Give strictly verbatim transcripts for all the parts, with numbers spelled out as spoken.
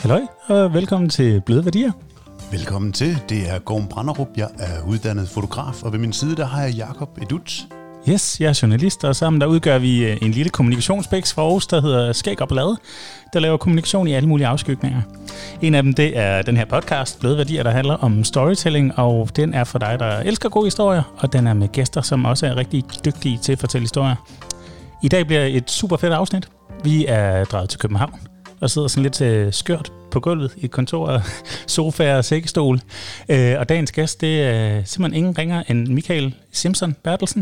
Halløj, og velkommen til Bløde Værdier. Velkommen til. Det er Gorm Branderup. Jeg er uddannet fotograf, og ved min side der har jeg Jakob Edut. Yes, jeg er journalist, og sammen der udgør vi en lille kommunikationsbæks fra Aarhus, der hedder Skæg og Blade, der laver kommunikation i alle mulige afskygninger. En af dem, det er den her podcast, Bløde Værdier, der handler om storytelling, og den er for dig, der elsker gode historier, og den er med gæster, som også er rigtig dygtige til at fortælle historier. I dag bliver et super fedt afsnit. Vi er draget til København og sidder sådan lidt øh, skørt på gulvet i et kontor, sofa og sækkestol. Øh, og dagens gæst, det er simpelthen ingen ringer end Michael Simpson Bertelsen.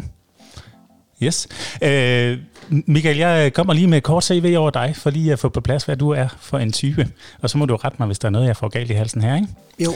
Yes. Øh, Michael, jeg kommer lige med et kort C V over dig, for lige at få på plads, hvad du er for en type. Og så må du rette mig, hvis der er noget, jeg får galt i halsen her, ikke? Jo.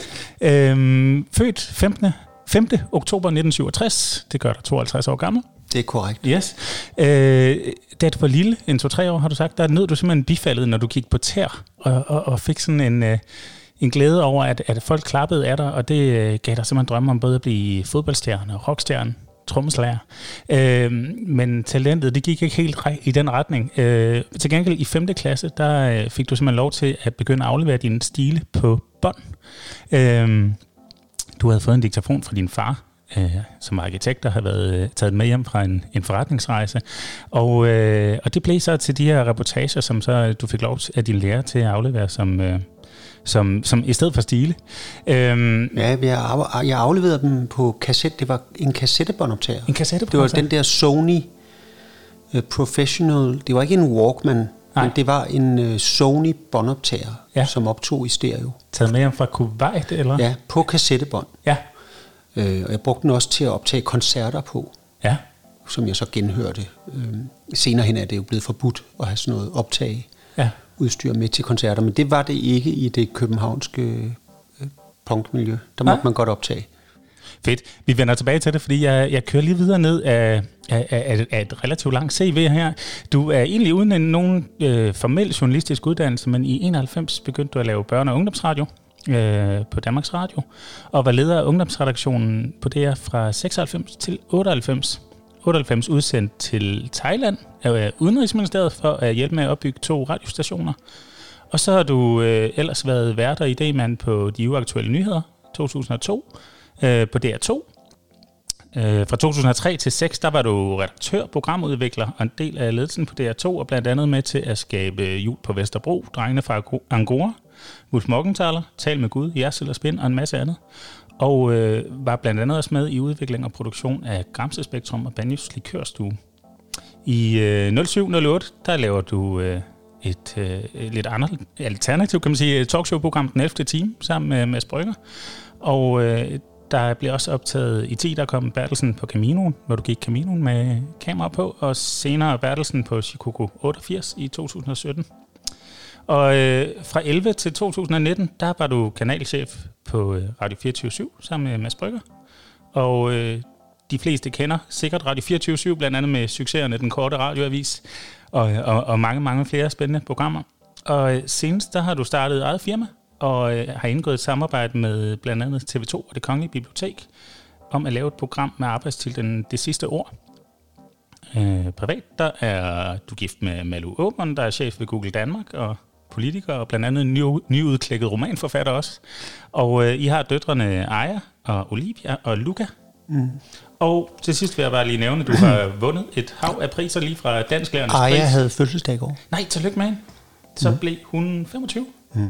Øh, født femte oktober nitten syvogtres. Det gør dig tooghalvtreds år gammel. Det er korrekt. Yes. Øh, da du var lille, en to-tre år, har du sagt, der nød du simpelthen bifaldet, når du gik på tær, og, og, og fik sådan en, øh, en glæde over, at, at folk klappede af dig, og det øh, gav dig simpelthen drømme om både at blive fodboldstjerne, rockstjerne, trommeslager. Øh, men talentet, det gik ikke helt i den retning. Øh, til gengæld i femte klasse, der øh, fik du simpelthen lov til at begynde at aflevere din stile på bånd. Øh, du havde fået en diktafon fra din far, Øh, som arkitekt, der har været øh, taget med hjem fra en, en forretningsrejse. Og, øh, og det blev så til de her reportager, som så du fik lov af din lærer til at aflevere som, øh, som, som i stedet for stile. Øhm, ja, jeg, jeg afleverede dem på kasset. Det var en kassettebåndoptager. En kassettebåndoptager? Det var den der Sony uh, Professional. Det var ikke en Walkman, Nej. men det var en uh, Sony båndoptager, ja. som optog i stereo. Taget med hjem fra Kuwait, eller? Ja, på kassettebånd. Ja. Øh, og jeg brugte den også til at optage koncerter på, ja. som jeg så genhørte. Øh, senere hen er det jo blevet forbudt at have sådan noget optage ja. udstyr med til koncerter, men det var det ikke i det københavnske øh, punkmiljø. Der måtte ja. man godt optage. Fedt. Vi vender tilbage til det, fordi jeg, jeg kører lige videre ned af, af, af, af et relativt langt C V her. Du er egentlig uden en, nogen øh, formel journalistisk uddannelse, men i enoghalvfems begyndte du at lave børne- og ungdomsradio på Danmarks Radio, og var leder af ungdomsredaktionen på D R fra seksoghalvfems til otteoghalvfems. otteoghalvfems udsendt til Thailand af Udenrigsministeriet for at hjælpe med at opbygge to radiostationer. Og så har du øh, ellers været vært og idémand på De Uaktuelle Nyheder to tusind og to øh, på D R to. Øh, fra to tusind og tre til seks, der var du redaktør, programudvikler og en del af ledelsen på D R to, og blandt andet med til at skabe Jul på Vesterbro, Drengene fra Angora, Wolf Morgenthaler, Tal med Gud, Jersel og Spin og en masse andet. Og øh, var blandt andet også med i udvikling og produktion af Gramse Spektrum og Banjos Likørstue. I øh, nul syv nul otte, der laver du øh, et øh, lidt andet alternativt, kan man sige, talkshow-program Den ellevte time sammen med Mads Brygger. Og øh, der blev også optaget i ti, der kom Bertelsen på Caminoen, hvor du gik Caminoen med kamera på, og senere Bertelsen på Shikoku otteogfirs i to tusind og sytten. Og øh, fra elleve til to tusind og nitten, der var du kanalchef på øh, Radio fireogtyve syv sammen med Mads Brygger. Og øh, de fleste kender sikkert Radio fireogtyve syv, blandt andet med succeserne Den Korte Radioavis, og, og, og mange, mange flere spændende programmer. Og øh, senest, der har du startet eget firma, og øh, har indgået et samarbejde med blandt andet T V to og Det Kongelige Bibliotek, om at lave et program med arbejdstitlen Det Sidste Ord. Øh, privat, der er du gift med Malou Aamund, der er chef ved Google Danmark, og politiker, og blandt andet en ny, nyudklækket romanforfatter også. Og øh, I har døtrene Aya og Olivia og Luca. Mm. Og til sidst vil jeg bare lige nævne, at du har vundet et hav af priser lige fra Dansklærernes Aya pris. Aya havde fødselsdag i går. Nej, tillykke med hende. Så mm. blev hun femogtyve. Mm.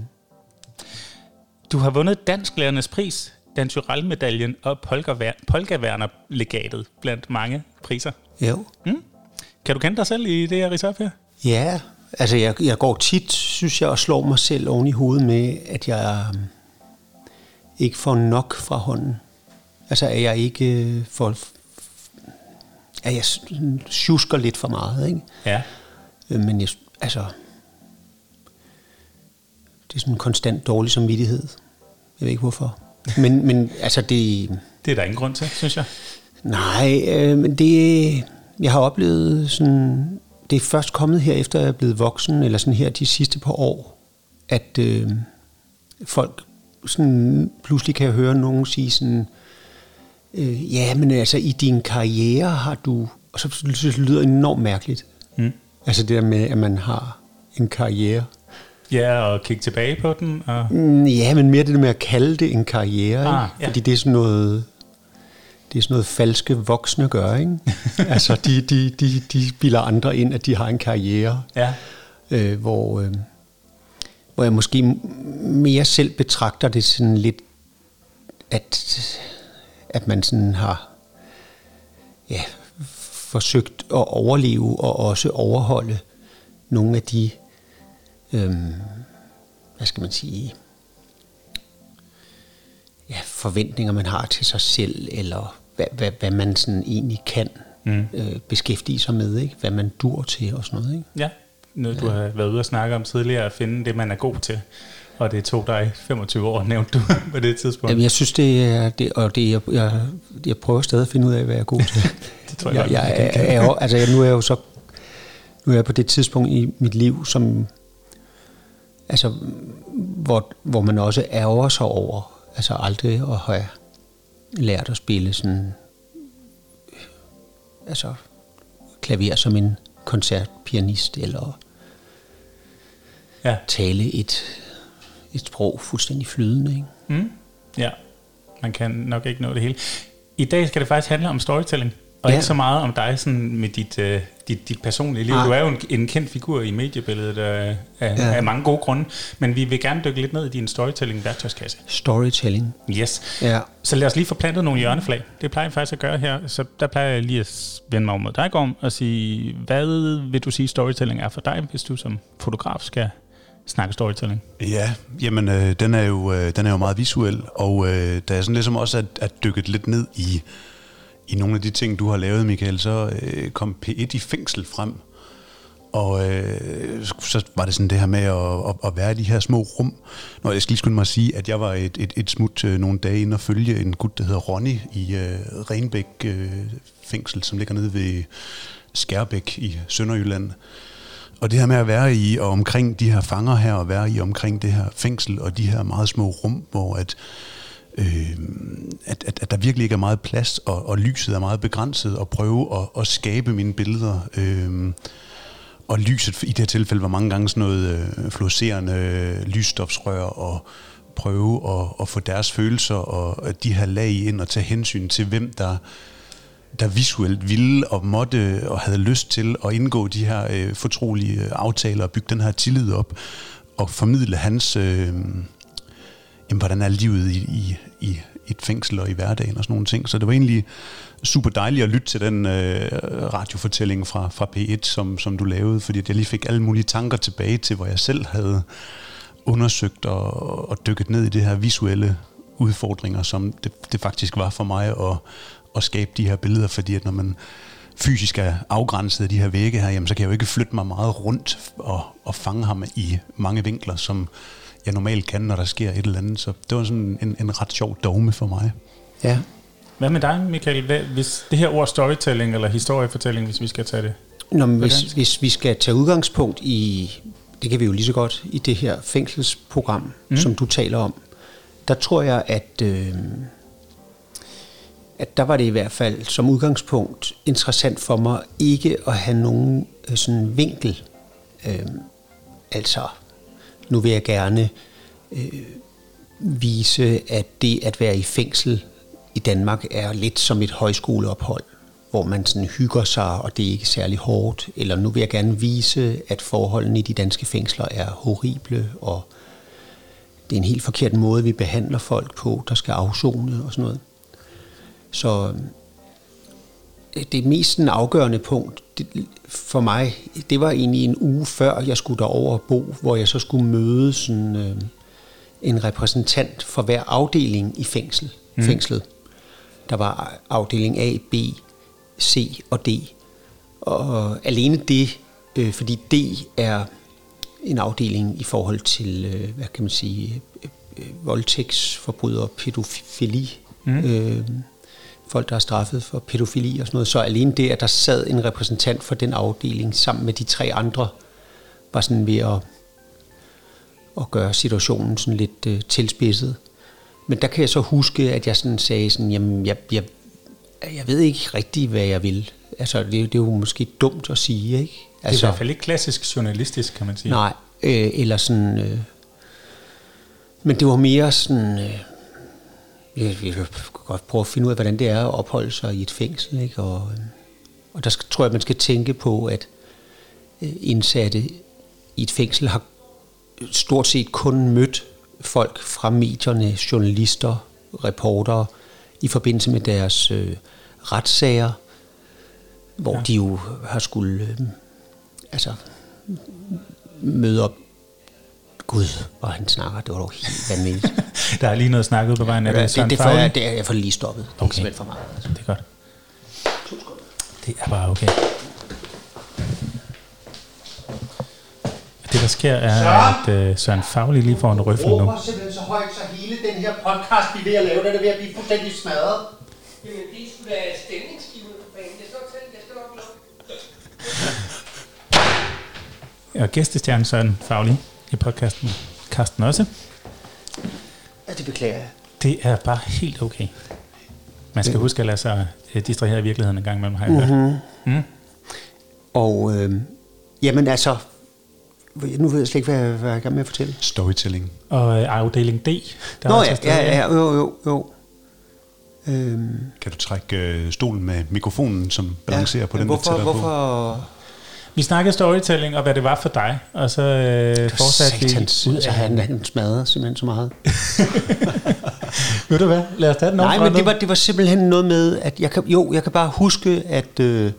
Du har vundet Dansklærernes pris, Dan Tyrell-medaljen og Polkaværner-legatet blandt mange priser. Jo. Mm. Kan du kende dig selv i det, jeg ridser op her? Ja, altså jeg, jeg går tit, synes jeg, og slår mig selv oven i hovedet med, at jeg øh, ikke får nok fra hånden. Altså at jeg ikke øh, får, at jeg sjusker lidt for meget, ikke? Ja. Øh, men jeg, altså, det er sådan en konstant dårlig samvittighed. Jeg ved ikke hvorfor. Men, men altså det... Det er der ingen grund til, synes jeg. Nej, øh, men det... Jeg har oplevet sådan... Det er først kommet her, efter jeg er blevet voksen, eller sådan her de sidste par år, at øh, folk sådan pludselig kan jeg høre nogen sige sådan... Øh, ja, men altså i din karriere har du... Og så synes det lyder enormt mærkeligt. Mm. Altså det der med, at man har en karriere. Ja, og kigge tilbage på den. Og... Ja, men mere det med at kalde det en karriere, ah, ja. Fordi det er sådan noget, det er sådan noget falske voksne gør, ikke? Altså, de, de, de, de bilder andre ind, at de har en karriere, ja. øh, hvor, øh, hvor jeg måske mere selv betragter det sådan lidt, at, at man sådan har ja, forsøgt at overleve og også overholde nogle af de Øhm, hvad skal man sige, ja, forventninger, man har til sig selv, eller hvad, hvad, hvad man sådan egentlig kan mm. øh, beskæftige sig med, ikke? Hvad man dur til og sådan noget. Ikke? Ja, noget du ja. har været ude og snakke om tidligere, at finde det, man er god til. Og det tog dig femogtyve år, nævnte du på det tidspunkt. Jamen, jeg synes, det er, det, og det, jeg, jeg, jeg prøver stadig at finde ud af, hvad jeg er god til. Det tror jeg, jeg, jeg, jeg, jeg, altså, jeg, nu er jeg jo så nu er jeg på det tidspunkt i mit liv, som altså, hvor, hvor man også ærger sig over, altså aldrig at have lært at spille sådan, altså klaver som en koncertpianist, eller ja. tale et, et sprog fuldstændig flydende, ikke? Mm. Ja, man kan nok ikke nå det hele. I dag skal det faktisk handle om storytelling, og ja. ikke så meget om dig sådan med dit, uh, dit, dit personlige liv. Ah. Du er jo en, en kendt figur i mediebilledet af, af, ja. af mange gode grunde, men vi vil gerne dykke lidt ned i din storytelling-værktøjskasse. Storytelling. Yes. Ja. Så lad os lige få plantet nogle hjørneflag. Det plejer jeg faktisk at gøre her, så der plejer jeg lige at vende mig om mod dig, Gorm, og sige, hvad vil du sige storytelling er for dig, hvis du som fotograf skal snakke storytelling? Ja, jamen øh, den, er jo, øh, den er jo meget visuel, og øh, da jeg sådan ligesom også er, er dykket lidt ned i I nogle af de ting, du har lavet, Michael, så øh, kom P et i fængsel frem. Og øh, så var det sådan det her med at, at, at være i de her små rum. Nå, jeg skal lige skynde mig at sige, at jeg var et, et, et smut øh, nogle dage inde og følge en gut, der hedder Ronny i øh, Renbæk øh, fængsel, som ligger nede ved Skærbæk i Sønderjylland. Og det her med at være i og omkring de her fanger her, og være i omkring det her fængsel, og de her meget små rum, hvor at Øh, at, at, at der virkelig ikke er meget plads, og, og lyset er meget begrænset, og prøve at, at skabe mine billeder. Øh, og lyset i det her tilfælde var mange gange sådan noget øh, fluorescerende øh, lysstofsrør, og prøve at, at få deres følelser og de her lag ind og tage hensyn til, hvem der, der visuelt ville og måtte og havde lyst til at indgå de her øh, fortrolige aftaler og bygge den her tillid op og formidle hans... Øh, Jamen, hvordan er livet i, i, i et fængsel og i hverdagen og sådan nogle ting. Så det var egentlig super dejligt at lytte til den øh, radiofortælling fra, fra P et, som, som du lavede, fordi jeg lige fik alle mulige tanker tilbage til, hvor jeg selv havde undersøgt og, og dykket ned i det her visuelle udfordringer, som det, det faktisk var for mig at, at skabe de her billeder, fordi at når man fysisk er afgrænset af de her vægge her, jamen, så kan jeg jo ikke flytte mig meget rundt og, og fange ham i mange vinkler, som jeg normalt kan, når der sker et eller andet. Så det var sådan en, en ret sjov dogme for mig. Ja. Hvad med dig, Michael? Hvad, hvis det her ord storytelling eller historiefortælling, hvis vi skal tage det? Nå, men hvis, hvis vi skal tage udgangspunkt i, det kan vi jo lige så godt, i det her fængselsprogram, mm. som du taler om, der tror jeg, at, øh, at der var det i hvert fald som udgangspunkt interessant for mig ikke at have nogen øh, sådan vinkel. Øh, altså, nu vil jeg gerne øh, vise, at det at være i fængsel i Danmark er lidt som et højskoleophold, hvor man sådan hygger sig, og det er ikke særlig hårdt. Eller nu vil jeg gerne vise, at forholdene i de danske fængsler er horrible, og det er en helt forkert måde, vi behandler folk på, der skal afsone og sådan noget. Så det mest afgørende punkt det, for mig, det var egentlig en uge før, jeg skulle derover bo, hvor jeg så skulle møde sådan, øh, en repræsentant for hver afdeling i fængsel, mm. fængslet. Der var afdeling A, B, C og D. Og alene det, øh, fordi D er en afdeling i forhold til, øh, hvad kan man sige, øh, voldtægtsforbrydere, pædofili, mm. øh, folk, der er straffet for pædofili og sådan noget. Så alene det, at der sad en repræsentant for den afdeling sammen med de tre andre, var sådan ved at, at gøre situationen sådan lidt øh, tilspidset. Men der kan jeg så huske, at jeg sådan sagde sådan, jamen, jeg, jeg, jeg ved ikke rigtig, hvad jeg vil. Altså, det, det er jo måske dumt at sige, ikke? Altså, det er i hvert fald ikke klassisk journalistisk, kan man sige. Nej, Øh, eller sådan... Øh, men det var mere sådan... Øh, jeg, jeg kan godt prøve at finde ud af, hvordan det er at opholde sig i et fængsel, ikke? Og, og der skal, tror jeg, man skal tænke på, at øh, indsatte i et fængsel har stort set kun mødt folk fra medierne, journalister, reportere, i forbindelse med deres øh, retssager, hvor ja. de jo har skulle øh, altså møde op. Gud, hvor han snakker, det var dog helt vanvittigt. Der er lige noget snakket på vejen af ja, det. Det, det, for, jeg, det er jeg for lige stoppet. Det er okay. simpelthen for meget. Altså. Det er godt. Det er bare okay. Det, der sker, er, Søren. at uh, Søren Fauli lige får en røffel nu. Du råber simpelthen så højt, så hele den her podcast, vi er ved at lave, den er ved at blive fuldstændig smadret. Jamen, det skulle da stemningsgivende på banen. Jeg skal nok tælle, jeg skal nok lukke. Og gæstestjernen Søren Fauli i podcasten. Karsten også. Ja, det beklager jeg. Det er bare helt okay. Man skal huske at lade sig distrahere i virkeligheden en gang imellem, har jeg hørt. Mm-hmm. Mm. Og øh, jamen altså, nu ved jeg slet ikke, hvad jeg, hvad jeg er i gang med at fortælle. Storytelling. Og øh, afdeling D. Der Nå ja, ja, ja, jo, jo, jo. Øhm. Kan du trække øh, stolen med mikrofonen, som balancerer ja, på den, hvorfor, der hvorfor? på? Vi snakkede storytelling, og hvad det var for dig, og så øh, fortsatte vi ud af han, han smadrede simpelthen så meget. Ved du hvad? Lad os tage den Nej, men det var, det var simpelthen noget med, at jeg kan, jo, jeg kan bare huske, at øh,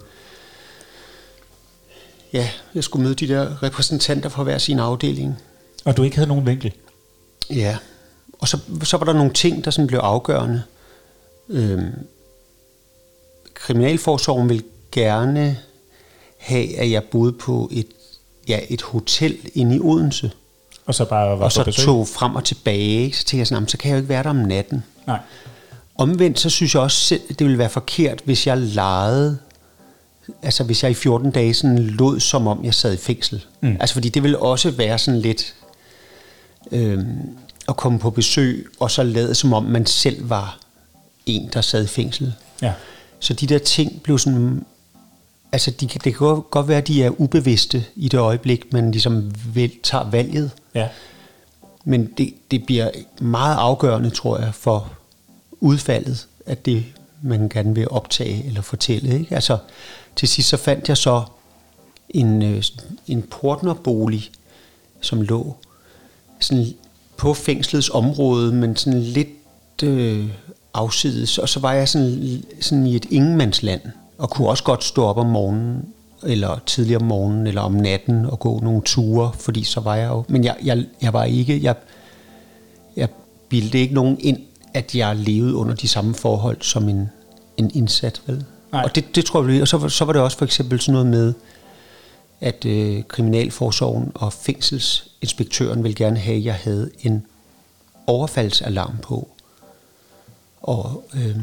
ja, jeg skulle møde de der repræsentanter fra hver sin afdeling. Og du ikke havde nogen vinkel? Ja, og så, så var der nogle ting, der sådan blev afgørende. Øhm, Kriminalforsorgen ville gerne have, at jeg boede på et, ja, et hotel inde i Odense. Og så bare var og så tog frem og tilbage. Så tænkte jeg sådan, så kan jeg jo ikke være der om natten. Nej. Omvendt, så synes jeg også selv, det ville være forkert, hvis jeg legede, altså hvis jeg i fjorten dage sådan lod, som om jeg sad i fængsel. Mm. Altså fordi det ville også være sådan lidt øhm, at komme på besøg, og så lade, som om man selv var en, der sad i fængsel. Ja. Så de der ting blev sådan... Altså, de, det kan godt være, at de er ubevidste i det øjeblik, man ligesom vel, tager valget. Ja. Men det, det bliver meget afgørende, tror jeg, for udfaldet, at det, man gerne vil optage eller fortælle. Ikke? Altså, til sidst så fandt jeg så en, en portnerbolig, som lå sådan på fængslets område, men sådan lidt øh, afsides. Og så var jeg sådan, sådan i et ingenmandsland, og kunne også godt stå op om morgenen, eller tidligere om morgenen, eller om natten, og gå nogle ture, fordi så var jeg jo... Men jeg, jeg, jeg var ikke... Jeg, jeg bildte ikke nogen ind, at jeg levede under de samme forhold som en, en indsat, vel? Nej. Og det, det tror jeg... Og så, så var det også for eksempel sådan noget med, at øh, Kriminalforsorgen og fængselsinspektøren ville gerne have, at jeg havde en overfaldsalarm på. Og... Øh,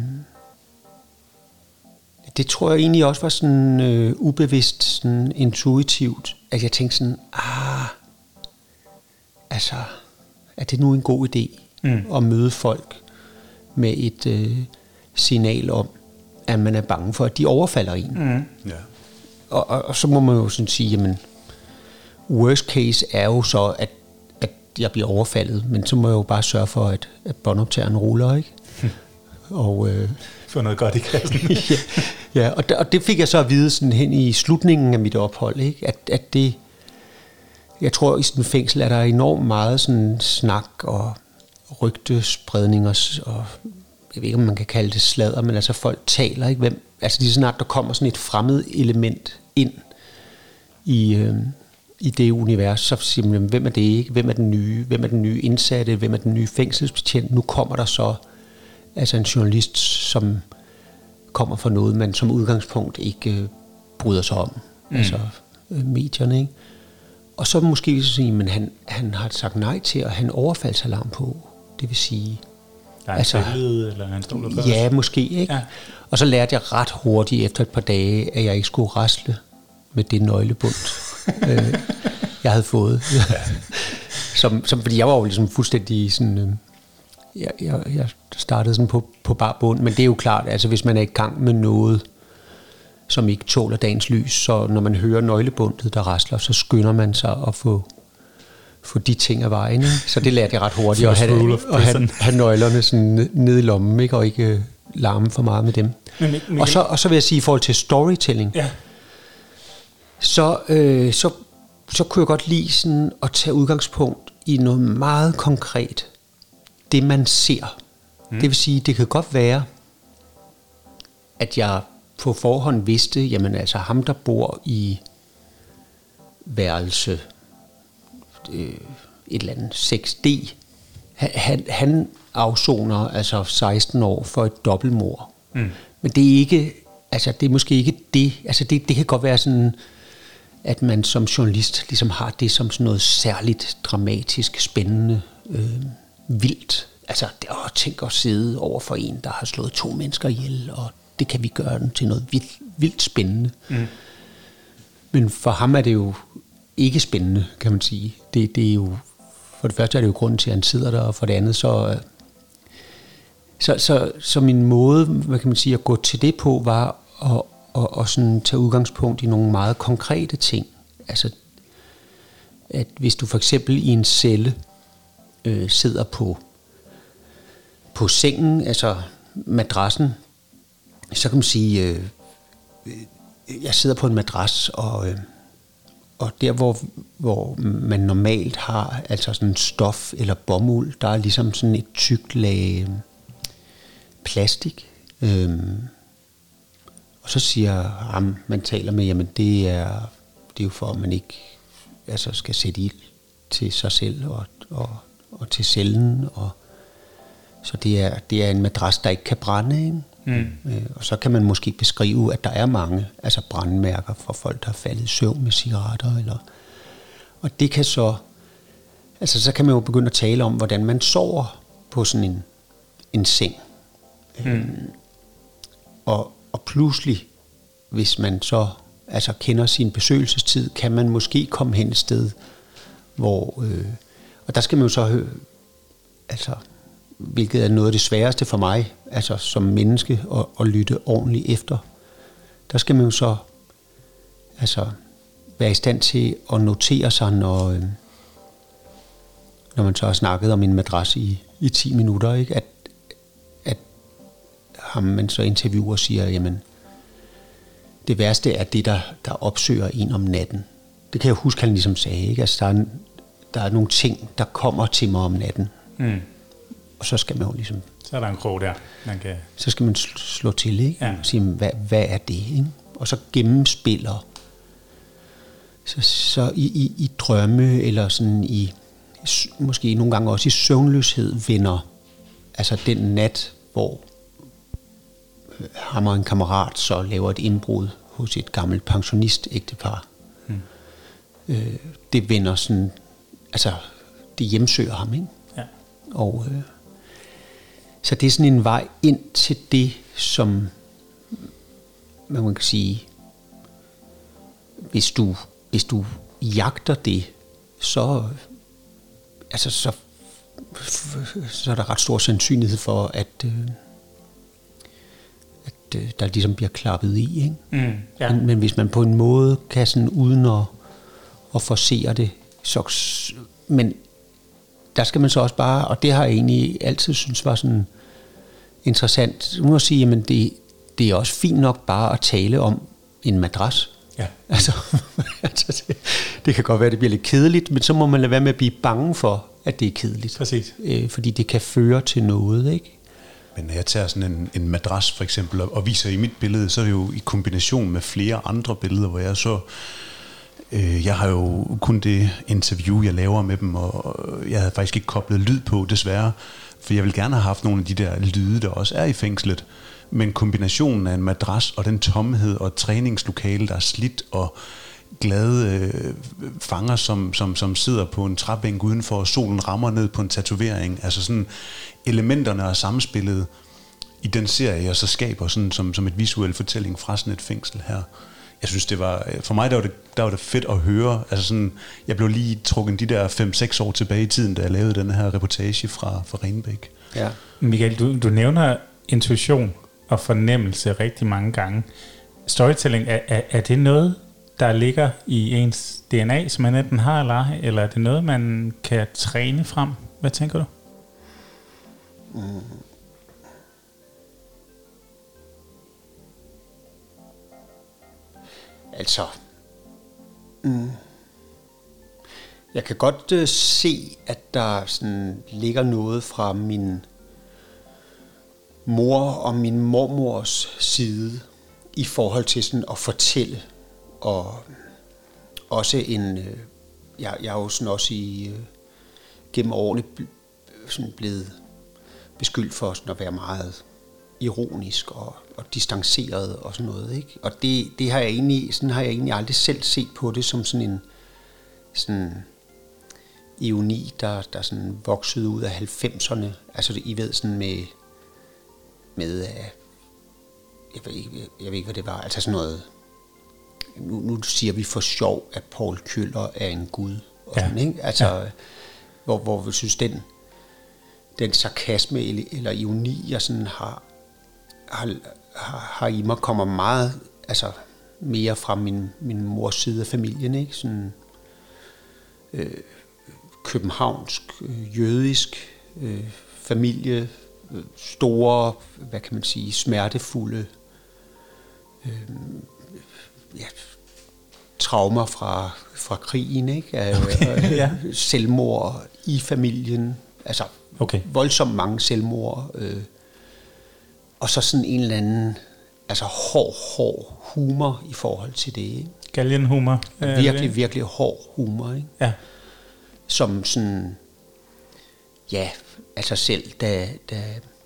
det tror jeg egentlig også var sådan øh, ubevidst, sådan intuitivt, at jeg tænkte sådan, ah, altså, er det nu en god idé mm. at møde folk med et øh, signal om, at man er bange for, at de overfalder en. Mm. Ja. Og, og, og så må man jo sådan sige, jamen, worst case er jo så, at, at jeg bliver overfaldet, men så må jeg jo bare sørge for, at, at båndoptageren ruller, ikke? Mm. Og... Øh, få noget godt i kassen. ja, ja og, det, og det fik jeg så at vide sådan hen i slutningen af mit ophold, ikke? At, at det, jeg tror i sådan en fængsel er der enormt meget sådan snak og rygtespredning og, og jeg ved ikke om man kan kalde det sladder, men altså folk taler ikke, hvem, altså lige snart der kommer sådan et fremmed element ind i øh, i det univers, så siger man, hvem er det ikke, hvem er den nye, hvem er den nye indsatte, hvem er den nye fængselsbetjent, nu kommer der så altså en journalist, som kommer fra noget, man som udgangspunkt ikke øh, bryder sig om. Mm. Altså øh, medierne, ikke? Og så måske vil sige, men han, han har sagt nej til at have en overfaldsalarm på. Det vil sige... Der er altså, en billede, eller han stoler på ja, os. måske, ikke? Ja. Og så lærte jeg ret hurtigt efter et par dage, at jeg ikke skulle rasle med det nøglebund, øh, jeg havde fået. Ja. som, som, fordi jeg var jo ligesom fuldstændig sådan... Øh, Jeg, jeg, jeg startede sådan på, på bar bund, men det er jo klart, altså hvis man er i gang med noget, som ikke tåler dagens lys, så når man hører nøglebundet, der rasler, så skynder man sig at få, få de ting af vejen. Ikke? Så det lærte jeg ret hurtigt, at have, rule of at have, prison. have nøglerne sådan ned i lommen, ikke? Og ikke øh, larme for meget med dem. Men, men, Og så, og så vil jeg sige, i forhold til storytelling, ja. så, øh, så, så kunne jeg godt lide sådan at tage udgangspunkt i noget meget konkret. Det man ser. Mm. Det vil sige, det kan godt være, at jeg på forhånd vidste, jamen altså ham, der bor i værelse øh, et eller andet seks D, han, han afsoner altså seksten år for et dobbeltmord. Mm. Men det er ikke, altså det er måske ikke det, altså det, det kan godt være sådan, at man som journalist ligesom har det som sådan noget særligt dramatisk, spændende, øh, vildt. Altså, det, åh, tænk at sidde over for en, der har slået to mennesker ihjel, og det kan vi gøre den til noget vildt, vildt spændende. Mm. Men for ham er det jo ikke spændende, kan man sige. Det, det er jo, for det første er det jo grunden til, at han sidder der, og for det andet, så, så, så, så min måde, hvad kan man sige, at gå til det på, var at, at, at sådan tage udgangspunkt i nogle meget konkrete ting. Altså, at hvis du for eksempel i en celle øh, sidder på på sengen, altså madrassen, så kan man sige, øh, jeg sidder på en madras, og, øh, og der, hvor, hvor man normalt har altså sådan stof eller bomuld, der er ligesom sådan et tykt lag plastik. Øh, og så siger ham, man taler med, jamen det er, det er jo for, at man ikke altså skal sætte ild til sig selv og, og, og til cellen, og så det er, det er en madras, der ikke kan brænde, ikke? Mm. Øh, og så kan man måske beskrive, at der er mange altså brandmærker for folk, der har faldet i søvn med cigaretter. Eller, og det kan så, altså så kan man jo begynde at tale om, hvordan man sover på sådan en, en seng. Mm. Øh, og, og pludselig, hvis man så altså kender sin besøgelsestid, kan man måske komme hen et sted, hvor, øh, og der skal man jo så høre, altså hvilket er noget af det sværeste for mig, altså som menneske, at, at lytte ordentligt efter. Der skal man jo så altså være i stand til at notere sig, når, øh, når man så har snakket om en madras i, i ti minutter, ikke? At, at ham man så interviewer siger, jamen det værste er det, der, der opsøger en om natten. Det kan jeg huske, han ligesom sagde, ikke? Altså, der, er, der er nogle ting, der kommer til mig om natten. Mm. Og så skal man jo ligesom... Så er der en krog der, man kan... Så skal man slå til, ikke? Ja. Og sige, hvad, hvad er det, ikke? Og så gennemspiller. Så, så i, i, i drømme, eller sådan i... Måske nogle gange også i søvnløshed, vender altså den nat, hvor ham og en kammerat så laver et indbrud hos et gammelt pensionist-ægtepar. Hmm. Øh, det vender sådan... Altså, det hjemsøger ham, ikke? Ja. Og... Øh, Så det er sådan en vej ind til det, som man kan sige, hvis du, hvis du jagter det, så, altså så, så er der ret stor sandsynlighed for, at, at der ligesom bliver klappet i. Ikke? Mm, ja. men, men hvis man på en måde kan sådan uden at, at forsere det, så... Men der skal man så også bare, og det har jeg egentlig altid synes var sådan interessant, nu må jeg sige, jamen det, det er også fint nok bare at tale om en madras. Ja. Altså, altså det, det kan godt være, at det bliver lidt kedeligt, men så må man lade være med at blive bange for, at det er kedeligt. Præcis. Øh, fordi det kan føre til noget, ikke? Men når jeg tager sådan en, en madras for eksempel, og viser i mit billede, så er det jo i kombination med flere andre billeder, hvor jeg så... Øh, jeg har jo kun det interview, jeg laver med dem, og jeg havde faktisk ikke koblet lyd på, desværre. For jeg vil gerne have haft nogle af de der lyde, der også er i fængslet. Men kombinationen af en madras og den tomhed og et træningslokale, der er slidt, og glade øh, fanger, som, som, som sidder på en træbænk udenfor, og solen rammer ned på en tatovering. Altså sådan elementerne og samspillet i den serie, og så skaber sådan som, som et visuel fortælling fra sådan et fængsel her. Jeg synes, det var, for mig der var det, der var det fedt at høre. Altså sådan, jeg blev lige trukket de der fem seks år tilbage i tiden, da jeg lavede den her reportage fra, fra Renbæk. Ja. Michael, du, du nævner intuition og fornemmelse rigtig mange gange. Storytelling, er, er, er det noget, der ligger i ens D N A, som man enten har eller ej, eller er det noget, man kan træne frem? Hvad tænker du? Mm. Altså, mm. jeg kan godt uh, se, at der sådan ligger noget fra min mor og min mormors side i forhold til sådan at fortælle, og også en, uh, jeg, jeg er jo sådan også i uh, gennem årene sådan blevet beskyldt for sådan at være meget ironisk og, og distanceret og sådan noget, ikke? Og det, det har jeg egentlig, sådan har jeg egentlig aldrig selv set på det som sådan en sådan ironi, der, der sådan voksede ud af halvfemserne. Altså, I ved, sådan med, med jeg ved ikke, jeg ved ikke, hvad det var, altså sådan noget, nu, nu siger vi for sjov, at Poul Køller er en gud, og ja. Sådan, ikke? Altså, ja. hvor, hvor vi synes, den, den sarkasme eller, eller ironi, jeg sådan har, har, har, har i mig, kommer meget, altså mere fra min, min mors side af familien, ikke? Sådan øh, københavnsk, øh, jødisk øh, familie, øh, store, hvad kan man sige, smertefulde øh, ja, traumer fra, fra krigen, ikke? Okay, ja. Selvmord i familien, altså okay. Voldsomt mange selvmord, øh, og så sådan en eller anden, altså hård, hård humor i forhold til det, ikke? Galgenhumor. Virkelig, virkelig hård humor, ikke? Ja. Som sådan, ja, altså selv, da, da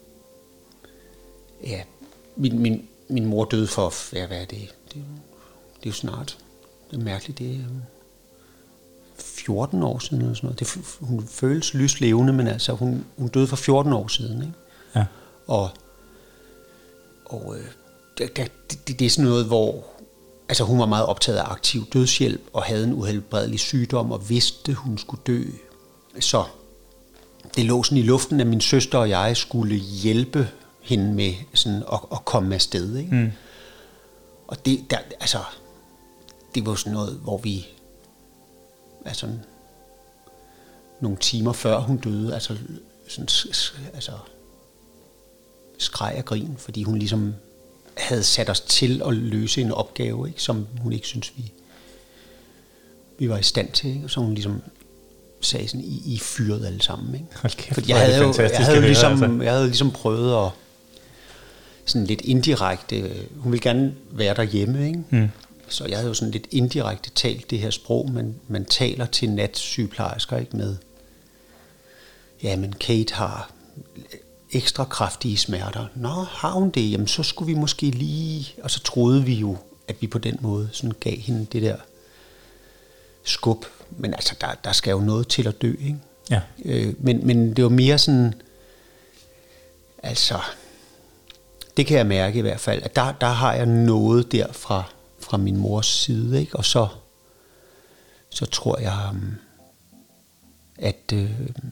ja, min, min, min mor døde for, ja, hvad er det? Det, det er jo snart, det er mærkeligt, det er fjorten år siden eller sådan noget. Det, hun føles lyslevende, men altså, hun, hun døde for fjorten år siden, ikke? Ja. Og, og øh, det, det, det, det er sådan noget, hvor altså hun var meget optaget af aktiv dødshjælp og havde en uhelbredelig sygdom og vidste, hun skulle dø. Så det lå sådan i luften, at min søster og jeg skulle hjælpe hende med sådan at, at komme afsted, ikke? Mm. Og det, der, altså, det var sådan noget, hvor vi altså nogle timer før hun døde, altså sådan, altså skreg af grin, fordi hun ligesom havde sat os til at løse en opgave, ikke, som hun ikke synes vi vi var i stand til, ikke? Og så hun ligesom sagde sådan, I, I fyrede alle sammen, ikke? Okay, fordi jeg havde, jo, jeg, havde ligesom, altså. jeg havde ligesom prøvet at sådan lidt indirekte, hun ville gerne være derhjemme, ikke? Mm. Så jeg havde jo sådan lidt indirekte talt det her sprog, men man taler til natsygeplejersker, ikke, med, ja, men Kate har ekstra kraftige smerter. Nå, har hun det? Jamen, så skulle vi måske lige... Og så troede vi jo, at vi på den måde sådan gav hende det der skub. Men altså, der, der skal jo noget til at dø, ikke? Ja. Øh, men, men det var mere sådan... Altså... Det kan jeg mærke i hvert fald, at der, der har jeg noget der fra, fra min mors side, ikke? Og så... Så tror jeg... At... Øh,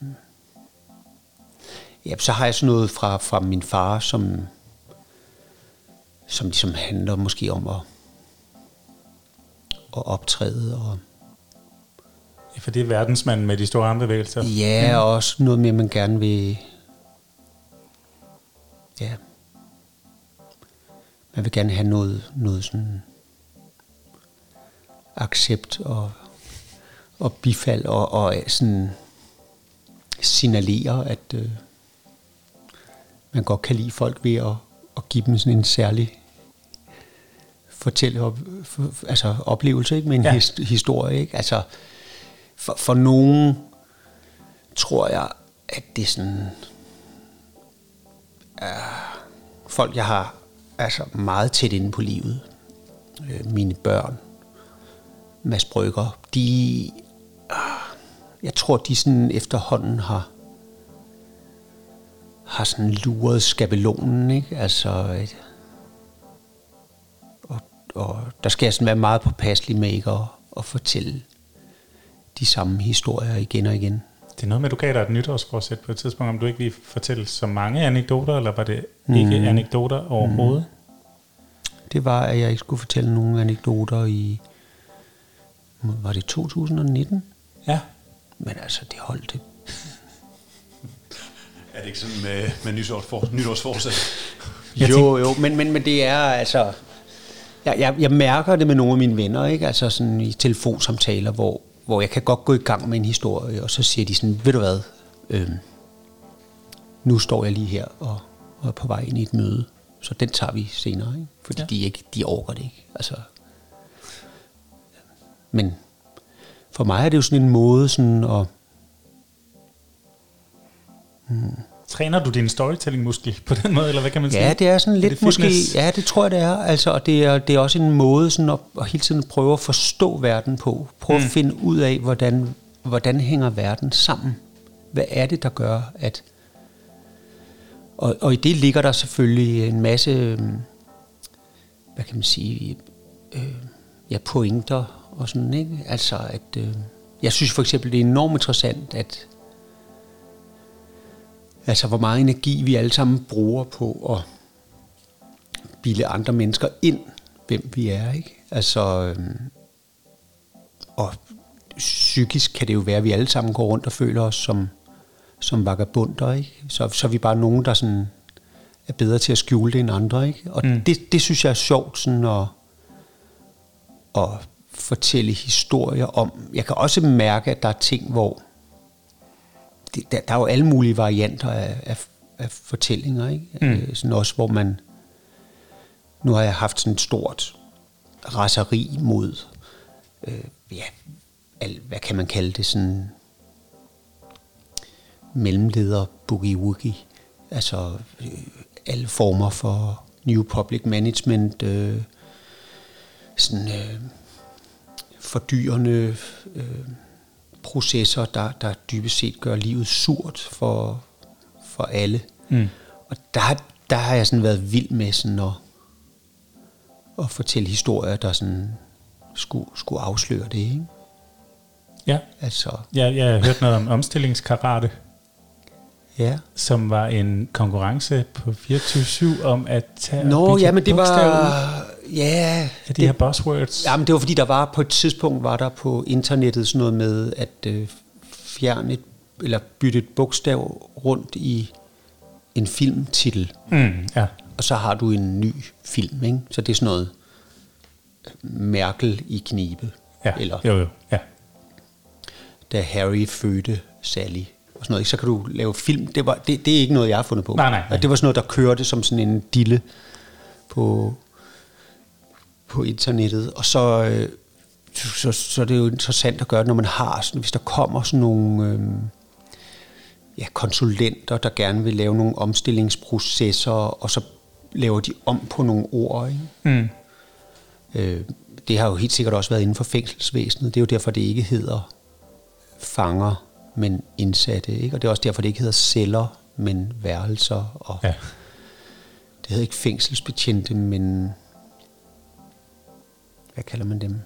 ja, så har jeg sådan noget fra, fra min far, som, som ligesom handler måske om at, at optræde. Og ja, for det er verdensmanden med de store armbevægelser. Ja, og også noget med, at man gerne vil... Ja. Man vil gerne have noget, noget sådan accept og, og bifald og, og sådan signalere, at... Øh, man godt kan lide folk ved at, at give dem sådan en særlig fortælle, op, for, altså oplevelse, ikke, med en ja. his, historie, ikke? Altså for, for nogen tror jeg, at det er sådan øh, folk jeg har altså meget tæt inde på livet, øh, mine børn, Mads Brygger, de øh, jeg tror de sådan efterhånden har har sådan luret skabelonen, ikke? Altså, et, og, og der skal jeg sådan være meget påpasselig med ikke at, at fortælle de samme historier igen og igen. Det er noget med, at du gav dig et nytårsforsæt på et tidspunkt, om du ikke ville fortælle så mange anekdoter, eller var det ikke mm. anekdoter overhovedet? Det var, at jeg ikke skulle fortælle nogen anekdoter i var det to tusind nitten? Ja. Men altså, det holdt det. Er det ikke sådan med, med nytårsfor, nytårsforsæt? Jo, jo, men, men, men det er altså... Jeg, jeg, jeg mærker det med nogle af mine venner, ikke? Altså sådan i telefonsamtaler, hvor, hvor jeg kan godt gå i gang med en historie, og så siger de sådan, ved du hvad, øh, nu står jeg lige her og, og er på vej ind i et møde, så den tager vi senere, ikke? Fordi ja. de, ikke, de overgår det ikke. Altså, men for mig er det jo sådan en måde sådan at... Hmm, Træner du din storytelling-muskel på den måde, eller hvad kan man sige? Ja, det er sådan lidt er måske... Ja, det tror jeg, det er. Altså, og det er, det er også en måde sådan at, at hele tiden prøve at forstå verden på. Prøve mm. at finde ud af, hvordan, hvordan hænger verden sammen. Hvad er det, der gør, at... Og, og i det ligger der selvfølgelig en masse... Hvad kan man sige? Øh, ja, pointer og sådan, ikke? Altså, at... Øh, jeg synes for eksempel, det er enormt interessant, at... Altså, hvor meget energi vi alle sammen bruger på at bilde andre mennesker ind, hvem vi er, ikke? Altså, øhm, og psykisk kan det jo være, at vi alle sammen går rundt og føler os som, som vagabunder, ikke? Så, så er vi bare nogen, der sådan er bedre til at skjule det end andre, ikke? Og mm. det, det synes jeg er sjovt, sådan at, at fortælle historier om. Jeg kan også mærke, at der er ting, hvor... Det, der, der er jo alle mulige varianter af, af, af fortællinger, ikke? Mm. Øh, sådan også, hvor man... Nu har jeg haft sådan et stort raseri mod... Øh, ja, al, hvad kan man kalde det? Sådan... mellemleder boogie-woogie. Altså, øh, alle former for new public management. Øh, sådan... Øh, fordyrende... Øh, processer, der, der dybest set gør livet surt for, for alle. Mm. Og der, der har jeg sådan været vild med sådan at, at fortælle historier, der sådan skulle, skulle afsløre det, ikke? Ja. Altså. Ja, jeg har hørt noget om omstillingskarate, ja. som var en konkurrence på fireogtyve syv om at tage Nå, ja, men det var... Ja, de det, her buzzwords. Ja, men det var fordi der var på et tidspunkt var der på internettet sådan noget med at øh, fjerne et, eller bytte et bogstav rundt i en filmtitel. Mm, ja. Og så har du en ny film, ikke? Så det er sådan noget Merkel i knibe. Ja. Eller jo jo. Ja. Da Harry fødte Sally og sådan noget. Så kan du lave film. Det var det, det er ikke noget jeg har fundet på. Nej, nej, nej. Det var sådan noget der kørte som sådan en dille på på internettet, og så, øh, så, så er det jo interessant at gøre, når man har sådan, hvis der kommer sådan nogle øh, ja, konsulenter, der gerne vil lave nogle omstillingsprocesser, og så laver de om på nogle ord, ikke? Mm. Øh, det har jo helt sikkert også været inden for fængselsvæsenet. Det er jo derfor, det ikke hedder fanger, men indsatte, ikke? Og det er også derfor, det ikke hedder celler, men værelser, og ja. Det hedder ikke fængselsbetjente, men hvad kalder man dem?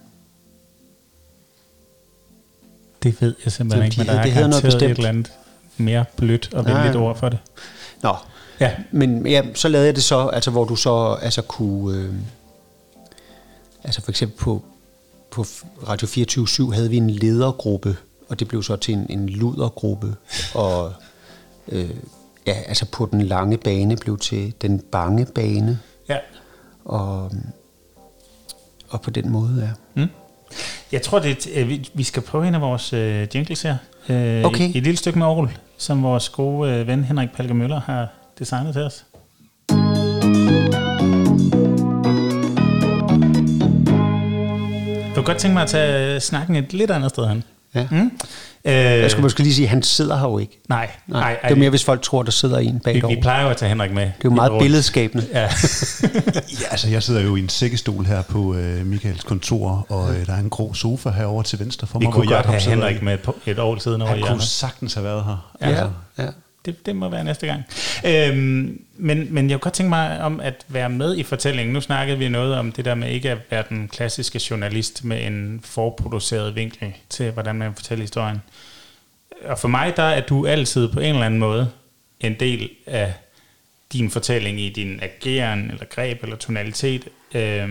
Det ved jeg simpelthen det, ikke, men der det er garanteret et eller andet mere blødt og venligt ord for det. Nå, ja. Men ja, så lavede jeg det så, altså hvor du så altså kunne, øh, altså for eksempel på, på Radio fireogtyve syv havde vi en ledergruppe, og det blev så til en, en ludergruppe, og øh, ja, altså på den lange bane blev til den bange bane. Ja. Og Og på den måde, ja. Mm. Jeg tror, det er, vi, vi skal prøve en af vores øh, jingles her. Øh, okay. i, I et lille stykke med orgel, som vores gode øh, ven Henrik Palke Møller har designet til os. Jeg kunne godt tænke mig at tage snakken et lidt andet sted hen. Ja. Mm? Øh, jeg skulle måske lige sige, at han sidder her jo ikke. Nej. nej, nej det er mere, hvis folk tror, der sidder en bagover. Vi, vi plejer jo at tage Henrik med. Det er jo meget billedskabende. Ja. Ja, altså jeg sidder jo i en sækkestol her på øh, Michaels kontor, og øh, der er en grå sofa herovre til venstre for vi mig. Vi kunne godt have Henrik med et, et år siden over i Han kunne sagtens have været her. Ja, altså. ja. Det, det må være næste gang. Øhm, men, men jeg kunne godt tænke mig om at være med i fortællingen. Nu snakkede vi noget om det der med ikke at være den klassiske journalist med en forproduceret vinkel til, hvordan man fortæller historien. Og for mig, der er du altid på en eller anden måde en del af din fortælling i din ageren, eller greb, eller tonalitet. Øhm,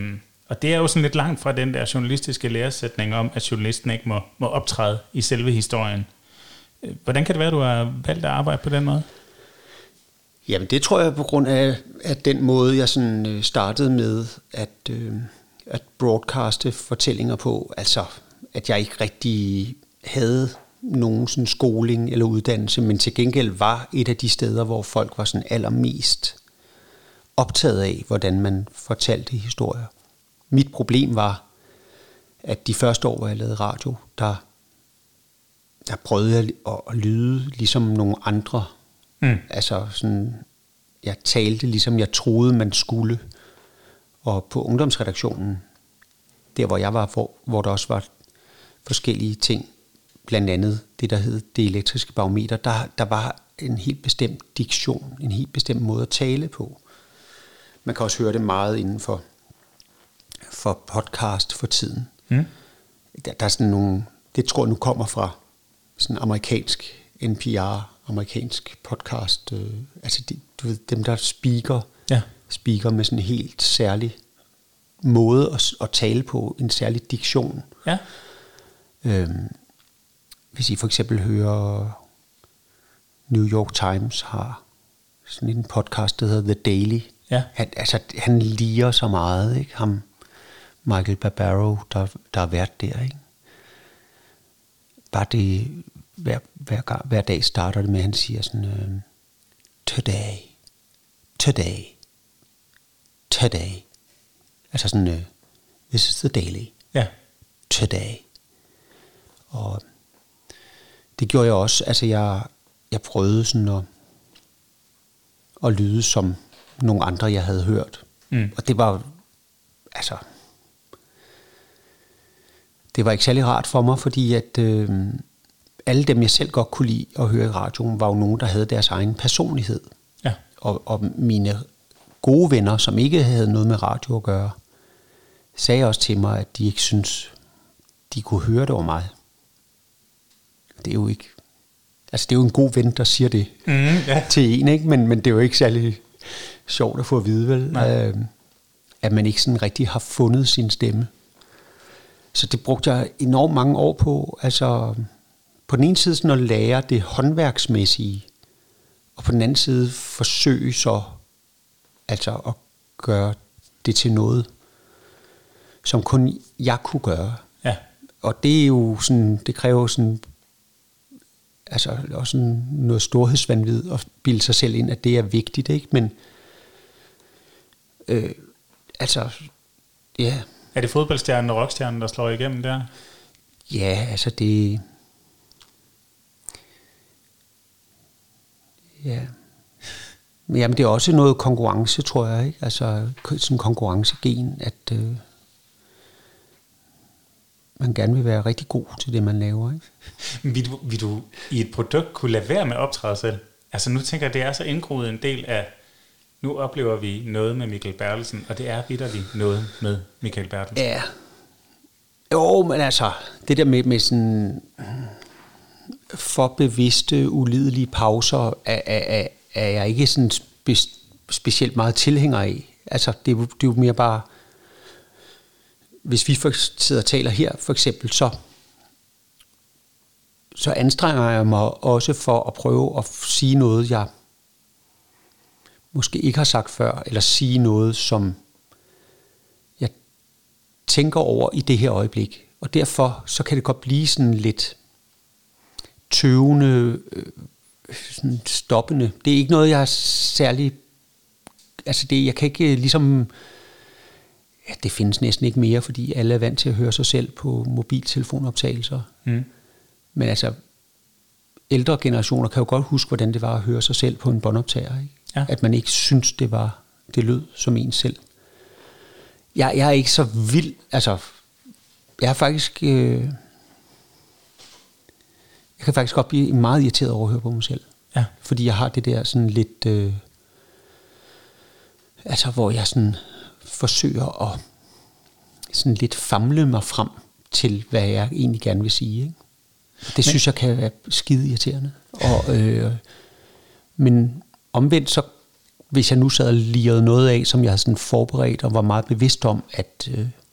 Og det er jo sådan lidt langt fra den der journalistiske læresætning om, at journalisten ikke må, må optræde i selve historien. Hvordan kan det være, at du har valgt at arbejde på den måde? Jamen det tror jeg på grund af at den måde, jeg sådan startede med at, øh, at broadcaste fortællinger på. Altså at jeg ikke rigtig havde nogen sådan skoling eller uddannelse, men til gengæld var et af de steder, hvor folk var sådan allermest optaget af, hvordan man fortalte historier. Mit problem var, at de første år, hvor jeg lavede radio, der, der prøvede jeg at, at lyde ligesom nogle andre. Mm. Altså sådan, jeg talte ligesom jeg troede, man skulle. Og på ungdomsredaktionen, der hvor jeg var, hvor, hvor der også var forskellige ting, blandt andet det, der hed Det Elektriske Barometer, der, der var en helt bestemt diktion, en helt bestemt måde at tale på. Man kan også høre det meget inden for, for podcast for tiden. Mm. Der, der er sådan nogle, det tror jeg nu kommer fra sådan amerikansk N P R, amerikansk podcast, øh, altså de, du ved, dem der speaker, ja. speaker med sådan en helt særlig måde at, at tale på, en særlig diktion. Ja. Øhm, hvis I for eksempel hører New York Times har sådan en podcast, der hedder The Daily. Ja. Han, altså, han liger så meget, ikke? Ham, Michael Barbaro, der, der er vært der, ikke? Bare det, hver, hver, gang, hver dag starter det med, at han siger sådan, øh, today, today, today. Altså sådan, øh, this is the daily. Ja. Today. Og det gjorde jeg også. Altså, jeg, jeg prøvede sådan at, at lyde som nogle andre, jeg havde hørt. Mm. Og det var, altså, det var ikke særlig rart for mig, fordi at øh, alle dem, jeg selv godt kunne lide at høre i radioen, var jo nogen, der havde deres egen personlighed. Ja. Og, og mine gode venner, som ikke havde noget med radio at gøre, sagde også til mig, at de ikke syntes, de kunne høre det over mig. Det er jo ikke, altså det er jo en god ven, der siger det mm, ja. til en, ikke? Men, men det er jo ikke særlig sjovt at få at vide, vel? Øh, at man ikke sådan rigtig har fundet sin stemme. Så det brugte jeg enormt mange år på. Altså på den ene side sådan at lære det håndværksmæssige, og på den anden side forsøge så altså at gøre det til noget, som kun jeg kunne gøre. Ja. Og det er jo sådan, det kræver sådan, altså også sådan noget storhedsvanvid at bilde sig selv ind, at det er vigtigt, ikke? Men øh, altså, ja. Er det fodboldstjernen og rockstjernen, der slår igennem der? Ja, altså det, ja. Men jamen, det er også noget konkurrence, tror jeg, ikke? Altså sådan konkurrencegen, at øh, man gerne vil være rigtig god til det, man laver, ikke? Vil du, vil du i et produkt kunne lade være med at optræde selv? Altså nu tænker jeg, det er så indgroet en del af, nu oplever vi noget med Mikael Bertelsen, og det er vitterligt noget med Mikael Bertelsen. Ja. Jo, men altså, det der med, med sådan for bevidste, ulidelige pauser, er, er, er jeg ikke sådan spe, specielt meget tilhænger af. Altså, det er, det er jo mere bare, hvis vi sidder og taler her, for eksempel, så, så anstrenger jeg mig også for at prøve at sige noget, jeg måske ikke har sagt før, eller sige noget, som jeg tænker over i det her øjeblik. Og derfor så kan det godt blive sådan lidt tøvende, øh, sådan stoppende. Det er ikke noget, jeg er særlig, altså det, jeg kan ikke ligesom, ja, det findes næsten ikke mere, fordi alle er vant til at høre sig selv på mobiltelefonoptagelser. Mm. Men altså, ældre generationer kan jo godt huske, hvordan det var at høre sig selv på en båndoptager, ikke? Ja. At man ikke synes, det var, det lød som en selv. Jeg, jeg er ikke så vild, altså, jeg er faktisk, øh, jeg kan faktisk godt blive meget irriteret over at høre på mig selv. Ja. Fordi jeg har det der sådan lidt, øh, altså hvor jeg sådan forsøger at sådan lidt famle mig frem til, hvad jeg egentlig gerne vil sige, ikke? Det synes men, jeg kan være skide irriterende. Og, øh, men omvendt så, hvis jeg nu sad og lirede noget af, som jeg havde sådan forberedt og var meget bevidst om, at, øh,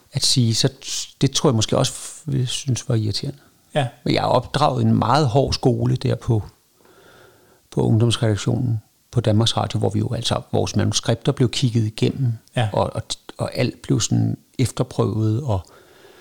at sige, så det tror jeg måske også vil synes var irriterende. Ja. Men jeg er opdraget i en meget hård skole der på, på ungdomsredaktionen på Danmarks Radio, hvor vi jo altså, vores manuskripter blev kigget igennem, ja. og, og, og alt blev sådan efterprøvet, og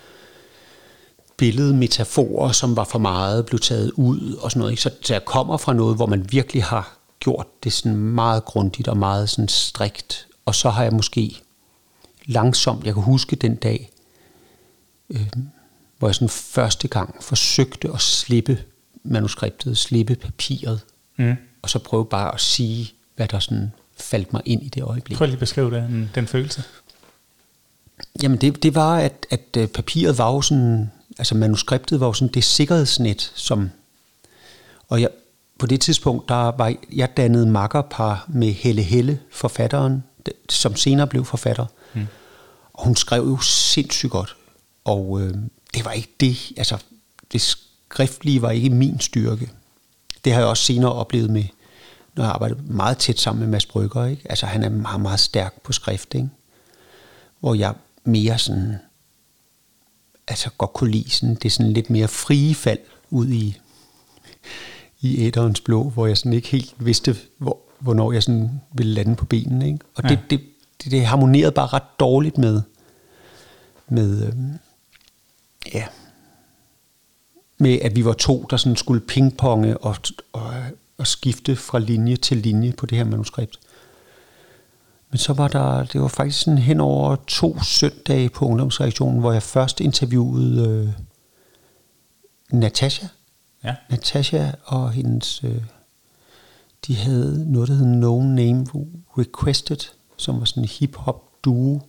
billedmetaforer, som var for meget, blev taget ud og sådan noget. Ikke? Så, så jeg kommer fra noget, hvor man virkelig har gjort det sådan meget grundigt og meget sådan strikt, og så har jeg måske langsomt, jeg kan huske den dag, øh, hvor jeg sådan første gang forsøgte at slippe manuskriptet, slippe papiret, mm. og så prøve bare at sige, hvad der sådan faldt mig ind i det øjeblik. Prøv lige at beskrive den, den følelse. Jamen det, det var, at, at papiret var jo sådan, altså manuskriptet var jo sådan det sikkerhedsnet, som, og jeg, på det tidspunkt, der var jeg dannet makkerpar med Helle Helle, forfatteren, som senere blev forfatter. Mm. Og hun skrev jo sindssygt godt. Og øh, det var ikke det, altså det skriftlige var ikke min styrke. Det har jeg også senere oplevet med, når jeg arbejder meget tæt sammen med Mads Brügger, ikke? Altså han er meget, meget stærk på skrift, ikke? Hvor jeg mere sådan, altså godt kunne lide sådan, det er sådan lidt mere frie fald ud i, i æterens blå, hvor jeg sådan ikke helt vidste, hvor, hvornår jeg sådan ville lande på benene, ikke? Og ja. det, det, det, det harmonerede bare ret dårligt med, med øhm, ja, med at vi var to, der sådan skulle pingponge og, og, og skifte fra linje til linje på det her manuskript. Men så var der, det var faktisk sådan hen over to søndage på ungdomsredaktionen, hvor jeg først interviewede øh, Natasha. Ja. Natasha og hendes, øh, de havde noget, der hed No Name Requested, som var sådan en hip-hop duo.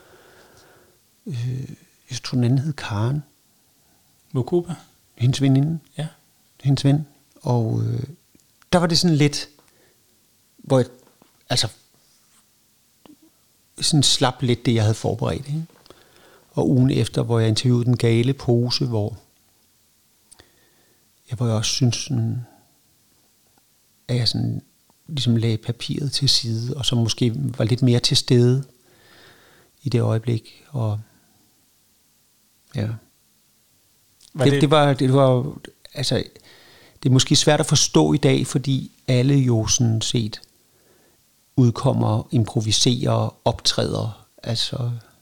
Øh, jeg tror, den anden hed Karen. Mukuba? Hendes veninde. Ja. Hendes ven. Og øh, der var det sådan lidt, hvor jeg, altså, sådan slap lidt det, jeg havde forberedt. Ikke? Og ugen efter, hvor jeg interviewede Den Gale Pose, hvor jeg, hvor jeg også synes, sådan, at jeg sådan, ligesom lagde papiret til side, og så måske var lidt mere til stede i det øjeblik. Og ja. Var det, det, det, var, det var, altså, det er måske svært at forstå i dag, fordi alle jo sådan set udkommer, improviserer, optræder. Altså,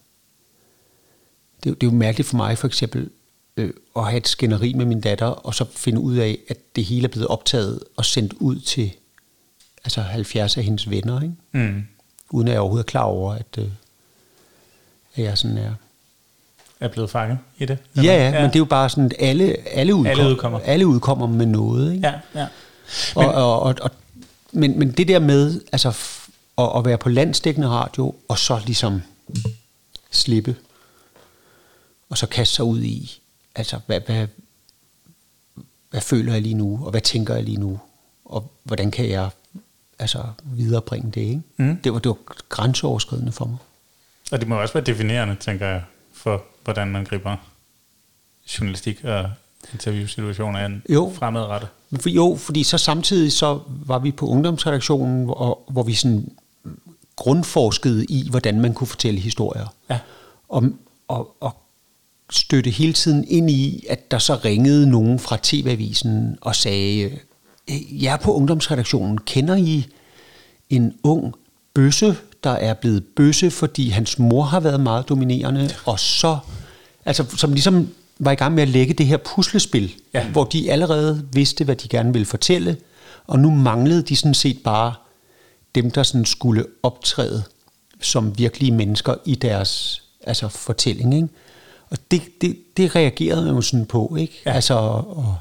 det, det er jo mærkeligt for mig for eksempel øh, at have et skænderi med min datter, og så finde ud af, at det hele er blevet optaget og sendt ud til altså halvfjerds af hendes venner, ikke? Mm. Uden at jeg overhovedet er klar over, at, øh, at jeg sådan er... er blevet fanget i det? Ja, ja, ja, men det er jo bare sådan, at alle, alle, udkom, alle udkommer. Alle udkommer med noget, ikke? Ja, ja. Men, og, og, og, og, men, men det der med altså, at, at være på landsdækkende radio, og så ligesom slippe, og så kaste sig ud i, altså, hvad, hvad, hvad føler jeg lige nu, og hvad tænker jeg lige nu, og hvordan kan jeg altså, viderebringe det, ikke? Mm. Det var, det var grænseoverskridende for mig. Og det må også være definerende, tænker jeg, for hvordan man griber journalistik og interviewsituationer an fremadrettet. For, jo, fordi så samtidig så var vi på ungdomsredaktionen, hvor, hvor vi sådan grundforskede i, hvordan man kunne fortælle historier. Ja. Og, og, og støtte hele tiden ind i, at der så ringede nogen fra T V-avisen og sagde, jeg er på ungdomsredaktionen, kender I en ung bøsse, der er blevet bøsse, fordi hans mor har været meget dominerende, og så, altså som ligesom var i gang med at lægge det her puslespil, ja. Hvor de allerede vidste, hvad de gerne ville fortælle, og nu manglede de sådan set bare dem, der sådan skulle optræde som virkelige mennesker i deres altså fortælling, ikke? Og det, det, det reagerede jeg jo sådan på, ikke? Ja. Altså, og,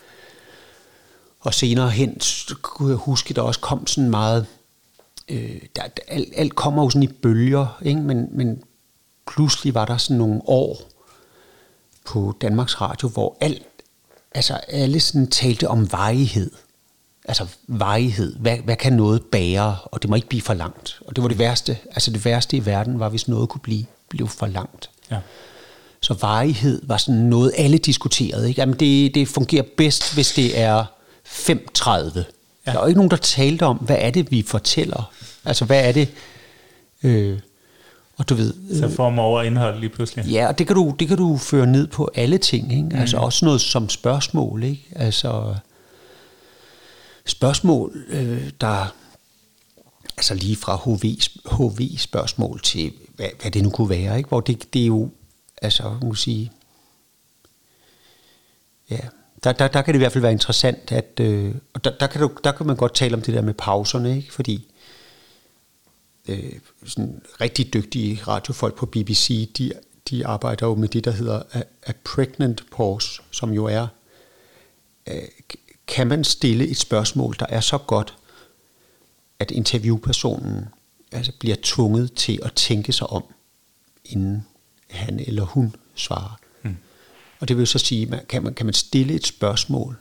og senere hen kunne jeg huske, der også kom sådan meget... Øh, der, alt, alt kommer jo sådan i bølger, ikke? Men, men pludselig var der sådan nogle år på Danmarks Radio, hvor alt, altså alle sådan talte om varighed. Altså varighed. Hvad, hvad kan noget bære? Og det må ikke blive for langt. Og det var det værste. Altså det værste i verden var, hvis noget kunne blive, blive for langt. Ja. Så varighed var sådan noget, alle diskuterede. Ikke? Jamen det, det fungerer bedst, hvis det er fem tredive. Ja. Der er jo ikke nogen, der talte om, hvad er det, vi fortæller? Altså, hvad er det? Øh, Og du ved... Så form over indhold lige pludselig. Ja, og det kan du, det kan du føre ned på alle ting, ikke? Mm. Altså også noget som spørgsmål, ikke? Altså spørgsmål, øh, der... Altså lige fra H V-spørgsmål til, hvad, hvad det nu kunne være, ikke? Hvor det, det er jo... Altså, man kan sige... Ja... Der, der, der kan det i hvert fald være interessant, at øh, og der, der, kan du, der kan man godt tale om det der med pauserne, ikke? Fordi øh, sådan rigtig dygtige radiofolk på B B C, de, de arbejder jo med det, der hedder a, a pregnant pause, som jo er, øh, kan man stille et spørgsmål, der er så godt, at interviewpersonen altså bliver tvunget til at tænke sig om, inden han eller hun svarer. Mm. Og det vil så sige, kan man, kan man stille et spørgsmål,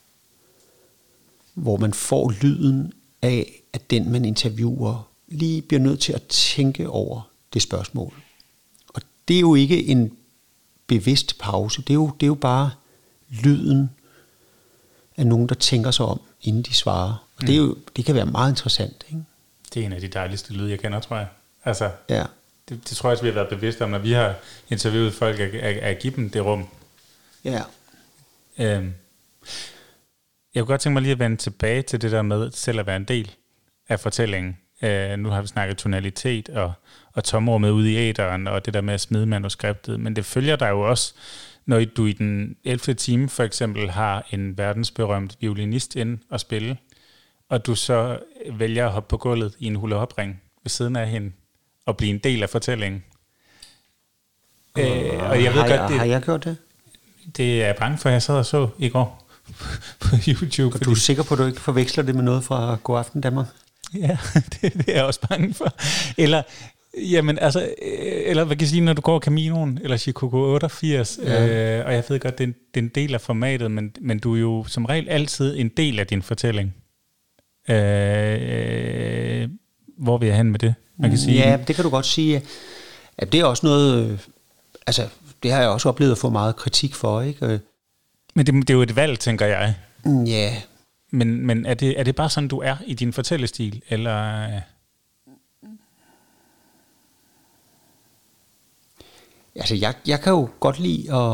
hvor man får lyden af, at den, man interviewer, lige bliver nødt til at tænke over det spørgsmål. Og det er jo ikke en bevidst pause, det er jo, det er jo bare lyden af nogen, der tænker sig om, inden de svarer. Og mm. det, er jo, det kan være meget interessant, ikke? Det er en af de dejligste lyde, jeg kender, tror jeg. Altså, ja. det, det tror jeg også, vi har været bevidste om, når vi har interviewet folk, at, at, at give dem det rum. Ja. Øhm, jeg kunne godt tænke mig lige at vende tilbage til det der med selv at være en del af fortællingen. Øh, nu har vi snakket tonalitet og, og tomrummet ude i æteren, og det der med at smide manuskriptet, men det følger dig jo også, når du i den ellevte time for eksempel har en verdensberømt violinist ind og spille, og du så vælger at hoppe på gulvet i en hula-hop-ring ved siden af hende og blive en del af fortællingen. Øh, og jeg ved har, godt, jeg, det, har jeg gjort det? Det er jeg bange for, at jeg sad og så i går på YouTube. Og du er sikker på, at du ikke forveksler det med noget fra God Aften Danmark? Ja, det, det er jeg også bange for. Eller, jamen, altså, eller hvad kan jeg sige, når du går Caminoen, eller Chicago otteogfirs, ja. øh, og jeg ved godt, det er, en, det er en del af formatet, men, men du er jo som regel altid en del af din fortælling. Øh, hvor vil jeg hen med det? Man kan sige, ja, det kan du godt sige. At det er også noget, altså, det har jeg også oplevet at få meget kritik for, ikke? Men det, det er jo et valg, tænker jeg. Ja. Men, men er, det, er det bare sådan, du er i din fortællestil, eller... Altså, jeg, jeg kan jo godt lide at,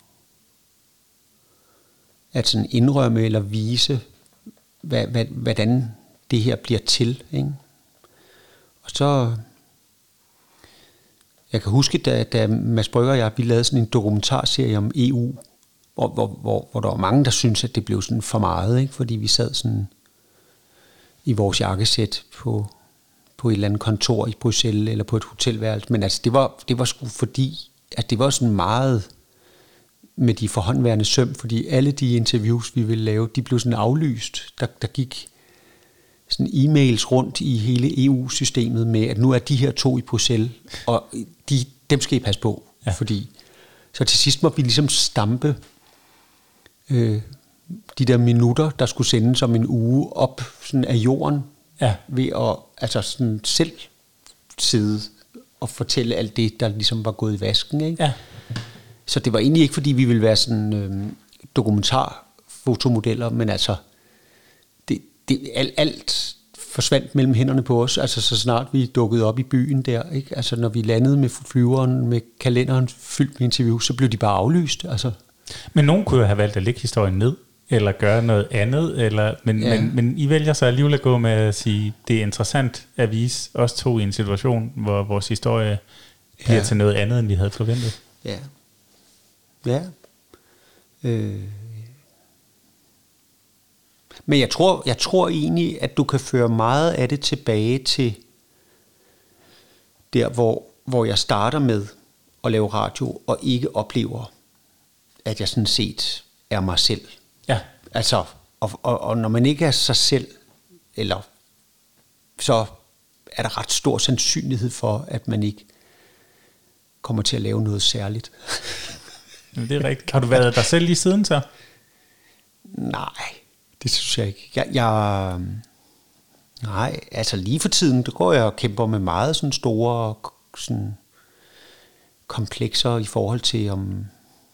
at sådan indrømme eller vise, hvad, hvad, hvordan det her bliver til, ikke? Og så... Jeg kan huske, da, da Mads Brygger og jeg, vi lavede sådan en dokumentarserie om E U, hvor, hvor, hvor, hvor der var mange, der syntes, at det blev sådan for meget, ikke? Fordi vi sad sådan i vores jakkesæt på, på et eller andet kontor i Bruxelles eller på et hotelværelse. Men altså, det var, det var sgu fordi, at det var sådan meget med de forhåndværende søm, fordi alle de interviews, vi ville lave, de blev sådan aflyst. Der, der gik sådan e-mails rundt i hele E U-systemet med, at nu er de her to i Bruxelles, og de, dem skal I passe på, ja. Fordi så til sidst må vi ligesom stampe øh, de der minutter, der skulle sendes om en uge op sådan af jorden, ja. Ved at altså sådan selv sidde og fortælle alt det, der ligesom var gået i vasken, ikke? Ja. Så det var egentlig ikke, fordi vi ville være sådan øh, dokumentarfotomodeller, men altså det, det, alt, alt forsvandt mellem hænderne på os, altså så snart vi dukkede op i byen der, ikke? Altså når vi landede med flyveren, med kalenderen fyldt med interview, så blev de bare aflyst, altså. Men nogen kunne jo have valgt at lægge historien ned, eller gøre noget andet, eller, men, ja. men, men I vælger så alligevel at gå med at sige, det er interessant at vise os to i en situation, hvor vores historie bliver ja. Til noget andet, end vi havde forventet. Ja. Ja. Øh. Men jeg tror, jeg tror egentlig, at du kan føre meget af det tilbage til der, hvor, hvor jeg starter med at lave radio, og ikke oplever, at jeg sådan set er mig selv. Ja. Altså, og, og, og når man ikke er sig selv, eller så er der ret stor sandsynlighed for, at man ikke kommer til at lave noget særligt. Det er rigtigt. Har du været dig selv lige siden så? Nej, det synes jeg ikke. Jeg, jeg, nej, altså lige for tiden, der går jeg og kæmper med meget sådan store sådan komplekser i forhold til om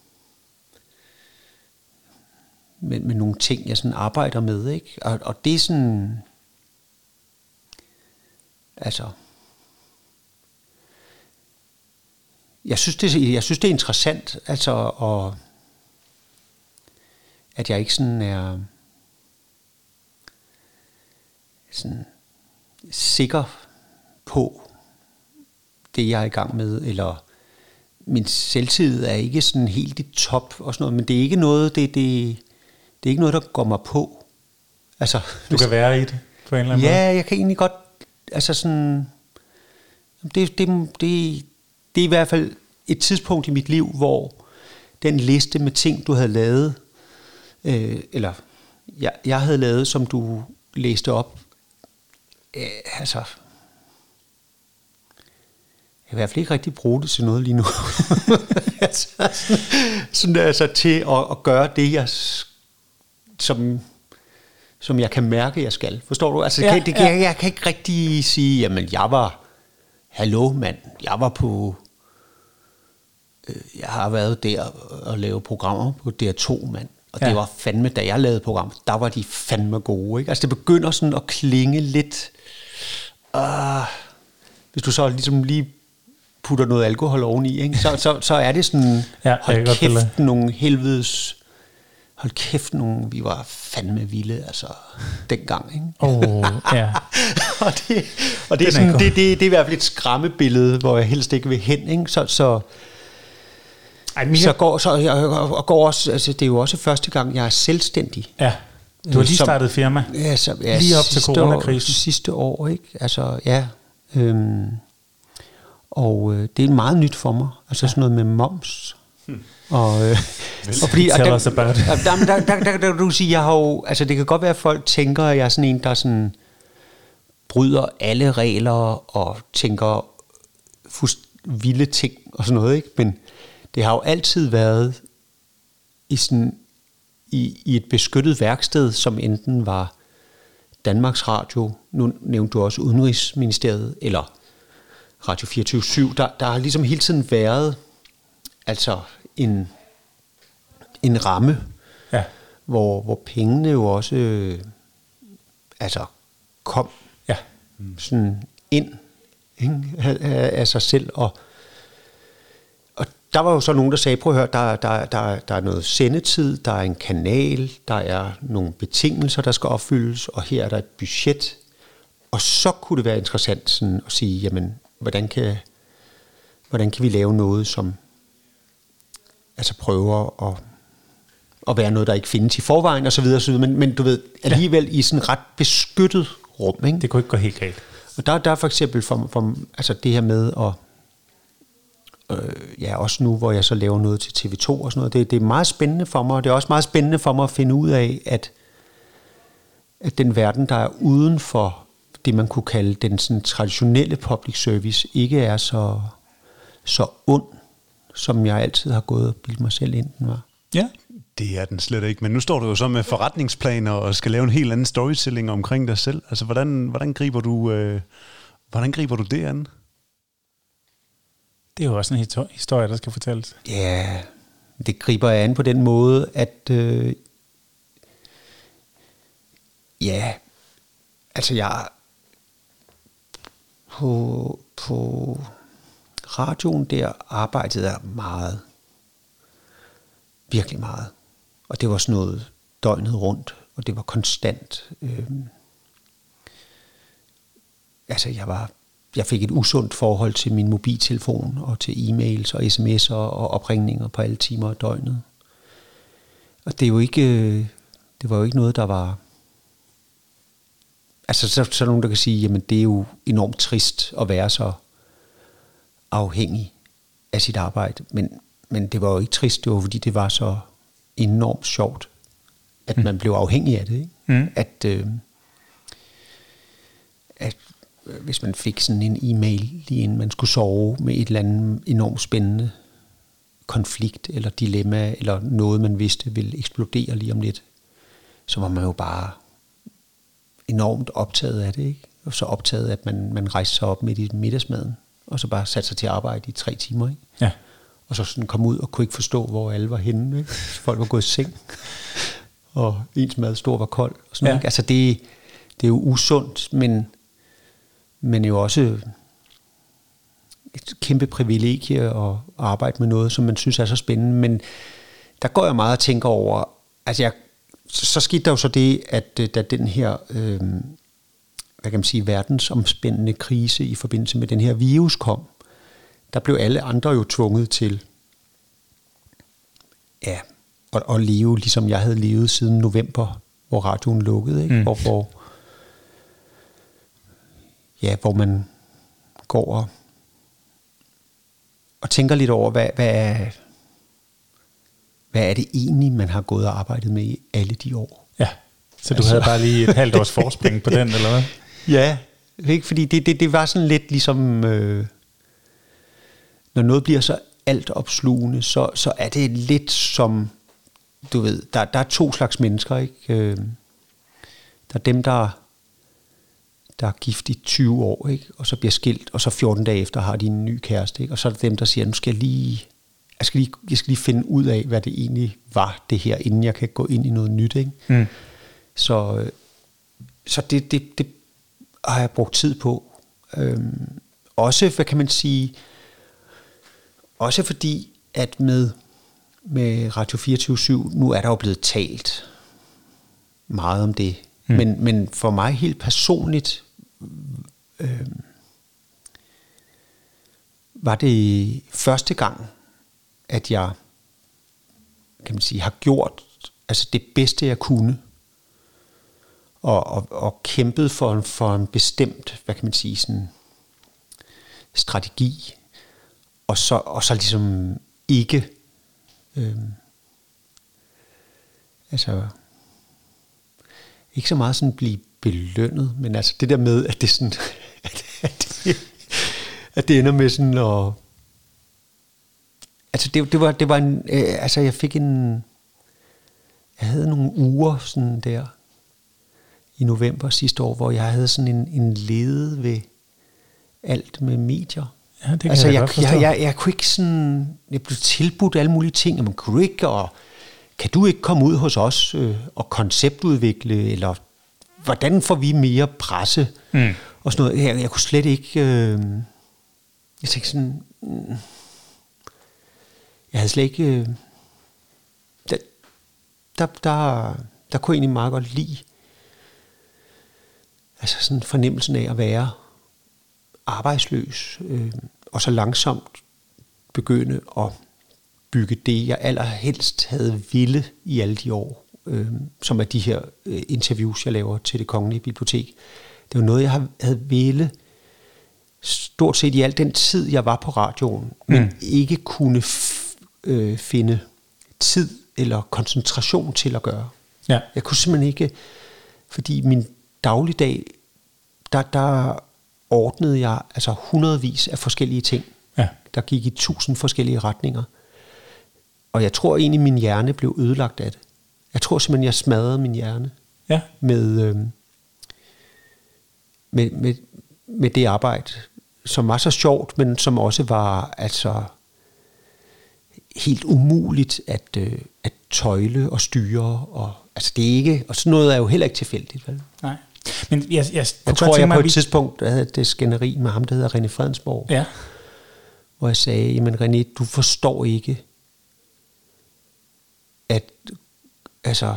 med, med nogle ting, jeg sådan arbejder med, ikke? Og, og det er sådan, altså, jeg synes, det, jeg synes, det er interessant, altså, og, at jeg ikke sådan er sådan sikker på det, jeg er i gang med, eller min selvtid er ikke sådan helt i top og sådan noget, men det er ikke noget, det, det, det er ikke noget, der går mig på. Altså, Du hvis, kan være i det på en eller anden ja, måde? jeg kan egentlig godt, altså sådan, det, det, det, det er i hvert fald et tidspunkt i mit liv, hvor den liste med ting, du havde lavet, øh, eller jeg, jeg havde lavet, som du læste op, øh, altså, jeg kan i hvert fald ikke rigtig bruge det til noget lige nu. altså, sådan, sådan, altså til at, at gøre det, jeg, som, som jeg kan mærke, jeg skal. Forstår du? Altså, Ja, kan, det, ja. jeg, jeg kan ikke rigtig sige, jamen, jeg var, hallo mand, jeg var på, øh, jeg har været der og lavet programmer på D R to, mand. Og Ja. det var fandme, da jeg lavede program, der var de fandme gode, ikke? Altså, det begynder sådan at klinge lidt, uh, hvis du så ligesom lige putter noget alkohol oveni, ikke? Så, så, så er det sådan, Ja, jeg kan hold godt følge kæft, nogle helvedes, hold kæft, nogle, vi var fandme vilde, altså, dengang, ikke? Åh, oh, ja. og det, og det, er Den er sådan, god. det, det, det er i hvert fald et skræmmebillede, hvor jeg helst ikke vil hen, ikke? Så, så, Ej, Michael, så går, så, jeg, og går også, altså, det er jo også første gang, jeg er selvstændig. ja. Du har lige Som- startet firma. Ja, så, ja, Lige op til sidste coronakrisen. År, sidste år, ikke? Altså, ja. Øhm, og øh, det er meget nyt for mig. Altså sådan noget med moms. Hmm. Og, øh, og fordi, og Tell der, us about it. der, der, der, der, der, der, du kan sige, jeg har jo, altså det kan godt være, at folk tænker, at jeg er sådan en, der sådan bryder alle regler og tænker fuldst vilde ting og sådan noget, ikke? Men det har jo altid været i sådan i, i et beskyttet værksted, som enten var Danmarks Radio, nu nævnte du også Udenrigsministeriet, eller Radio fireogtyve syv, der, der har ligesom hele tiden været altså en, en ramme, Ja. hvor, hvor pengene jo også øh, altså kom Ja. sådan ind, ikke, af, af, af sig selv, og Og der var jo så nogen, der sagde, prøv at høre, der, der, der, der er noget sendetid, der er en kanal, der er nogle betingelser, der skal opfyldes, og her er der et budget. Og så kunne det være interessant sådan at sige, jamen, hvordan kan, hvordan kan vi lave noget, som altså prøver at, at være noget, der ikke findes i forvejen, og så videre, og så videre. Men, men du ved, alligevel ja. i sådan et ret beskyttet rum, ikke? Det kunne ikke gå helt galt. Og der, der er for eksempel for, for, altså det her med at Øh, ja, også nu, hvor jeg så laver noget til T V to og sådan noget. Det, det er meget spændende for mig, og det er også meget spændende for mig at finde ud af, at, at den verden, der er uden for det, man kunne kalde den sådan traditionelle public service, ikke er så, så ond, som jeg altid har gået og bildt mig selv ind, den var. Ja. Det er den slet ikke, men nu står du jo så med forretningsplaner og skal lave en helt anden storytelling omkring dig selv. Altså, hvordan, hvordan, griber, du, øh, hvordan griber du det an? Det er jo også en histor- historie, der skal fortælles. Ja, det griber jeg an på den måde, at øh, ja, altså jeg på, på radioen der arbejdede jeg meget, virkelig meget, og det var sådan noget døgnet rundt, og det var konstant. Øh, altså jeg var Jeg fik et usundt forhold til min mobiltelefon og til e-mails og sms'er og opringninger på alle timer af døgnet. Og det er jo ikke, det var jo ikke noget, der var... Altså, så, så er nogen, der kan sige, jamen det er jo enormt trist at være så afhængig af sit arbejde. Men, men det var jo ikke trist, det var fordi det var så enormt sjovt, at man blev afhængig af det. Ikke? Mm. At, øh, at hvis man fik sådan en e-mail, lige inden man skulle sove, med et eller andet enormt spændende konflikt, eller dilemma, eller noget, man vidste ville eksplodere lige om lidt, så var man jo bare enormt optaget af det, ikke? Og så optaget, at man, man rejste sig op midt i middagsmaden, og så bare satte sig til at arbejde i tre timer, ikke? Ja. Og så sådan kom ud og kunne ikke forstå, hvor alle var henne, ikke? Folk var gået i seng, og ens madstor var kold, og sådan Ja. noget, ikke? Altså det, det er jo usundt, men men jo også et kæmpe privilegie at arbejde med noget, som man synes er så spændende, men der går jeg meget og tænker over, altså jeg, så skete der jo så det, at da den her, øh, hvad kan man sige, verdensomspændende krise i forbindelse med den her virus kom, der blev alle andre jo tvunget til, ja, at, at leve, ligesom jeg havde levet siden november, hvor radioen lukkede, ikke? Mm. Hvor, hvor, ja, hvor man går og, og tænker lidt over, hvad, hvad, er, hvad er det egentlig, man har gået og arbejdet med i alle de år. Ja, så du altså, havde bare lige et halvt års forspring på den, eller hvad? Ja, ikke? Fordi det, det, det var sådan lidt ligesom, øh, når noget bliver så altopslugende, så, så er det lidt som, du ved, der, der er to slags mennesker, ikke? Øh, der er dem, der, der er gift i tyve år, ikke? Og så bliver skilt, og så fjorten dage efter har de en ny kæreste, ikke? Og så er der dem, der siger, nu skal jeg lige, jeg skal lige, jeg skal lige finde ud af, hvad det egentlig var, det her, inden jeg kan gå ind i noget nyt, ikke? Mm. Så, så det, det, det har jeg brugt tid på. Øhm, også, hvad kan man sige, også fordi, at med, med Radio fireogtyve syv, nu er der jo blevet talt meget om det. Mm. Men, men for mig helt personligt, øh, var det første gang, at jeg, kan man sige, har gjort altså det bedste, jeg kunne, og, og, og kæmpet for en, for en bestemt, hvad kan man sige, sådan strategi, og så, og så ligesom ikke, øh, altså, ikke så meget sådan blive belønnet, men altså det der med, at det sådan, at, at, det, at det ender med sådan at, altså det, det var, det var en, øh, altså jeg fik en, jeg havde nogle uger sådan der, i november sidste år, hvor jeg havde sådan en, en lede ved alt med medier. Ja, det kan altså, jeg, jeg, godt forstå. jeg, jeg, jeg kunne ikke sådan, jeg blev tilbudt alle mulige ting, man kunne ikke, og kan du ikke komme ud hos os øh, og konceptudvikle, eller hvordan får vi mere presse, mm. og sådan noget. Jeg, jeg kunne slet ikke, øh, jeg tænkte sådan, mm, jeg havde slet ikke, øh, der, der, der, der kunne jeg egentlig meget godt lide, altså sådan fornemmelsen af at være arbejdsløs, øh, og så langsomt begynde at bygge det, jeg allerhelst havde ville i alle de år, øh, som er de her øh, interviews, jeg laver til Det Kongelige Bibliotek. Det var noget, jeg havde ville stort set i al den tid, jeg var på radioen, men mm. ikke kunne f- øh, finde tid eller koncentration til at gøre. Ja. Jeg kunne simpelthen ikke, fordi min dagligdag, der, der ordnede jeg altså hundredvis af forskellige ting, ja. Der gik i tusind forskellige retninger. Og jeg tror egentlig, min hjerne blev ødelagt af det. Jeg tror simpelthen, jeg smadrede min hjerne ja. med, øh, med, med, med det arbejde, som var så sjovt, men som også var altså helt umuligt at, øh, at tøjle og styre. Og, altså det er ikke, og sådan noget er jo heller ikke tilfældigt, vel? Nej. Men jeg, jeg, jeg tror, jeg på et vi... tidspunkt havde det skænderi med ham, der hedder René Fredensborg, ja. hvor jeg sagde, jamen René, du forstår ikke, at, altså,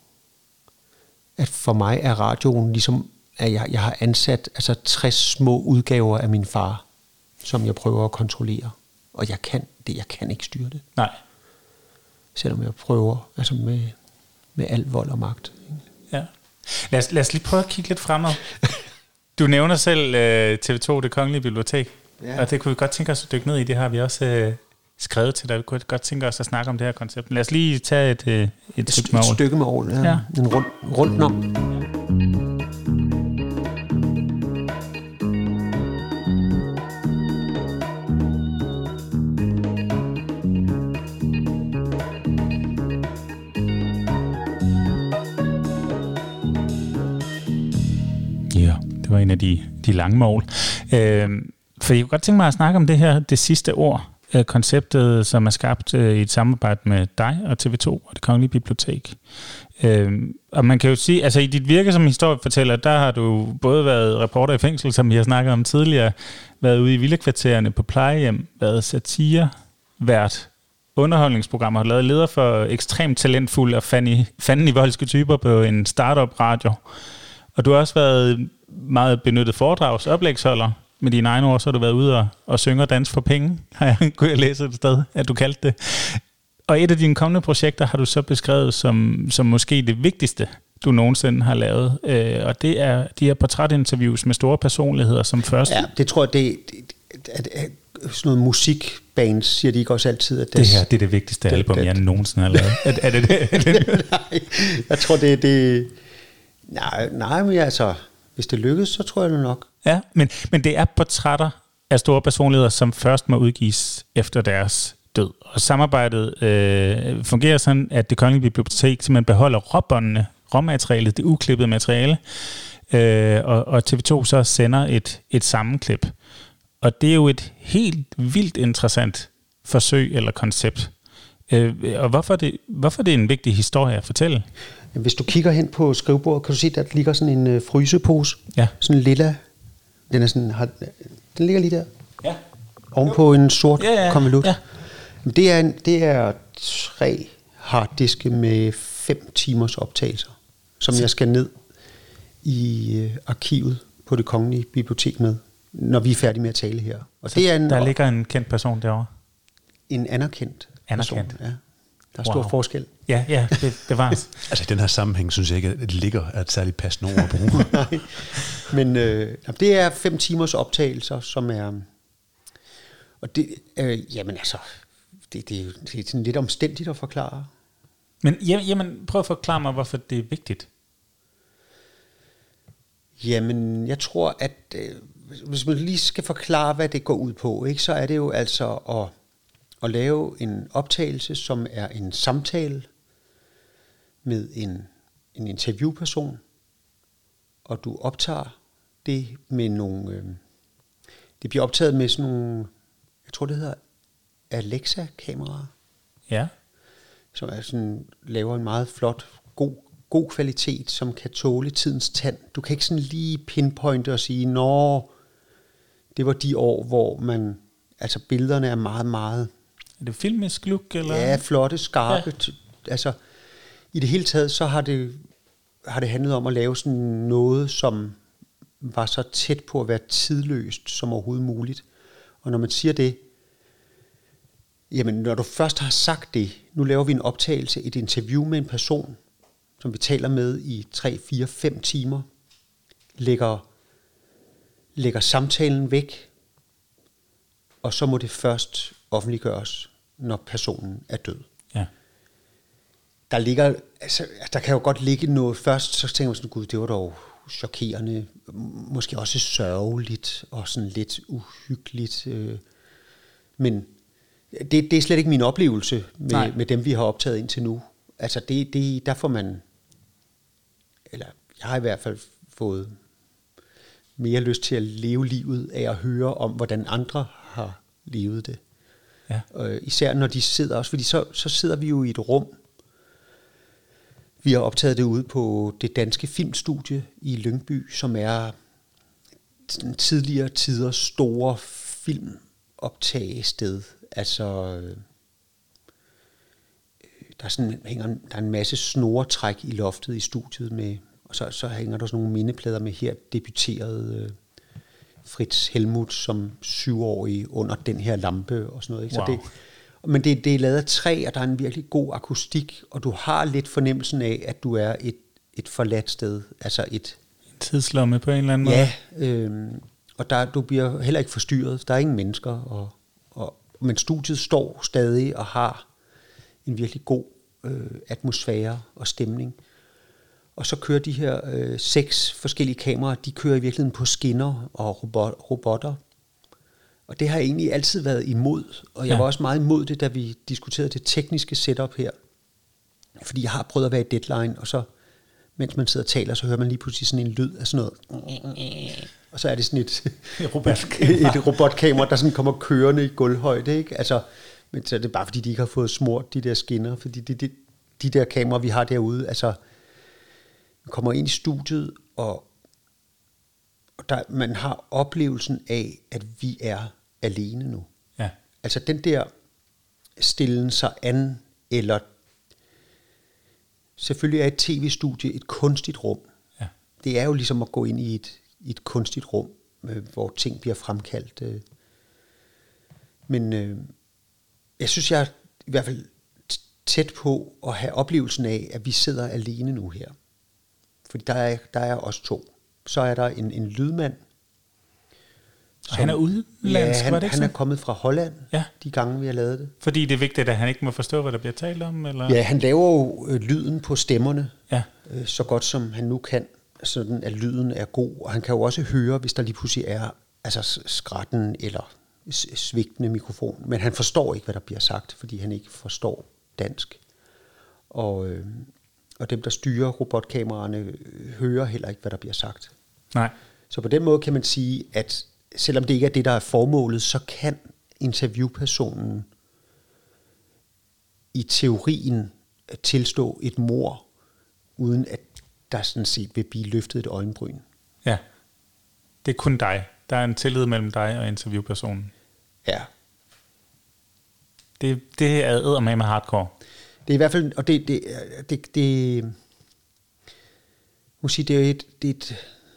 at for mig er radioen ligesom, at jeg, jeg har ansat altså tres små udgaver af min far, som jeg prøver at kontrollere. Og jeg kan det, jeg kan ikke styre det. Nej. Selvom jeg prøver, altså med, med al vold og magt. Ja. Lad os, lad os lige prøve at kigge lidt fremad. Du nævner selv uh, T V to, Det Kongelige Bibliotek. Ja. Og det kunne vi godt tænke os at dykke ned i. Det har vi også uh, skrevet til dig. Vi kunne godt tænke os at snakke om det her koncept. Lad os lige tage et, uh, et, et stykke med ovl. Et stykke med ovl, ja. ja. En rund, rundt om. Det var en af de, de lange mål. Øh, for jeg kunne godt tænke mig at snakke om det her, det sidste ord, øh, konceptet, som er skabt øh, i et samarbejde med dig og T V to og Det Kongelige Bibliotek. Øh, og man kan jo sige, altså i dit virke som historiefortæller, der har du både været reporter i fængsel, som vi har snakket om tidligere, været ude i villakvartererne på plejehjem, været satire, været underholdningsprogrammer, har lavet leder for ekstremt talentfulde og fanden i voldske typer på en startup radio. Og du har også været meget benyttet foredrags oplægsholder. Med dine egne ord, så har du været ude og, og synge og danse for penge, har jeg kunne jeg læse et sted, at du kaldte det. Og et af dine kommende projekter har du så beskrevet som, som måske det vigtigste, du nogensinde har lavet. Øh, og det er de her portrætinterviews med store personligheder som først. Ja, det tror jeg, det, det at, at, sådan noget musikbands, siger de ikke også altid, at det, det her det er det vigtigste det, album, det, jeg nogensinde har lavet. er, er det det? Er det? Nej, jeg tror, det er det... Nej, nej, men altså, hvis det lykkes, så tror jeg det nok. Ja, men, men det er portrætter af store personligheder, som først må udgives efter deres død. Og samarbejdet øh, fungerer sådan, at Det Kongelige Bibliotek simpelthen beholder råbåndene, råmaterialet, det uklippede materiale, øh, og, og T V to så sender et, et sammenklip. Og det er jo et helt vildt interessant forsøg eller koncept. Øh, og hvorfor er, det, hvorfor er det en vigtig historie at fortælle? Hvis du kigger hen på skrivebordet, kan du se, der ligger sådan en øh, frysepose. Ja. Sådan en lilla. Den er sådan, har, den ligger lige der. Ja. Ovenpå en sort ja, ja, konvolut. Ja. Det er, en, det er tre harddiske med fem timers optagelser, som jeg skal ned i øh, arkivet på Det Kongelige Bibliotek med, når vi er færdige med at tale her. Og det er en, der ligger en kendt person derovre? En anerkendt, anerkendt. person, ja. Der er stor wow. forskel. Ja, ja, det, det var altså i den her sammenhæng, synes jeg ikke, at det ligger er et særligt passende ord at bruge. Nej, men øh, det er fem timers optagelser, som er... Og det, øh, jamen altså, det, det, det er sådan lidt omstændigt at forklare. Men jamen, prøv at forklare mig, hvorfor det er vigtigt. Jamen, jeg tror, at øh, hvis man lige skal forklare, hvad det går ud på, ikke, så er det jo altså at, at lave en optagelse, som er en samtale med en, en interviewperson, og du optager det med nogle... Øh, det bliver optaget med sådan nogle, jeg tror det hedder Alexa-kameraer. Ja. Som er sådan, laver en meget flot, god, god kvalitet, som kan tåle tidens tand. Du kan ikke sådan lige pinpointe og sige, nå, det var de år, hvor man, altså billederne er meget, meget... Er det filmisk look, eller? Ja, flotte, skarpe. Ja. Altså, i det hele taget, så har det, har det handlet om at lave sådan noget, som var så tæt på at være tidløst som overhovedet muligt. Og når man siger det, jamen når du først har sagt det, nu laver vi en optagelse, et interview med en person, som vi taler med i tre, fire, fem timer, lægger, lægger samtalen væk, og så må det først offentliggøres, når personen er død. Ja. Der ligger, altså, der kan jo godt ligge noget først, så tænker man sådan, gud, det var dog chokerende, måske også sørgeligt, og sådan lidt uhyggeligt, øh, men det, det er slet ikke min oplevelse med, med dem, vi har optaget indtil nu. Altså, det, det, der får man, eller jeg har i hvert fald fået mere lyst til at leve livet af at høre om, hvordan andre har levet det. Ja. Øh, især når de sidder også, fordi så, så sidder vi jo i et rum. Vi har optaget det ude på Det Danske Filmstudie i Lyngby, som er tidligere tiders store filmoptagested. Altså, øh, der er, sådan, hænger, der er en masse snoretræk i loftet i studiet, med, og så, så hænger der sådan nogle mindeplader med her debuterede øh, Fritz Helmuth som syvårig under den her lampe og sådan noget. Ikke? Wow. Så det, men det, det er lavet af træ, og der er en virkelig god akustik, og du har lidt fornemmelsen af, at du er et, et forladt sted. Altså et... En tidslomme på en eller anden måde. Ja, øh, og der, du bliver heller ikke forstyrret. Der er ingen mennesker, og, og, men studiet står stadig og har en virkelig god øh, atmosfære og stemning. Og så kører de her øh, seks forskellige kameraer, de kører i virkeligheden på skinner og robot, robotter. Og det har jeg egentlig altid været imod, og jeg ja. var også meget imod det, da vi diskuterede det tekniske setup her. Fordi jeg har prøvet at være i Deadline, og så, mens man sidder og taler, så hører man lige pludselig sådan en lyd af sådan noget. Og så er det sådan et, et robotkamera, et robotkamera der sådan kommer kørende i gulvhøjde, ikke? Altså, men så er det bare fordi, de ikke har fået smurt de der skinner, fordi de, de, de der kameraer, vi har derude, altså, man kommer ind i studiet, og, og der, man har oplevelsen af, at vi er alene nu. Ja. Altså den der stillen sig an, eller selvfølgelig er et tv-studie et kunstigt rum. Ja. Det er jo ligesom at gå ind i et, i et kunstigt rum, øh, hvor ting bliver fremkaldt. Øh. Men øh, jeg synes, jeg er i hvert fald tæt på at have oplevelsen af, at vi sidder alene nu her. Fordi der er, der er os to. Så er der en, en lydmand. Og han er udenlandsk, ja, han, var det ikke han er sådan? kommet fra Holland, ja. de gange vi har lavet det. Fordi det er vigtigt, at han ikke må forstå, hvad der bliver talt om? Eller? Ja, han laver jo øh, lyden på stemmerne, ja. øh, så godt som han nu kan, sådan at lyden er god. Og han kan jo også høre, hvis der lige pludselig er altså, skratten eller svigtende mikrofon. Men han forstår ikke, hvad der bliver sagt, fordi han ikke forstår dansk. Og, øh, og dem, der styrer robotkameraerne, øh, hører heller ikke, hvad der bliver sagt. Nej. Så på den måde kan man sige, at selvom det ikke er det, der er formålet, så kan interviewpersonen i teorien tilstå et mord, uden at der sådan set vil blive løftet et øjenbryn. Ja, det er kun dig. Der er en tillid mellem dig og interviewpersonen. Ja. Det, det er eddermame hardcore. Det er i hvert fald, og det, det, det, det må sige, det er et, det er et,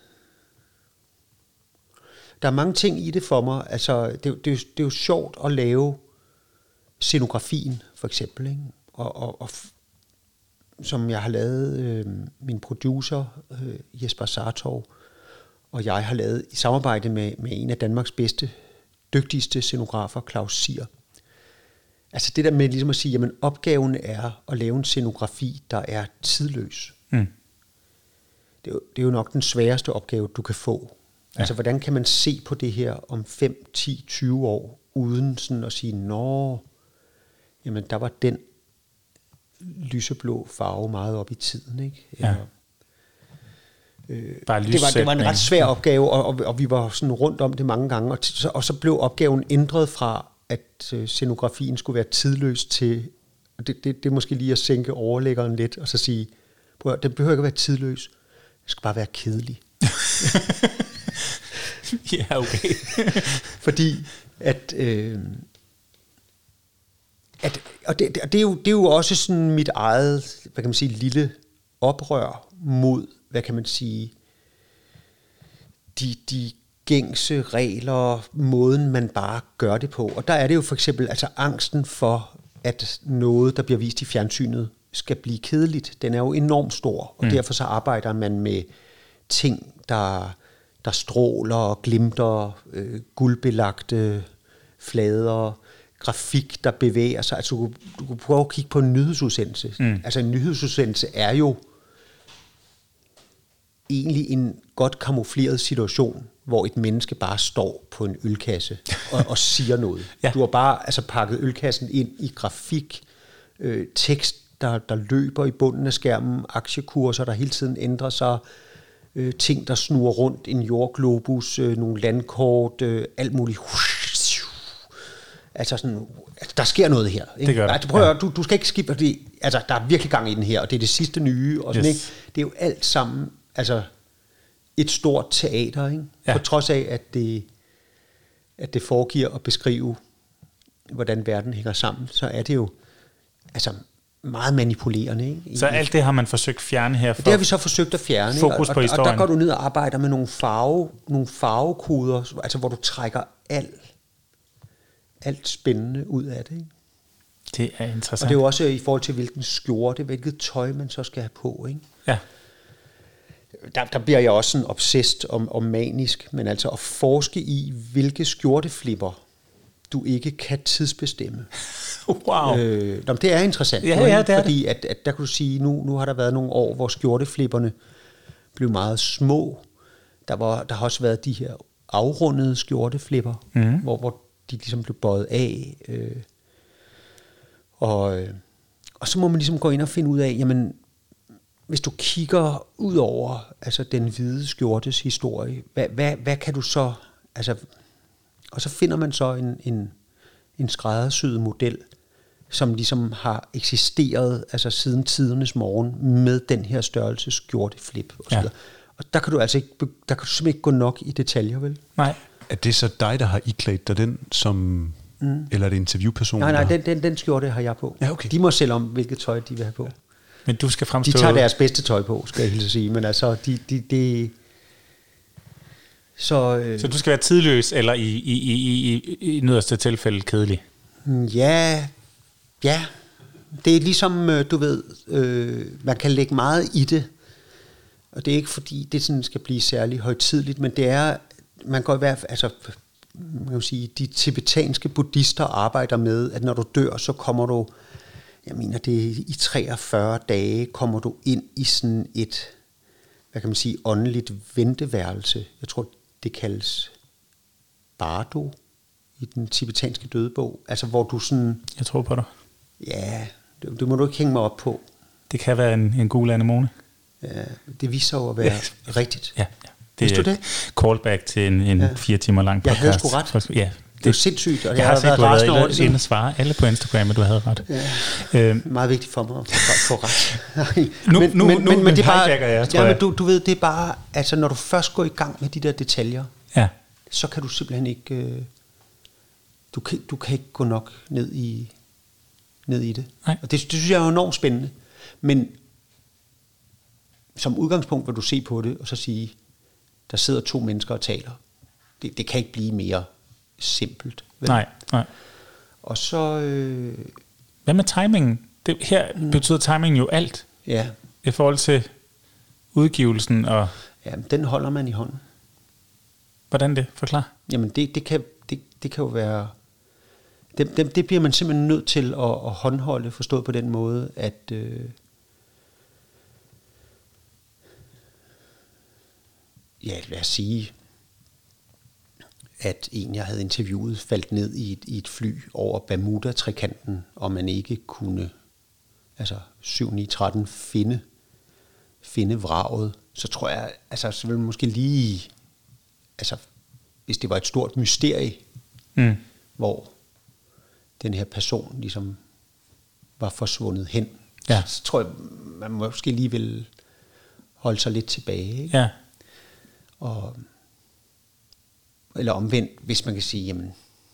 der er mange ting i det for mig. Altså, det, det, det, det er jo sjovt at lave scenografien, for eksempel, ikke? Og, og, og som jeg har lavet, øh, min producer, øh, Jesper Sartov, og jeg har lavet i samarbejde med, med en af Danmarks bedste, dygtigste scenografer, Claus Sier. Altså det der med ligesom at sige, jamen opgaven er at lave en scenografi, der er tidløs. Mm. Det, er jo, det er jo nok den sværeste opgave, du kan få. Ja. Altså hvordan kan man se på det her om fem, ti, tyve år, uden sådan at sige, nå, jamen der var den lyseblå farve meget op i tiden, ikke? Ja. Eller, øh, Bare det, var, det var en ret svær opgave, og, og, og vi var sådan rundt om det mange gange, og, t- og så blev opgaven ændret fra, at øh, scenografien skulle være tidløs til, og det, det, det er måske lige at sænke overlæggeren lidt, og så sige, prøv at, den behøver ikke at være tidløs, det skal bare være kedelig. Ja, okay. Fordi at, øh, at og det, det, er jo, det er jo også sådan mit eget, hvad kan man sige, lille oprør mod, hvad kan man sige, de, de gængse regler, måden man bare gør det på. Og der er det jo for eksempel altså angsten for, at noget, der bliver vist i fjernsynet, skal blive kedeligt. Den er jo enormt stor, og mm. derfor så arbejder man med ting, der, der stråler og glimter, øh, guldbelagte flader, grafik, der bevæger sig. Altså, du, du kan prøve at kigge på en nyhedsudsendelse. Mm. Altså, en nyhedsudsendelse er jo egentlig en godt kamufleret situation, hvor et menneske bare står på en ølkasse og, og siger noget. Ja. Du har bare altså, pakket ølkassen ind i grafik, øh, tekst, der, der løber i bunden af skærmen, aktiekurser, der hele tiden ændrer sig, øh, ting, der snurrer rundt, en jordglobus, øh, nogle landkort, øh, alt muligt. Altså sådan, altså, der sker noget her. Ikke? Det gør Nej, du, prøver, ja. du, du skal ikke skifte, fordi altså, der er virkelig gang i den her, og det er det sidste nye. Og sådan, yes. ikke? Det er jo alt sammen altså, et stort teater, ikke? Ja. På trods af, at det, at det foregiver at beskrive, hvordan verden hænger sammen, så er det jo altså, meget manipulerende. Ikke? Så alt det har man forsøgt fjerne her? For det har vi så forsøgt at fjerne. Fokus og, på og, historien. og der går du ned og arbejder med nogle, farve, nogle farvekoder, altså, hvor du trækker alt alt spændende ud af det. Ikke? Det er interessant. Og det er jo også i forhold til, hvilken skjorte, hvilket tøj, man så skal have på. Ikke? Ja. Der, der bliver jeg også sådan obsessed om, om manisk, men altså at forske i, hvilke skjorteflipper du ikke kan tidsbestemme. Wow. Øh, nå, det er interessant. Ja, ja, det er fordi at, at der kan du sige, nu, nu har der været nogle år, hvor skjorteflipperne blev meget små. Der, var, der har også været de her afrundede skjorteflipper, mm. hvor, hvor de ligesom blev bøjet af. Øh, og, og så må man ligesom gå ind og finde ud af, jamen, hvis du kigger ud over altså den hvide skjortes historie, hvad, hvad, hvad kan du så, altså, og så finder man så en, en, en skræddersyet model, som ligesom har eksisteret altså siden tidernes morgen med den her størrelse skjorteflip og så videre. Ja. Og der kan du altså ikke, der kan du simpelthen ikke gå nok i detaljer, vel? Nej. Er det så dig, der har iklædt dig den, som, mm. eller er det interviewpersonen? Nej, nej, den, den, den skjorte har jeg på. Ja, okay. De må selv om, hvilket tøj de vil have på. Ja. Men du skal fremstå... De tager deres bedste tøj på, skal jeg hilse sige, men altså, de... de, de så, øh, så du skal være tidløs, eller i, i, i, i, i nederste tilfælde kedelig? Ja, ja. Det er ligesom, du ved, øh, man kan lægge meget i det, og det er ikke fordi, det sådan skal blive særlig højtideligt, men det er, man går i hvert fald, altså, man kan jo sige, de tibetanske buddhister arbejder med, at når du dør, så kommer du, jeg mener, det er i treogfyrre dage, kommer du ind i sådan et, hvad kan man sige, åndeligt venteværelse. Jeg tror, det kaldes bardo i den tibetanske dødebog. Altså, hvor du sådan... Jeg tror på dig. Ja, det, det må du ikke hænge mig op på. Det kan være en, en gul anemone. Ja, det viser sig at være ja. rigtigt. Ja, ja. Det Vidste du det? Callback til en, en ja. fire timer lang podcast. Jeg havde sgu ret. Ja. Det er jo sindssygt, og jeg, jeg har har set, været du har rasende over det. Jeg har svare alle på Instagram, at du havde ret. Ja. Øhm. Meget vigtigt for mig at få ret. nu men, nu, men, nu men, men det er bare, jeg, ja, men du, du ved, det er bare, altså når du først går i gang med de der detaljer, ja. så kan du simpelthen ikke, øh, du, kan, du kan ikke gå nok ned i, ned i det. Nej. Og det, det synes jeg er enormt spændende. Men som udgangspunkt vil du se på det, og så sige, der sidder to mennesker og taler. Det, det kan ikke blive mere simpelt. Vel? Nej, nej. Og så... Øh, Hvad med timingen? Det, her mm. betyder timingen jo alt. Ja. I forhold til udgivelsen og... Ja, den holder man i hånden. Hvordan det? Forklar. Jamen, det, det, kan, det, det kan jo være... Det, det, det bliver man simpelthen nødt til at, at håndholde, forstået på den måde, at... Øh, ja, lad os sige... at en, jeg havde interviewet, faldt ned i et, i et fly over Bermuda-trekanten, og man ikke kunne, altså syv ni tretten, finde, finde vraget, så tror jeg, altså så ville man måske lige, altså hvis det var et stort mysterie, mm. hvor den her person ligesom var forsvundet hen, ja. så, så tror jeg, man måske lige vil holde sig lidt tilbage. Ikke? Ja. Og eller omvendt, hvis man kan sige, jamen,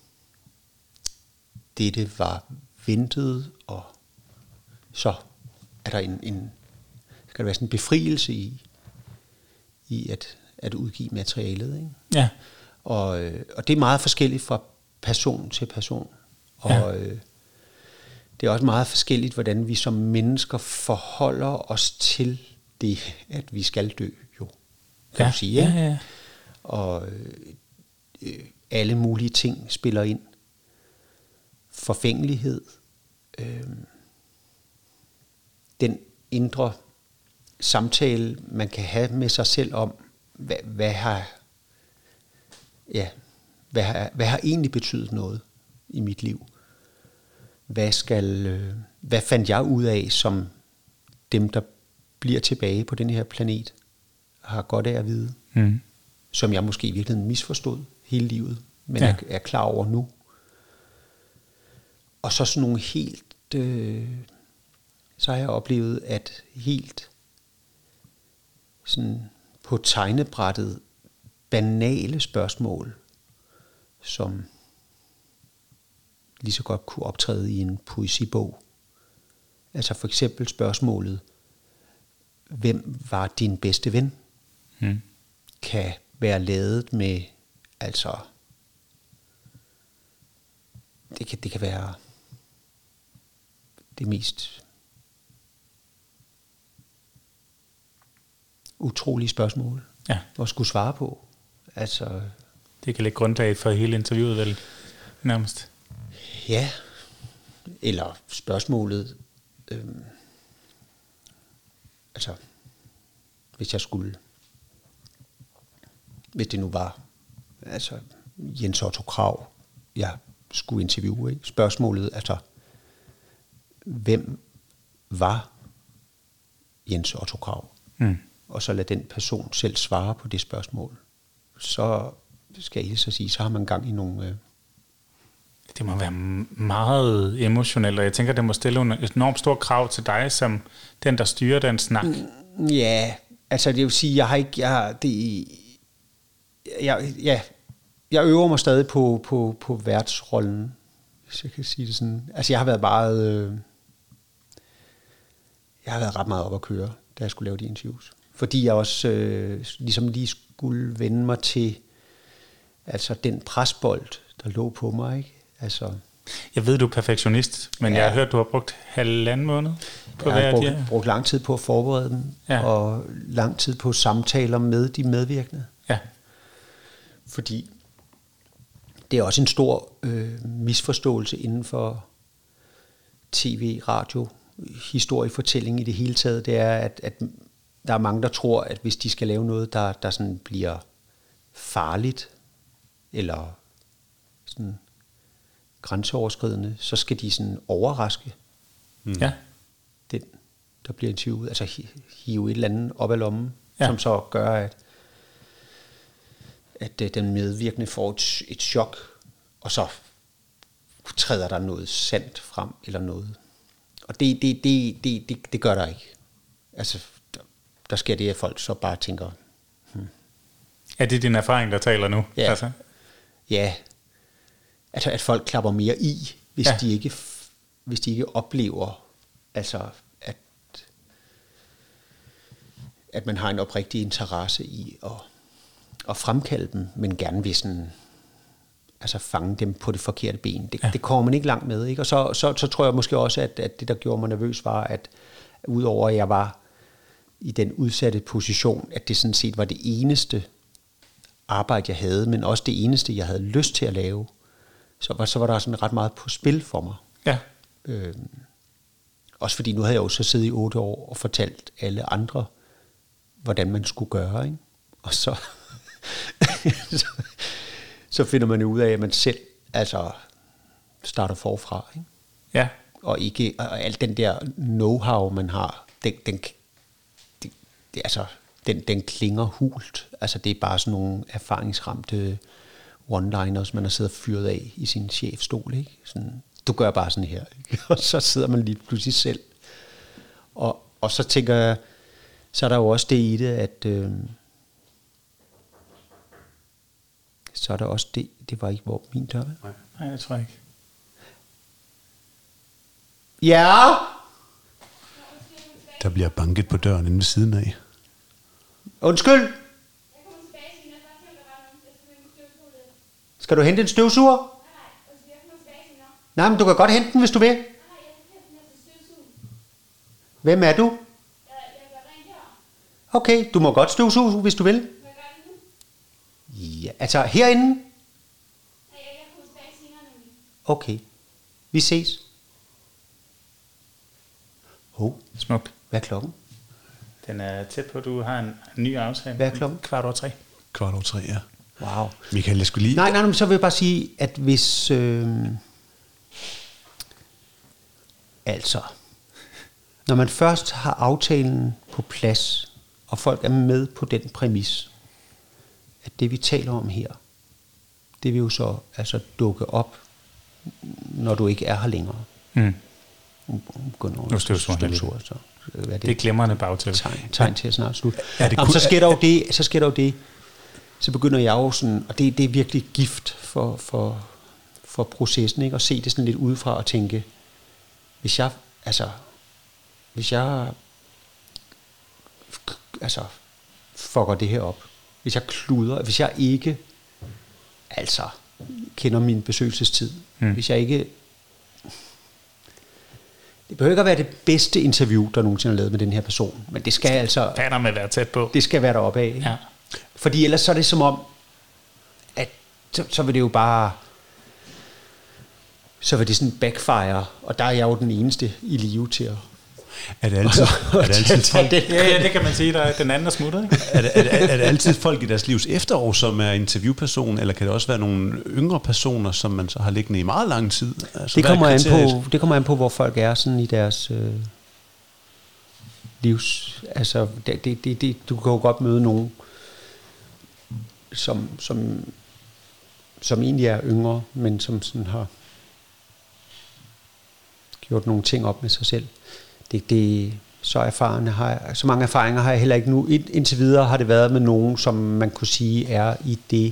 dette var ventet, og så er der en, en skal der være sådan en befrielse i, i at, at udgive materialet. Ikke? Ja. Og, og det er meget forskelligt fra person til person. Og ja. øh, det er også meget forskelligt, hvordan vi som mennesker forholder os til det, at vi skal dø, jo. Kan ja. du sige, ikke? Ja, ja. Og øh, alle mulige ting spiller ind. Forfængelighed. Øh, den indre samtale, man kan have med sig selv om, hvad, hvad har ja, hvad har, hvad har egentlig betydet noget i mit liv? Hvad skal, øh, hvad fandt jeg ud af, som dem, der bliver tilbage på den her planet, har godt af at vide? Mm. Som jeg måske i virkeligheden misforstod hele livet, men ja. er, er klar over nu. Og så sådan nogle helt, øh, så har jeg oplevet, at helt sådan på tegnebrættet banale spørgsmål, som lige så godt kunne optræde i en poesibog. Altså for eksempel spørgsmålet, hvem var din bedste ven? Hmm. Kan være ladet med, altså, det kan, det kan være det mest utrolige spørgsmål, ja. at skulle svare på. Altså, det kan lægge grundlag for hele interviewet, vel, nærmest. Ja, eller spørgsmålet, øhm, altså, hvis jeg skulle, hvis det nu var, altså, Jens Otto Krag, jeg skulle interviewe, ikke? Spørgsmålet, altså, hvem var Jens Otto Krag, Mm. og så lade den person selv svare på det spørgsmål, så skal jeg så sige, så har man gang i nogle... Øh, Det må være meget emotionelt, og jeg tænker, det må stille et enormt stort krav til dig, som den, der styrer den snak. Ja, altså det vil sige, jeg har ikke... Jeg, har, det, jeg, ja, jeg øver mig stadig på, på, på værtsrollen, hvis jeg kan sige det sådan. Altså jeg har været meget... Øh, jeg har været ret meget op at køre, da jeg skulle lave de interviews. Fordi jeg også øh, ligesom lige skulle vende mig til altså den presbold, der lå på mig, ikke? Altså, jeg ved, du er perfektionist, men ja. Jeg har hørt, du har brugt halvanden måned på jeg hver har af de brugt, brugt lang tid på at forberede dem, ja. Og lang tid på samtaler med de medvirkende. Ja. Fordi det er også en stor øh, misforståelse inden for tv, radio, historiefortælling i det hele taget. Det er, at, at der er mange, der tror, at hvis de skal lave noget, der, der sådan bliver farligt, eller sådan grænseoverskridende, så skal de sådan overraske mm. ja. den, der bliver interviewet. Altså hive et eller andet op af lommen, ja. Som så gør, at, at den medvirkende får et, et chok, og så træder der noget sandt frem, eller noget. Og det, det, det, det, det, det gør der ikke. Altså, der, der sker det, at folk så bare tænker... Hmm. Er det din erfaring, der taler nu? Ja. Altså? Ja. Altså, at folk klapper mere i, hvis, ja. de, ikke, hvis de ikke oplever, altså, at, at man har en oprigtig interesse i at, at fremkalde dem, men gerne vil sådan... altså fange dem på det forkerte ben. Det, ja. det kommer man ikke langt med, ikke? Og så, så, så tror jeg måske også, at, at det, der gjorde mig nervøs, var, at udover at jeg var i den udsatte position, at det sådan set var det eneste arbejde, jeg havde, men også det eneste, jeg havde lyst til at lave, så var, så var der sådan ret meget på spil for mig. Ja. Øhm, også fordi nu havde jeg jo så siddet i otte år og fortalt alle andre, hvordan man skulle gøre, ikke? Og så... så så finder man ud af, at man selv altså starter forfra, ikke? Ja. Og ikke og alt den der know-how man har, den den det, det, altså den den klinger hult. Altså det er bare sådan nogle erfaringsramte one-liners, man har siddet og fyret af i sin chefstol, ikke? Sådan, du gør bare sådan her, ikke? Og så sidder man lige pludselig selv. Og og så tænker jeg, så er der jo også det i det, at øh, så er der også det, det var ikke hvor min dør. Nej, Nej det tror jeg ikke. Ja! Der bliver banket på døren inde ved siden af. Undskyld? Skal du hente en støvsuger? Nej, men du kan godt hente den, hvis du vil. Hvem er du? Okay, du må godt støvsuge, hvis du vil. Ja, altså herinde? Okay, vi ses. Hov, Smukt. hvad er klokken? Den er tæt på, du har en ny aftale. Hvad er klokken? Kvart over tre. Kvart over tre, ja. Wow. Michael, jeg skulle lige... Nej, nej, men så vil jeg bare sige, at hvis... Øh, altså, når man først har aftalen på plads, og folk er med på den præmis, at det vi taler om her, det vil jo så altså dukke op, når du ikke er her længere. Mm. Nu støvsuger, så det, det er glimrende bagtæppe. Tegn, tegn til at snart slut. Ja, det Jamen, så sker der jo det, så sker der jo det, så begynder jeg jo sådan, og det, det er virkelig gift for, for, for processen, ikke? At se det sådan lidt udefra og tænke, hvis jeg, altså, hvis jeg, altså, fucker det her op, hvis jeg kluder, hvis jeg ikke, altså, kender min besøgelsestid, mm. hvis jeg ikke, det behøver ikke at være det bedste interview, der nogensinde er lavet med den her person, men det skal altså... Pander med at være tæt på. Det skal være deroppe af. Ja. Fordi ellers så er det som om, at så, så vil det jo bare... Så vil det sådan backfire, og der er jeg jo den eneste i live til at... Er det altid, er det altid folk, ja, ja, det kan man sige, der er den anden, der smutter, ikke? er, det, er, det, er det altid folk i deres livs efterår, som er interviewperson, eller kan det også være nogle yngre personer, som man så har liggende i meget lang tid? Altså, det, kommer an på, det kommer an på, hvor folk er sådan i deres øh, livs... Altså, det, det, det, det, du kan jo godt møde nogen, som, som, som egentlig er yngre, men som sådan har gjort nogle ting op med sig selv. Det, det, så, erfarne har, så mange erfaringer har jeg heller ikke nu. Indtil videre har det været med nogen, som man kunne sige er i det,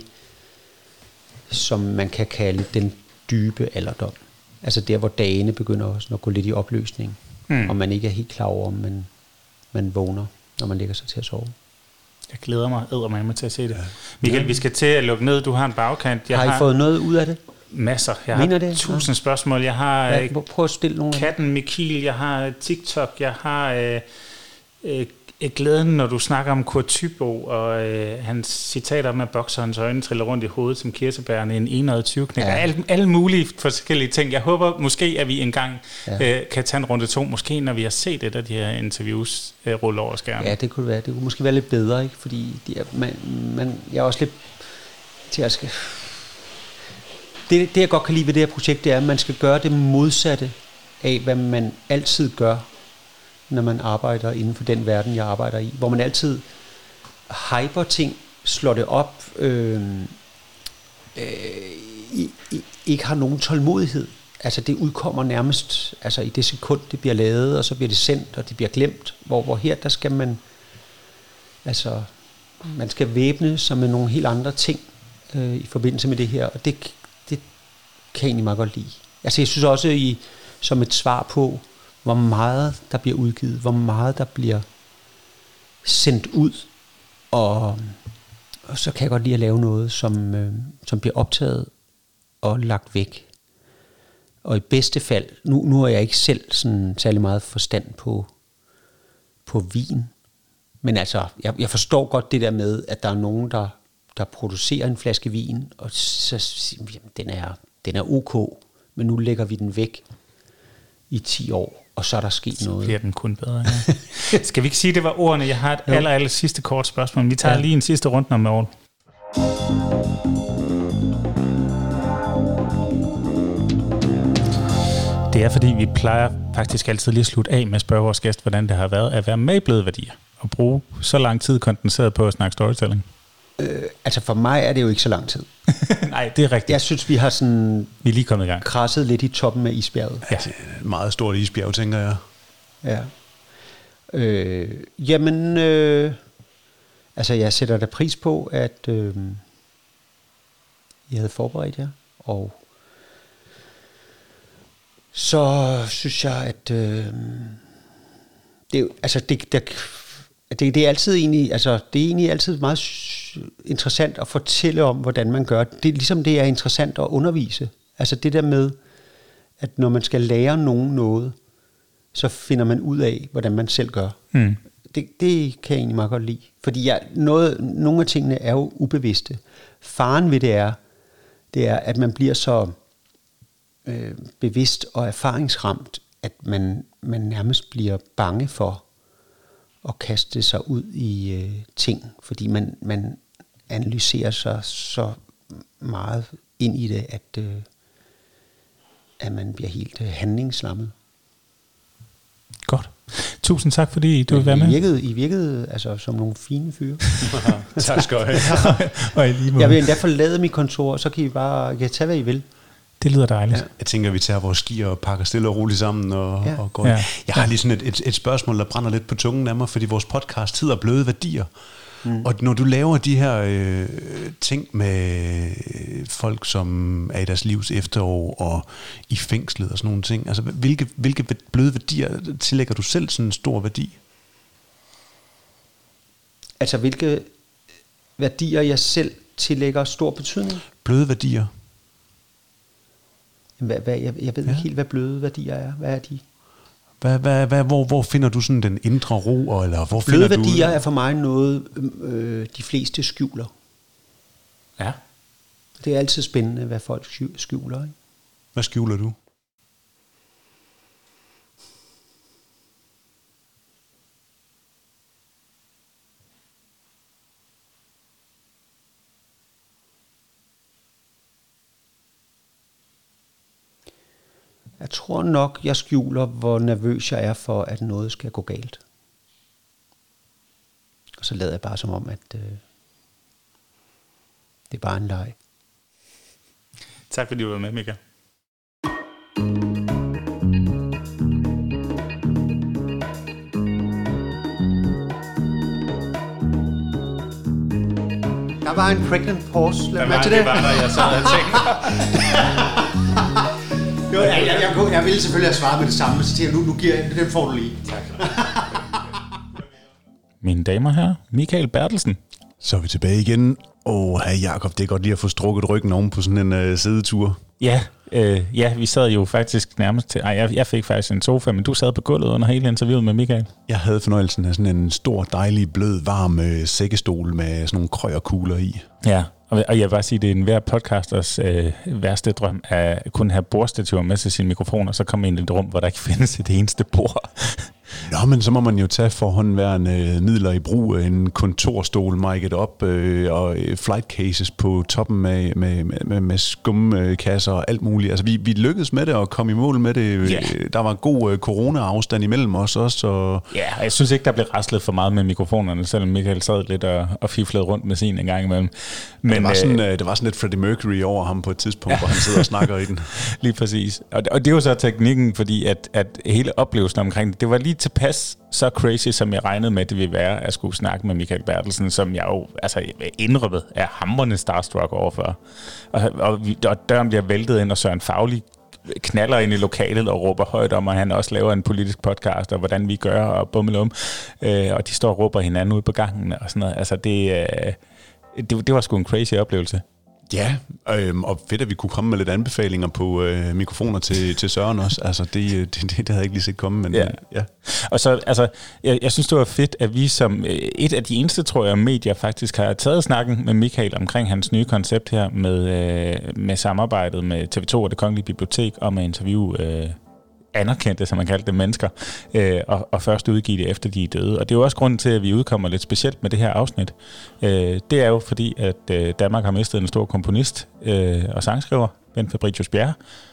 som man kan kalde den dybe alderdom. Altså der, hvor dagene begynder også at gå lidt i opløsning, mm. og man ikke er helt klar over, om man, man vågner, når man lægger sig til at sove. Jeg glæder mig eddermame til at se det. Ja. Michael, ja. Vi skal til at lukke ned. Du har en bagkant. Jeg har I har fået noget ud af det? Masser. Jeg Mener har det? tusind ja. spørgsmål. Jeg har ja, prøv at stille nogle. Katten Mikil, jeg har TikTok, jeg har øh, øh, glæden, når du snakker om Kurt Thyboe, og øh, hans citater om, at bokserens øjne triller rundt i hovedet som kirsebærne, en enogtyve knæk. Ja. Alle, alle mulige forskellige ting. Jeg håber måske, at vi engang ja. øh, kan tage en runde to, måske når vi har set et af de her interviews øh, rulle over skærmen. Ja, det kunne være. Det kunne måske være lidt bedre, ikke? Fordi de er, man, man, jeg er også lidt til at skal... Det, det, jeg godt kan lide ved det her projekt, det er, at man skal gøre det modsatte af, hvad man altid gør, når man arbejder inden for den verden, jeg arbejder i. Hvor man altid hyper ting, slår det op, øh, øh, i, i, ikke har nogen tålmodighed. Altså det udkommer nærmest altså i det sekund, det bliver lavet, og så bliver det sendt, og det bliver glemt. Hvor, hvor her, der skal man, altså, man skal væbne sig med nogle helt andre ting øh, i forbindelse med det her, og det, det kan jeg egentlig meget godt lide. Altså jeg synes også, i, som et svar på, hvor meget der bliver udgivet, hvor meget der bliver sendt ud, og, og så kan jeg godt lide at lave noget, som, øh, som bliver optaget og lagt væk. Og i bedste fald, nu, nu har jeg ikke selv sådan særlig meget forstand på, på vin, men altså, jeg, jeg forstår godt det der med, at der er nogen, der, der producerer en flaske vin, og så siger jamen, den er, den er ok, men nu lægger vi den væk i ti år, og så er der sket så noget. Så bliver den kun bedre. Ja. Skal vi ikke sige, det var ordene? Jeg har et aller, aller sidste kort spørgsmål. Vi tager ja. lige en sidste runde om året. Det er, fordi vi plejer faktisk altid lige at slutte af med at spørge vores gæst, hvordan det har været at være med i Bløde Værdier, og bruge så lang tid kondenseret på at snakke storytelling. Øh, altså for mig er det jo ikke så lang tid. Nej, det er rigtigt. Jeg synes, vi har sådan vi er lige kommet i gang. Krasset lidt i toppen af isbjerget. Ja, det er et meget stort isbjerg, tænker jeg. Ja. Øh, jamen, øh, altså jeg sætter da pris på, at øh, I havde forberedt jer, og så synes jeg, at øh, det er altså det, der, det, det er altid egentlig, altså det er egentlig altid meget interessant at fortælle om, hvordan man gør det. Det er ligesom det er interessant at undervise. Altså det der med, at når man skal lære nogen noget, så finder man ud af, hvordan man selv gør. Mm. Det, det kan jeg egentlig meget godt lide. Fordi jeg, noget, nogle af tingene er jo ubevidste. Faren ved det er, det er, at man bliver så øh, bevidst og erfaringsramt, at man, man nærmest bliver bange for at kaste sig ud i øh, ting, fordi man, man analyserer sig så meget ind i det, at, øh, at man bliver helt øh, handlingslammet. Godt. Tusind tak, fordi du vil være med. I virkede, I virkede altså, som nogle fine fyre. Tak skal du have. Og lige jeg vil endda forlade mit kontor, så kan I bare kan tage, hvad I vil. Det lyder dejligt. Ja. Jeg tænker, at vi tager vores ski og pakker stille og roligt sammen og, ja. og går. Ja. Jeg har lige sådan et, et, et spørgsmål, der brænder lidt på tungen af mig, fordi vores podcast hedder Bløde Værdier. Mm. Og når du laver de her øh, ting med folk, som er i deres livs efterår og i fængslet og sådan nogle ting, altså hvilke, hvilke bløde værdier tillægger du selv sådan en stor værdi? Altså hvilke værdier jeg selv tillægger stor betydning? Bløde værdier. Hvad, hvad, jeg, jeg ved ja. ikke helt, hvad bløde værdier er. Hvad er de? Hvad, hvad, hvad, hvor, hvor finder du sådan den indre ro? Eller hvor bløde finder værdier du... er for mig noget, øh, de fleste skjuler. Ja. Det er altid spændende, hvad folk skjuler. Ikke? Hvad skjuler du? Jeg tror nok, jeg skjuler, hvor nervøs jeg er for, at noget skal gå galt. og så lader jeg bare som om, at øh, det er bare en leg. Tak fordi du var med, Michael. Der var en pregnant pause. Lad mig til det. det. Var der, jeg sad og tænkte. Jo, jeg, jeg, jeg, jeg ville selvfølgelig have svaret med det samme, så tænkte jeg, nu, nu giver jeg den, får du lige. Tak. Mine damer og herrer, Michael Bertelsen. Så er vi tilbage igen. Åh, hey Jacob, det er godt lige at få strukket ryggen oven på sådan en øh, sædetur. Ja, øh, ja, vi sad jo faktisk nærmest til... Ej, jeg, jeg fik faktisk en sofa, men du sad på gulvet under hele interviewet med Michael. Jeg havde fornøjelsen af sådan en stor, dejlig, blød, varm øh, sækkestol med sådan nogle krøjerkugler i. Ja, og jeg vil bare sige, at det er en hver podcasters øh, værste drøm at kunne have bordstativer med til sin mikrofon, og så komme ind i et rum, hvor der ikke findes et eneste bord. Nå, men så må man jo tage forhåndværende midler i brug. En kontorstol, mic'et op, øh, og flight cases på toppen med, med, med, med skumkasser og alt muligt. Altså, vi, vi lykkedes med det og kom i mål med det. Yeah. Der var god øh, corona-afstand imellem os også. Og ja, jeg synes ikke, der blev raslet for meget med mikrofonerne, selvom Michael sad lidt og, og fiflede rundt med sin en gang imellem. Men, det, var sådan, øh, det var sådan lidt Freddie Mercury over ham på et tidspunkt, ja. Hvor han sidder og snakker i den. Lige præcis. Og, og det er jo så teknikken, fordi at, at hele oplevelsen omkring det, det var lige tilpas så crazy, som jeg regnede med, det ville være, at skulle snakke med Michael Bertelsen, som jeg jo altså, indrømmet er hamrende starstruck overfor. Og, og, og døren bliver væltet ind, og Søren Fagli knaller ind i lokalet og råber højt om, at han også laver en politisk podcast, og hvordan vi gør, og bummelum. Øh, og de står og råber hinanden ude på gangen, og sådan noget. Altså, det, øh, det, det var sgu en crazy oplevelse. Ja, øhm, og fedt, at vi kunne komme med lidt anbefalinger på øh, mikrofoner til, til Søren også. Altså, det, det, det, det havde jeg ikke lige set komme, men ja. ja. Og så, altså, jeg, jeg synes, det var fedt, at vi som et af de eneste, tror jeg, medier faktisk har taget snakken med Michael omkring hans nye koncept her med, øh, med samarbejdet med T V to og Det Kongelige Bibliotek om at interviewe øh, anerkendte, som man kaldte det, mennesker, øh, og, og først udgive det, efter de er døde. Og det er jo også grunden til, at vi udkommer lidt specielt med det her afsnit. Øh, det er jo fordi, at øh, Danmark har mistet en stor komponist øh, og sangskriver, Bent Fabricius Bjerre,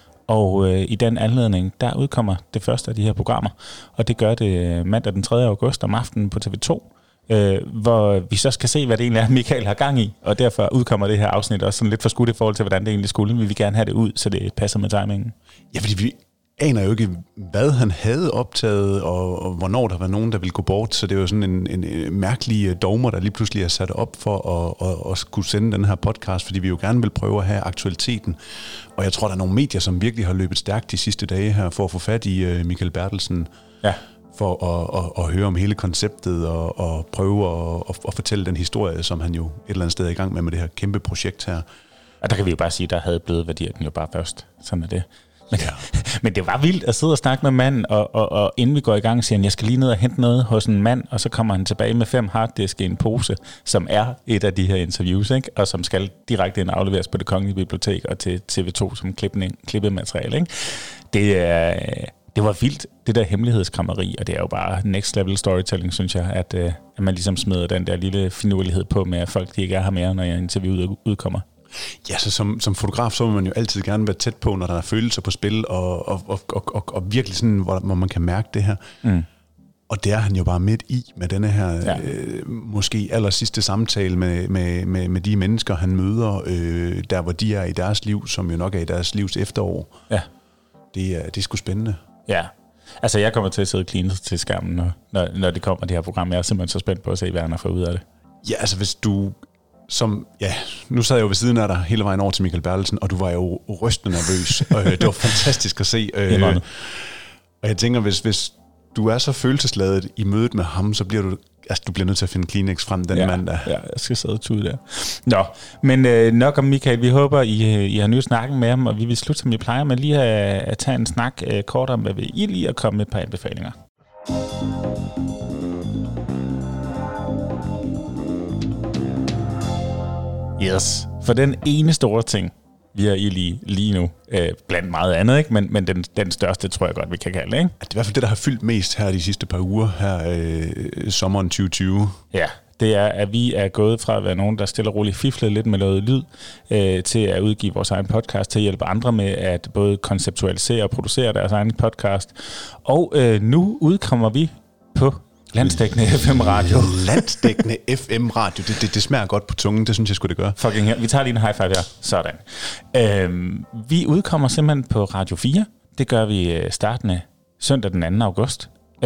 og øh, i den anledning, der udkommer det første af de her programmer, og det gør det mandag den tredje august om aftenen på T V to, øh, hvor vi så skal se, hvad det egentlig er, Michael har gang i, og derfor udkommer det her afsnit også sådan lidt for skudt i forhold til, hvordan det egentlig skulle. Vi vil gerne have det ud, så det passer med timingen. Ja, fordi vi aner jo ikke, hvad han havde optaget, og, og hvornår der var nogen, der ville gå bort. Så det var sådan en, en, en mærkelig dogmer, der lige pludselig er sat op for at, at, at skulle sende den her podcast, fordi vi jo gerne vil prøve at have aktualiteten. Og jeg tror, der er nogle medier, som virkelig har løbet stærkt de sidste dage her, for at få fat i uh, Michael Bertelsen, ja. for at, at, at høre om hele konceptet, og, og prøve at, at, at fortælle den historie, som han jo et eller andet sted er i gang med, med det her kæmpe projekt her. Og der kan vi jo bare sige, der havde blevet værdier den jo bare først. Sådan er det. Men, ja. men det var vildt at sidde og snakke med manden, og, og, og inden vi går i gang, siger han, jeg skal lige ned og hente noget hos en mand, og så kommer han tilbage med fem harddisk i en pose, som er et af de her interviews, ikke? Og som skal direkte ind og afleveres på Det Kongelige Bibliotek og til T V to som klippemateriale. Ikke? Det, er, det var vildt, det der hemmelighedskrammeri, og det er jo bare next level storytelling, synes jeg, at, at man ligesom smider den der lille finurlighed på med, at folk de ikke er her mere, når jeg interviewet udkommer. Ja, så som, som fotograf, så må man jo altid gerne være tæt på, når der er følelser på spil, og, og, og, og, og, og virkelig sådan, hvor, hvor man kan mærke det her. Mm. Og det er han jo bare midt i, med denne her ja. øh, måske aller sidste samtale med, med, med, med de mennesker, han møder, øh, der hvor de er i deres liv, som jo nok er i deres livs efterår. Ja. Det er, det er sgu spændende. Ja, altså jeg kommer til at sidde clean til skærmen, når, når, når det kommer, det her program. Jeg er simpelthen så spændt på at se, hvad han har fået ud af det. Ja, altså hvis du... Som, ja, nu sad jeg jo ved siden af dig hele vejen over til Michael Bertelsen, og du var jo rystende nervøs. Og det var fantastisk at se. Øh, og jeg tænker, hvis, hvis du er så følelsesladet i mødet med ham, så bliver du, altså, du bliver nødt til at finde Kleenex frem den ja, mandag. Ja, jeg skal sidde og tude der. Nå, men øh, nok om Michael. Vi håber, I, I har nyt snakken med ham, og vi vil slutte, som vi plejer med lige at, at tage en snak øh, kort om, hvad vi I lige at komme med et par anbefalinger. Yes, for den ene store ting, vi har i lige, lige nu, øh, blandt meget andet, ikke? Men, men den, den største, tror jeg godt, vi kan kalde det, ikke? Det er i hvert fald det, der har fyldt mest her de sidste par uger, her øh, sommeren tyve tyve. Ja, det er, at vi er gået fra at være nogen, der stille og roligt fiflede lidt med noget lyd, øh, til at udgive vores egen podcast, til at hjælpe andre med at både konceptualisere og producere deres egen podcast. Og øh, nu udkommer vi på Landsdækkende F M-radio. Landsdækkende F M-radio. Det, det, det smager godt på tungen, det synes jeg skulle det gøre. Fucking her. Vi tager lige en high five her. Sådan. Øhm, vi udkommer simpelthen på Radio fire. Det gør vi startende søndag den anden august.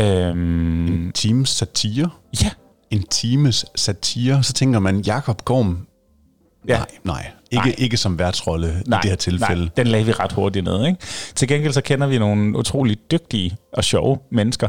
Øhm, en times satire? Ja. En times satire. Så tænker man, Jakob Gorm. Ja. Nej, nej. Ikke, nej. Ikke som værtsrolle nej, i det her tilfælde. Nej, den lagde vi ret hurtigt ned. Ikke? Til gengæld så kender vi nogle utrolig dygtige og sjove mennesker,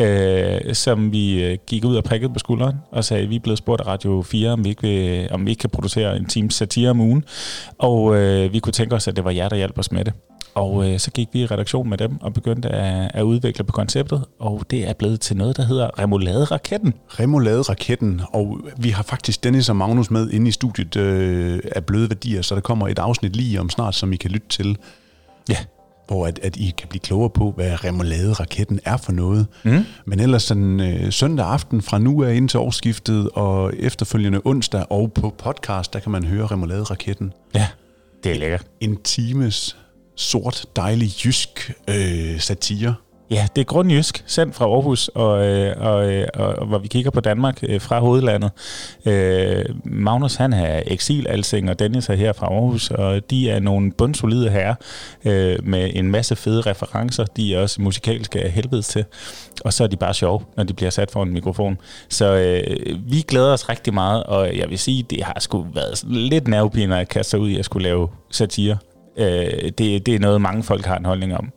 øh, som vi øh, gik ud og prikkede på skulderen og sagde, at vi er blevet spurgt af Radio fire, om vi ikke, vil, om vi ikke kan producere en times satire om ugen. Og øh, vi kunne tænke os, at det var jer, der hjalp os med det. Og øh, så gik vi i redaktion med dem og begyndte at, at udvikle på konceptet, og det er blevet til noget, der hedder Remoulade-raketten. Remoulade-raketten, og vi har faktisk Dennis og Magnus med inde i studiet øh, af Bløde Værdier, så der kommer et afsnit lige om snart, som I kan lytte til. Ja. Hvor at, at I kan blive klogere på, hvad Remoulade-raketten er for noget. Mm. Men ellers sådan øh, søndag aften fra nu af ind til årsskiftet, og efterfølgende onsdag, og på podcast, der kan man høre Remoulade-raketten. Ja, det er lækkert. En times sort, dejlig, jysk øh, satire. Ja, det er grundjysk, sendt fra Aarhus, og, øh, og, og, og hvor vi kigger på Danmark øh, fra hovedlandet. Øh, Magnus, han er eksil-alsing, og Dennis er her fra Aarhus, og de er nogle bundsolide herrer øh, med en masse fede referencer. De er også musikalske af helvedes til, og så er de bare sjove, når de bliver sat foran en mikrofon. Så øh, vi glæder os rigtig meget, og jeg vil sige, det har sgu været lidt nervepirrende at kaste sig ud i at skulle lave satire. Øh, det, det er noget, mange folk har en holdning om.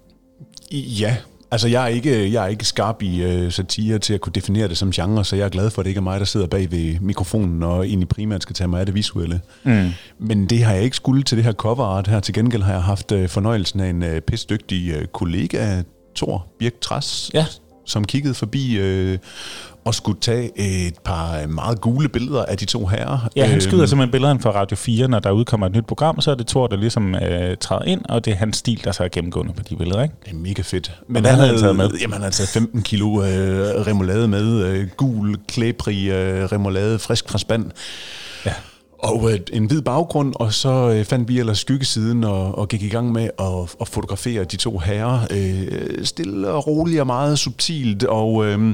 Ja, altså jeg er ikke, jeg er ikke skarp i øh, satire til at kunne definere det som genre, så jeg er glad for, at det ikke er mig, der sidder bag ved mikrofonen og egentlig primært skal tage mig af det visuelle. Mm. Men det har jeg ikke skulle til det her coverart her. Til gengæld har jeg haft øh, fornøjelsen af en øh, pisdygtig øh, kollega, Thor Birk Træs, ja. som kiggede forbi øh, og skulle tage et par meget gule billeder af de to herrer. Ja, han skyder simpelthen billederne fra Radio fire, når der udkommer et nyt program, så er det Thor, der ligesom øh, træder ind, og det er hans stil, der så er gennemgående på de billeder, ikke? Det er mega fedt. Men han havde taget med? Jamen, han havde taget femten kilo øh, remoulade med, øh, gul, klæbrig øh, remoulade, frisk fra spand. Ja. Og øh, en hvid baggrund, og så øh, fandt vi ellers skyggesiden og, og gik i gang med at, at fotografere de to herrer. Øh, stille og roligt og meget subtilt, og øh,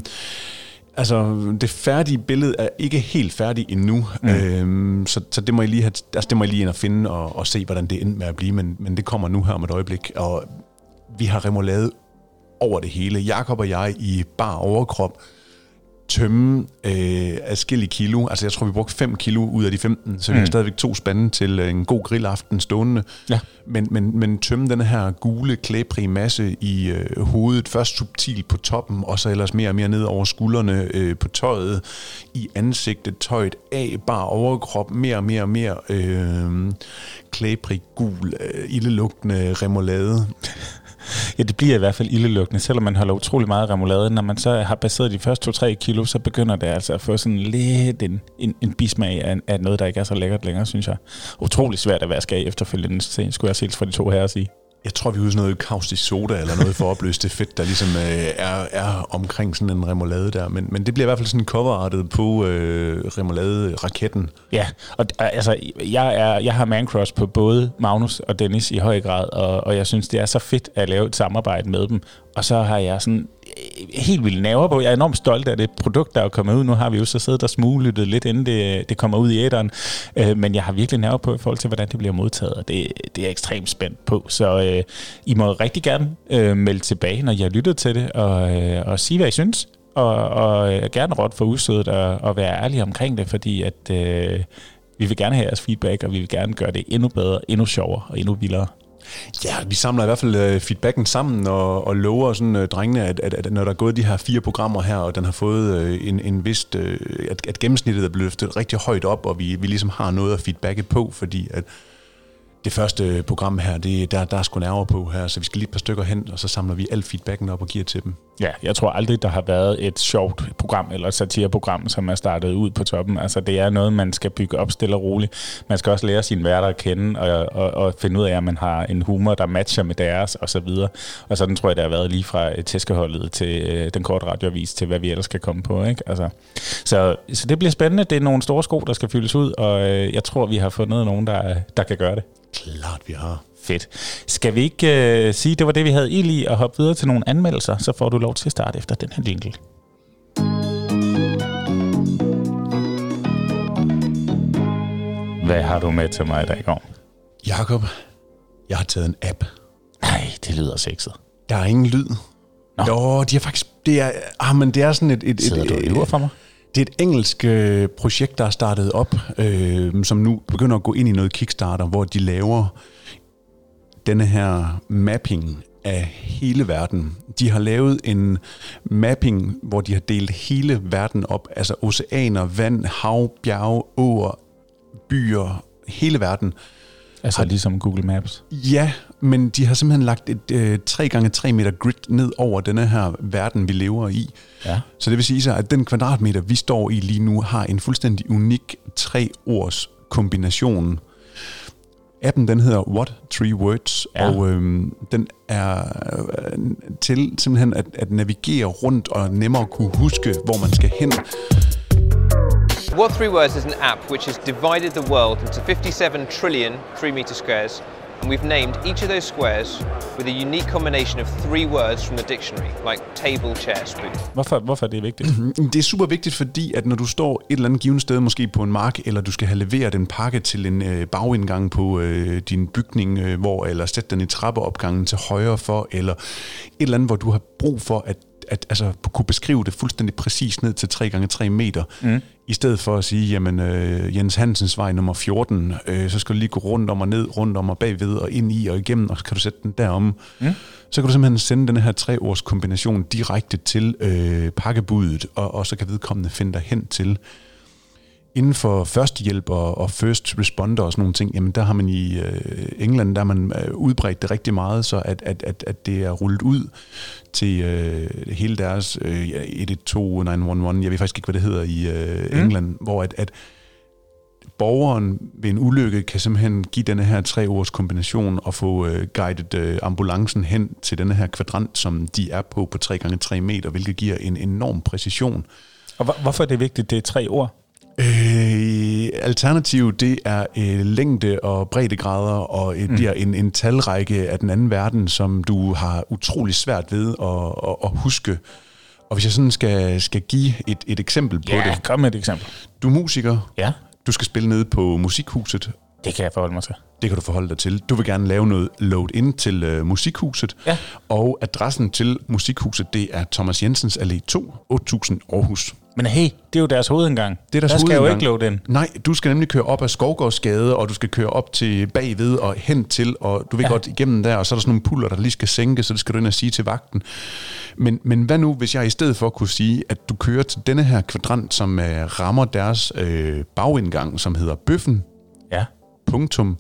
altså det færdige billede er ikke helt færdigt endnu, mm. øh, så, så det må jeg lige have, altså, det må jeg lige ind og finde og, og se, hvordan det endte med at blive, men, men det kommer nu her om et øjeblik, og vi har remoulade over det hele. Jakob og jeg i bar overkrop tømme øh, adskillige kilo. Altså jeg tror, vi brugte fem kilo ud af de femten, så vi mm. har stadigvæk to spande til en god grillaften stående. Ja. Men, men, men tømme den her gule, klæbrige masse i øh, hovedet, først subtilt på toppen, og så ellers mere og mere ned over skuldrene øh, på tøjet, i ansigtet, tøjet af, bare overkrop, mere og mere og mere øh, klæbrig, gul, øh, ildelugtende remoulade. Ja, det bliver i hvert fald ildelugtende, selvom man holder utrolig meget remoulade. Når man så har baseret de første to-tre kilo, så begynder det altså at få sådan lidt en, en, en bismag af, af noget, der ikke er så lækkert længere, synes jeg. Utrolig svært at vaske af efterfølgende, skulle jeg selv fra de to herrer sige. Jeg tror, vi husker noget kaustisk soda eller noget for at opløse det fedt, der ligesom øh, er, er omkring sådan en remoulade der. Men, men det bliver i hvert fald sådan coverartet på øh, remoulade-raketten. Ja, og altså, jeg, er, jeg har man-crush på både Magnus og Dennis i høj grad, og, og jeg synes, det er så fedt at lave et samarbejde med dem. Og så har jeg sådan helt vildt nerver på. Jeg er enormt stolt af det produkt, der er kommet ud. Nu har vi jo så siddet og smuglyttet lidt, inden det, det kommer ud i æteren. Øh, men jeg har virkelig nerver på i forhold til, hvordan det bliver modtaget. Og det, det er jeg ekstremt spændt på. Så øh, I må rigtig gerne øh, melde tilbage, når I har lyttet til det, og, øh, og sige, hvad I synes. Og, og øh, gerne råd for usødet og, og være ærlige omkring det, fordi at, øh, vi vil gerne have jeres feedback, og vi vil gerne gøre det endnu bedre, endnu sjovere og endnu vildere. Ja, vi samler i hvert fald feedbacken sammen og, og lover sådan, uh, drengene, at, at, at når der er gået de her fire programmer her, og den har fået uh, en, en vist, uh, at, at gennemsnittet er blevet løftet rigtig højt op, og vi, vi ligesom har noget at feedbacke på, fordi at det første program her, det, der, der er sgu nerver på her, så vi skal lige et par stykker hen, og så samler vi al feedbacken op og giver til dem. Ja, jeg tror aldrig, der har været et sjovt program eller et satireprogram, som er startet ud på toppen. Altså, det er noget, man skal bygge op stille og roligt. Man skal også lære sine værter at kende, og, og, og finde ud af, at man har en humor, der matcher med deres, og så videre. Og sådan tror jeg, det har været lige fra tæskeholdet til øh, den korte radioavis, til hvad vi ellers skal komme på, ikke? Altså, så, så det bliver spændende. Det er nogle store sko, der skal fyldes ud, og øh, jeg tror, vi har fundet nogen, der, der kan gøre det. Klart, vi har. Fedt. Skal vi ikke øh, sige, det var det, vi havde i lige, og hoppe videre til nogle anmeldelser, så får du lov til at starte efter den her jingle. Hvad har du med til mig i dag, går? Jakob, jeg har taget en app. Nej, det lyder sexet. Der er ingen lyd. Nå. Jo, de er faktisk... Det er, ah, men det er sådan et... et Sidder et, du og lyver for mig? Det er et engelsk øh, projekt, der er startet op, øh, som nu begynder at gå ind i noget Kickstarter, hvor de laver denne her mapping af hele verden. De har lavet en mapping, hvor de har delt hele verden op, altså oceaner, vand, hav, bjerge, åer, byer, hele verden. Altså har, ligesom Google Maps? Ja, men de har simpelthen lagt et øh, tre gange tre meter grid ned over denne her verden, vi lever i. Ja. Så det vil sige så, at den kvadratmeter, vi står i lige nu, har en fuldstændig unik tre-ords kombination. Appen, den hedder What Three Words, ja. og øhm, den er øh, til simpelthen at, at navigere rundt og nemmere kunne huske, hvor man skal hen. What Three Words is an app which has divided the world into fifty-seven trillion three meter squares, and we've named each of those squares with a unique combination of three words from the dictionary, like table, chair, spoon. Hvorfor, hvorfor er det vigtigt? Det er super vigtigt, fordi at når du står et eller andet givet sted, måske på en mark, eller du skal have leveret en pakke til en øh, bagindgang på øh, din bygning, øh, hvor, eller sætte den i trappeopgangen til højre for, eller et eller andet, hvor du har brug for at at altså, kunne beskrive det fuldstændig præcis ned til tre gange tre meter, mm. i stedet for at sige, jamen øh, Jens Hansens vej nummer fjorten, øh, så skal du lige gå rundt om og ned, rundt om og bagved og ind i og igennem, og så kan du sætte den derom. Mm. Så kan du simpelthen sende den her treårs kombination direkte til øh, pakkebudet, og, og så kan vedkommende finde dig hen til. Inden for førstehjælp og, og first responder og sådan nogle ting, jamen der har man i øh, England, der har man øh, udbredt det rigtig meget, så at, at, at, at det er rullet ud til øh, hele deres øh, et et to ni et et, jeg ved faktisk ikke, hvad det hedder i øh, England, mm. hvor at, at borgeren ved en ulykke kan simpelthen give denne her tre års kombination og få øh, guidet øh, ambulancen hen til denne her kvadrant, som de er på på tre gange tre meter, hvilket giver en enorm præcision. Og hvor, hvorfor er det vigtigt, det er tre ord? Øh, alternativ, det er øh, længde og breddegrader, og øh, mm. bliver en, en talrække af den anden verden, som du har utrolig svært ved at, at, at huske. Og hvis jeg sådan skal, skal give et, et eksempel på ja, det. Ja, kom med et eksempel. Du er musiker. Ja. Du skal spille nede på Musikhuset. Det kan jeg forholde mig til. Det kan du forholde dig til. Du vil gerne lave noget load-in til uh, Musikhuset. Ja. Og adressen til Musikhuset, det er Thomas Jensens Allé to, otte tusind Aarhus. Men hey, det er jo deres hovedindgang. Det er deres der skal hovedindgang. jo ikke load in. Nej, du skal nemlig køre op ad Skovgårdsgade, og du skal køre op til bagved og hen til, og du vil ja. godt igennem der, og så er der sådan nogle puller, der lige skal sænke, så det skal du ind og sige til vagten. Men, men hvad nu, hvis jeg i stedet for kunne sige, at du kører til denne her kvadrant, som uh, rammer deres øh, bagindgang, som hedder Bøffen, ja. punktum,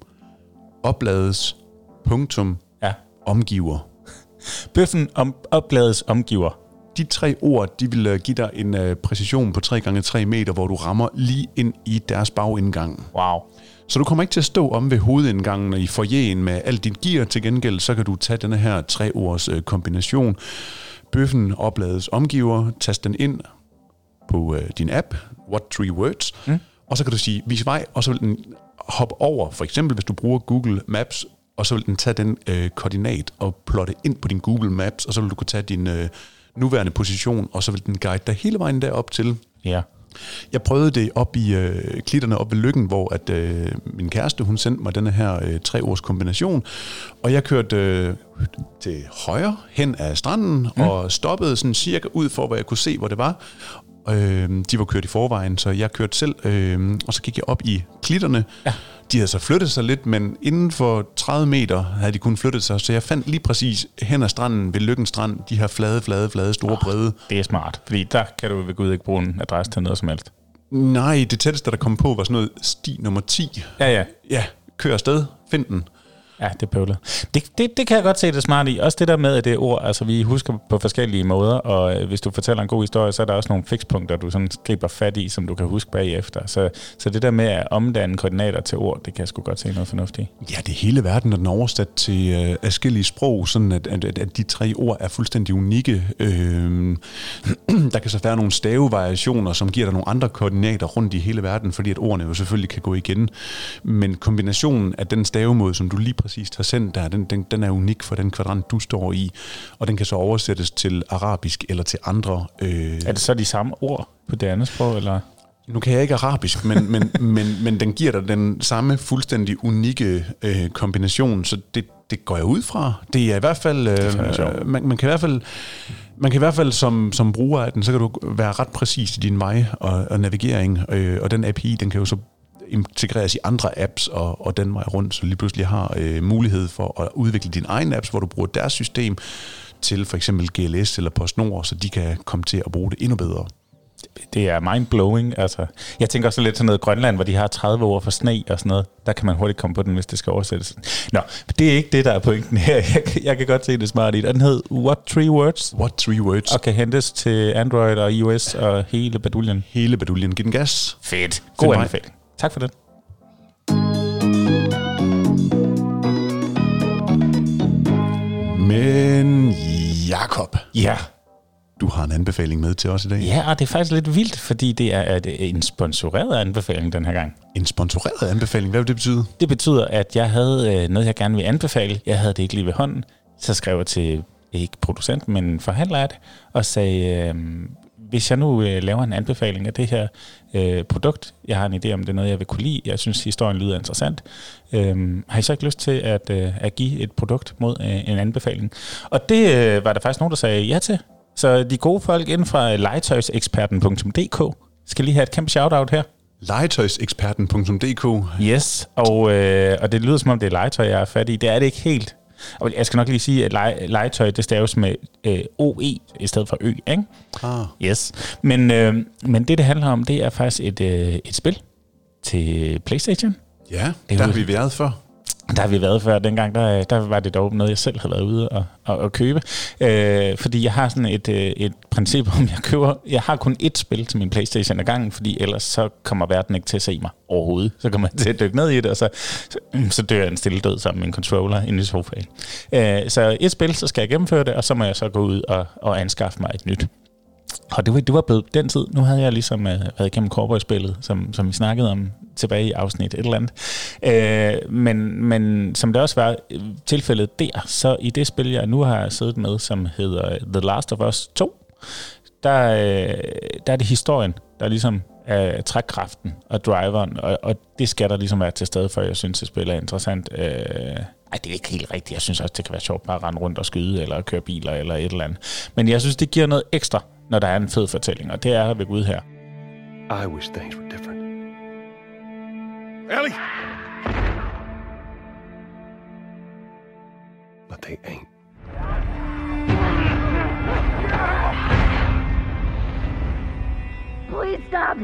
oplades, punktum, ja. omgiver. Bøffen om oplades omgiver. De tre ord, de vil give dig en uh, præcision på tre gange tre meter, hvor du rammer lige ind i deres bagindgang. Wow. Så du kommer ikke til at stå om ved hovedindgangen i foyeren med alt dit gear. Til gengæld, så kan du tage denne her tre ords uh, kombination. Bøffen, oplades, omgiver, tast den ind på uh, din app, What Three Words, mm. og så kan du sige, vis vej, og så vil den hoppe over, for eksempel hvis du bruger Google Maps, og så vil den tage den øh, koordinat og plotte ind på din Google Maps, og så vil du kunne tage din øh, nuværende position, og så vil den guide dig hele vejen derop til. Ja. Jeg prøvede det op i øh, klitterne op ved Lykken, hvor at, øh, min kæreste, hun sendte mig denne her øh, tre års kombination, og jeg kørte øh, til højre hen af stranden, mm. og stoppede sådan cirka ud for, hvor jeg kunne se, hvor det var. Øh, de var kørt i forvejen, så jeg kørte selv, øh, og så gik jeg op i klitterne. Ja. De havde så flyttet sig lidt, men inden for tredive meter havde de kun flyttet sig, så jeg fandt lige præcis hen ad stranden ved Lykken Strand, de her flade, flade, flade, store, oh, brede. Det er smart, fordi der kan du ved Gud ikke bruge en adresse til noget som helst. Nej, det tætteste, der kom på, var sådan noget sti nummer ti. Ja, ja. Ja, kør afsted, find den. Ja, det er pøvlet. Det, det, det kan jeg godt se det smart i. Også det der med, at det er ord, altså vi husker på forskellige måder, og hvis du fortæller en god historie, så er der også nogle fikspunkter, du sådan griber fat i, som du kan huske bagefter. Så, så det der med at omdanne koordinater til ord, det kan jeg sgu godt se noget fornuftigt. Ja, det er hele verden, der er oversat til uh, forskellige sprog, sådan at, at, at de tre ord er fuldstændig unikke. Øh, der kan så være nogle stavevariationer, som giver dig nogle andre koordinater rundt i hele verden, fordi at ordene jo selvfølgelig kan gå igen. Men kombinationen af den stavemåde, som du lige præcis har sendt der, den, den, den er unik for den kvadrant, du står i, og den kan så oversættes til arabisk eller til andre. Øh... Er det så de samme ord på det andet sprog, eller? Nu kan jeg ikke arabisk, men, men, men, men den giver dig den samme fuldstændig unikke øh, kombination, så det, det går jeg ud fra. Det er i hvert fald, øh, man, man kan i hvert fald, man kan i hvert fald som, som bruger af den, så kan du være ret præcis i din vej og, og navigering, øh, og den A P I, den kan jo så integreres i andre apps og, og den vej rundt, så lige pludselig har øh, mulighed for at udvikle dine egne apps, hvor du bruger deres system til for eksempel G L S eller PostNord, så de kan komme til at bruge det endnu bedre. Det er mind-blowing. Altså, jeg tænker også lidt sådan noget Grønland, hvor de har tredive ord for sne og sådan noget. Der kan man hurtigt komme på den, hvis det skal oversættes. Nå, det er ikke det, der er pointen her. Jeg, jeg kan godt se det smart i. Den hed What Three Words? What Three Words? Og kan hentes til Android og iOS og hele baduljen. Hele baduljen. Giv den gas. Fedt. God anbefaling. Tak for det. Men Jakob. Ja. Du har en anbefaling med til os i dag. Ja, og det er faktisk lidt vildt, fordi det er en sponsoreret anbefaling den her gang. En sponsoreret anbefaling? Hvad vil det betyde? Det betyder, at jeg havde noget, jeg gerne vil anbefale. Jeg havde det ikke lige ved hånden. Så skrev jeg til, ikke producent, men forhandler af det, og sagde, øh, hvis jeg nu øh, laver en anbefaling af det her øh, produkt, jeg har en idé om, det er noget, jeg vil kunne lide, jeg synes, historien lyder interessant, øh, har I så ikke lyst til at, øh, at give et produkt mod øh, en anbefaling? Og det øh, var der faktisk nogen, der sagde ja til. Så de gode folk inden fra legetøjseksperten punktum d k skal lige have et kæmpe shout-out her. legetøjseksperten punktum d k Yes, og, øh, og det lyder som om, det er legetøj, jeg er fat i. Det er det ikke helt. Og jeg skal nok lige sige, at lege, legetøj, det staves med øh, O E i stedet for Ø, ikke? Ah. Yes. Men, øh, men det, det handler om, det er faktisk et, øh, et spil til PlayStation. Ja, det der har vi været før. Der har vi været før. Dengang, der, der var det dog noget, jeg selv havde været ude og, og, og købe. Øh, fordi jeg har sådan et, et princip om, jeg køber... Jeg har kun ét spil til min PlayStation ad gangen, fordi ellers så kommer verden ikke til at se mig overhovedet. Så kommer jeg til at dykke ned i det, og så, så, så dør jeg en stille død sammen med en controller inde i sofaen. Øh, så et spil, så skal jeg gennemføre det, og så må jeg så gå ud og, og anskaffe mig et nyt. Og det var, det var blevet den tid. Nu havde jeg ligesom uh, været igennem cowboy-spillet, som, som vi snakkede om tilbage i afsnit et eller andet. Uh, men, men som det også var tilfældet der, så i det spil, jeg nu har siddet med, som hedder The Last of Us to, der, uh, der er det historien, der ligesom er trækkraften og driveren, og, og det skal der ligesom være til stede, for jeg synes, at spillet er interessant. Uh, Ej, det er ikke helt rigtigt. Jeg synes også, det kan være sjovt bare at rende rundt og skyde, eller køre biler, eller et eller andet. Men jeg synes, det giver noget ekstra, når der er en fed fortælling, og det er ved Gud her. I wish things were different. Ellie! But they ain't. Please stop!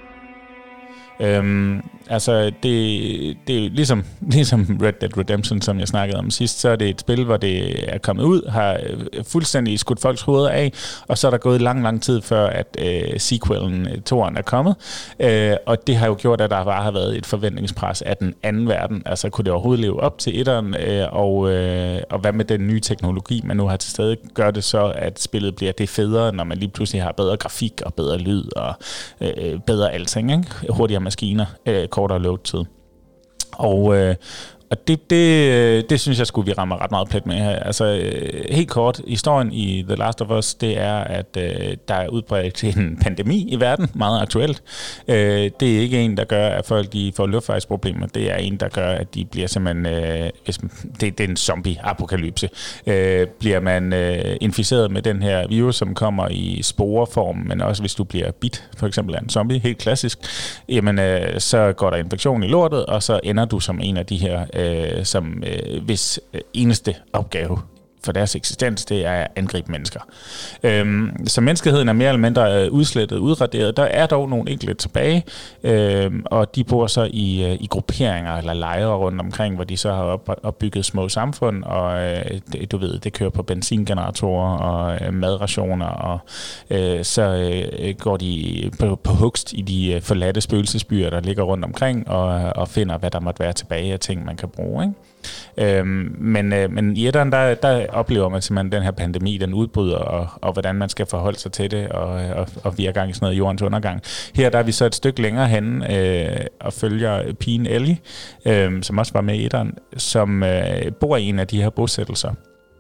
Øhm, altså, det, det er ligesom, ligesom Red Dead Redemption, som jeg snakkede om sidst, så er det et spil, hvor det er kommet ud, har fuldstændig skudt folks hoveder af, og så er der gået lang, lang tid før, at øh, sequelen, toeren, er kommet. Øh, og det har jo gjort, at der bare har været et forventningspres af den anden verden. Altså, kunne det overhovedet leve op til etteren, øh, og, øh, og hvad med den nye teknologi, man nu har til stede, gør det så, at spillet bliver det federe, når man lige pludselig har bedre grafik og bedre lyd og øh, bedre alting, ikke? Hurtigere maskiner, øh, kortere load-tid. Og, øh, og det, det, det synes jeg skulle vi rammer ret meget plet med her. Altså øh, helt kort, historien i The Last of Us, det er, at øh, der er udbredt en pandemi i verden, meget aktuelt. Øh, det er ikke en, der gør, at folk de får luftvejsproblemer. Det er en, der gør, at de bliver simpelthen, øh, hvis man, det, det er en zombie-apokalypse. Øh, bliver man øh, inficeret med den her virus, som kommer i sporeform, men også hvis du bliver bit, for eksempel af en zombie, helt klassisk, jamen øh, så går der infektion i lortet, og så ender du som en af de her Øh, som øh, hvis øh, eneste opgave for deres eksistens, det er at angribe mennesker. Øhm, så menneskeheden er mere eller mindre øh, udslettet, udraderet. Der er dog nogle enkelte tilbage, øh, og de bor så i, øh, i grupperinger eller lejre rundt omkring, hvor de så har op, opbygget små samfund, og øh, det, du ved, det kører på benzingeneratorer og øh, madrationer, og øh, så øh, går de på, på hugst i de øh, forladte spøgelsesbyer, der ligger rundt omkring, og, og finder, hvad der måtte være tilbage af ting, man kan bruge, ikke? Øhm, men, øh, men i etteren, der, der oplever man simpelthen den her pandemi, den udbryder, og, og hvordan man skal forholde sig til det, og, og, og vi er gang i sådan noget jordens undergang. Her der er vi så et stykke længere henne øh, og følger pigen Ellie, øh, som også var med i etteren, som øh, bor i en af de her bosættelser.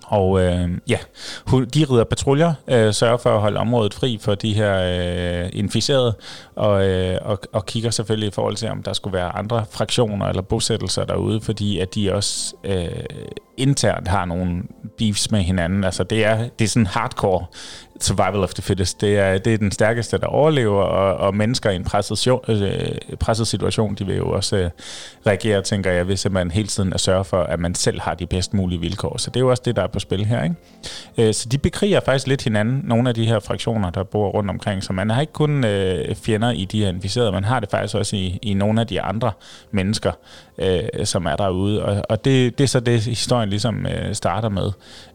Og øh, ja, de rider patruljer, øh, sørger for at holde området fri for de her øh, inficerede, og, øh, og, og kigger selvfølgelig i forhold til, om der skulle være andre fraktioner eller bosættelser derude, fordi at de også øh, internt har nogle beefs med hinanden. Altså det er, det er sådan hardcore survival of the fittest. Det er, det er den stærkeste, der overlever, og, og mennesker i en presset, øh, presset situation, de vil jo også øh, reagere, tænker jeg, hvis man hele tiden at sørge for, at man selv har de bedst mulige vilkår. Så det er jo også det, der er på spil her, ikke? Øh, så de bekriger faktisk lidt hinanden, nogle af de her fraktioner, der bor rundt omkring. Så man har ikke kun øh, fjender i de her inficerede, man har det faktisk også i, i nogle af de andre mennesker, øh, som er derude. Og, og det, det er så det, historien ligesom øh, starter med,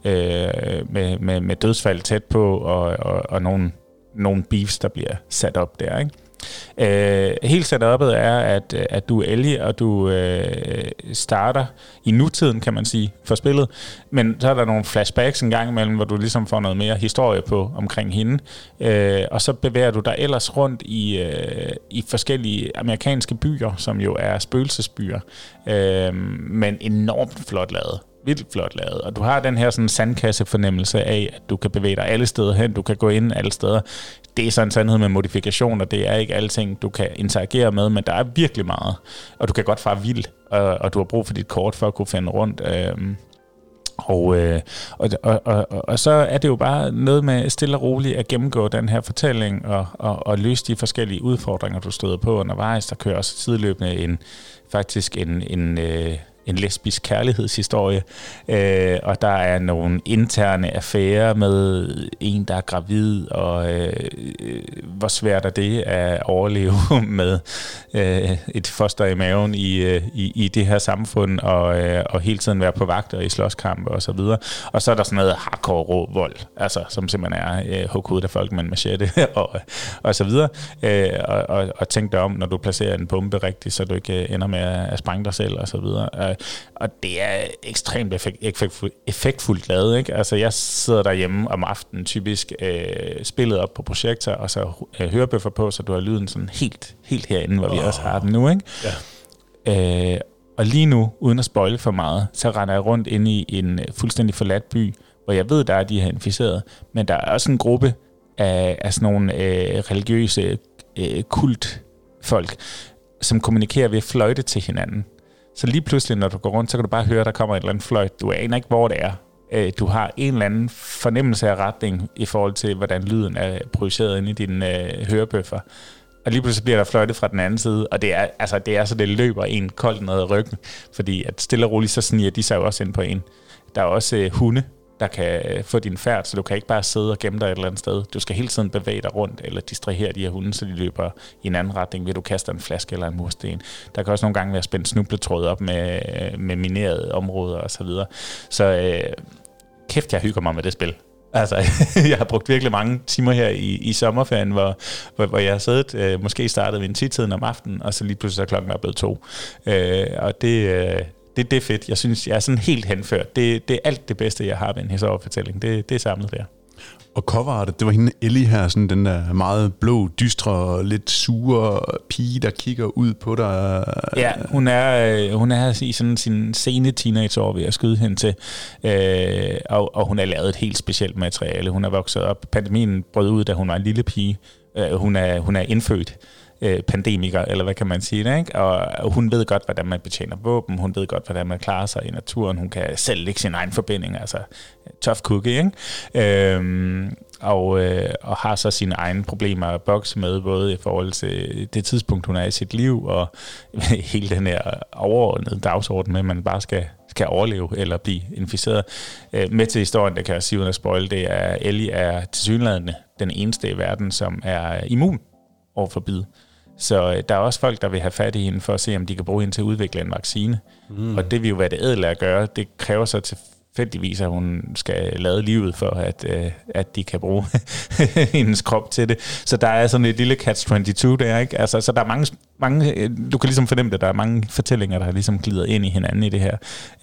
øh, med, med, med dødsfald tæt på, og, og, og nogle, nogle beefs, der bliver sat op der, ikke? Øh, helt setupet er, at, at du er Ellie, og du øh, starter i nutiden, kan man sige, for spillet. Men så er der nogle flashbacks en gang imellem, hvor du ligesom får noget mere historie på omkring hende. Øh, og så bevæger du dig ellers rundt i, øh, i forskellige amerikanske byer, som jo er spøgelsesbyer, øh, men enormt flot lavet. Vildt flot lavet, og du har den her sådan sandkasse-fornemmelse af, at du kan bevæge dig alle steder hen, du kan gå ind alle steder. Det er så en sandhed med modifikationer, det er ikke alting, du kan interagere med, men der er virkelig meget, og du kan godt fare vild, og, og du har brug for dit kort for at kunne finde rundt. Øhm, og, øh, og, og, og, og så er det jo bare noget med stille og roligt at gennemgå den her fortælling, og, og, og løse de forskellige udfordringer, du støder på undervejs. Der kører også sideløbende en, faktisk en... en øh, en lesbisk kærlighedshistorie, øh, og der er nogle interne affærer med en, der er gravid, og øh, hvor svært er det at overleve med øh, et foster i maven i, øh, i, i det her samfund, og, øh, og hele tiden være på vagt og i slåskampe og så videre. Og så er der sådan noget hardcore rå vold, altså, som simpelthen er øh, hug hovedet af folk med en machete og, og så videre. Øh, og, og, og tænk dig om, når du placerer en bombe rigtigt, så du ikke ender med at sprænge dig selv og så videre. Øh, Og det er ekstremt effekt, effektfuldt, effektfuldt lavet, ikke? Altså, jeg sidder derhjemme om aftenen, typisk øh, spillet op på projektor, og så øh, hørebøffer på, så du har lyden sådan helt, helt herinde, hvor oh. vi også har den nu, ikke? Ja. Øh, og lige nu, uden at spoile for meget, så render jeg rundt inde i en fuldstændig forladt by, hvor jeg ved, der er de her inficerede, men der er også en gruppe af, af sådan nogle øh, religiøse øh, kultfolk, som kommunikerer ved at fløjte til hinanden. Så lige pludselig, når du går rundt, så kan du bare høre, at der kommer et eller andet fløjt. Du aner ikke, hvor det er. Du har en eller anden fornemmelse af retning i forhold til, hvordan lyden er projiceret inde i dine øh, hørebøffer. Og lige pludselig bliver der fløjtet fra den anden side, og det er, altså, det er så, det løber en koldt ned ad ryggen, fordi at stille og roligt, så sniger de sig jo også ind på en. Der er også øh, hunde, der kan få din færd, så du kan ikke bare sidde og gemme dig et eller andet sted. Du skal hele tiden bevæge dig rundt, eller distrahere de her hunde, så de løber i en anden retning, ved du kaster en flaske eller en mursten. Der kan også nogle gange være spændt snubletråd op med, med minerede områder og så videre. Så øh, kæft, jeg hygger mig med det spil. Altså, jeg har brugt virkelig mange timer her i, i sommerferien, hvor, hvor, hvor jeg har siddet, øh, måske startet ved en ti-tiden om aftenen, og så lige pludselig er klokken er blevet to. Øh, og det... Øh, Det, det er fedt. Jeg synes, jeg er sådan helt henført. Det, det er alt det bedste, jeg har ved en historiefortælling. Det, det er samlet der. Og coverartet, det var hende Ellie her, sådan den der meget blå, dystre, lidt sure pige, der kigger ud på dig. Ja, hun er, hun er i sådan sin sene teenageår ved at skyde hende til. Øh, og, og hun har lavet et helt specielt materiale. Hun er vokset op. Pandemien brød ud, da hun var en lille pige. Øh, hun, er, hun er indfødt pandemiker, eller hvad kan man sige det, ikke? Og hun ved godt, hvordan man betjener våben, hun ved godt, hvordan man klarer sig i naturen, hun kan selv lægge sin egen forbinding, altså tough cookie, ikke? Øhm, og, øh, og har så sine egne problemer at bokse med, både i forhold til det tidspunkt, hun er i sit liv, og hele den her overordnede dagsorden med, at man bare skal, skal overleve eller blive inficeret. Øh, med til historien, der kan jeg sige uden at spoil, det er, Ellie er tilsyneladende den eneste i verden, som er immun over for bid. Så øh, der er også folk, der vil have fat i hende for at se, om de kan bruge hende til at udvikle en vaccine. Mm. Og det vil jo være det ædle at gøre. Det kræver så tilfældigvis, at hun skal lade livet for, at, øh, at de kan bruge hendes krop til det. Så der er sådan et lille catch twenty-two der, ikke? Altså, så der er mange, mange, du kan ligesom fornemme det, der er mange fortællinger, der ligesom glider ind i hinanden i det her.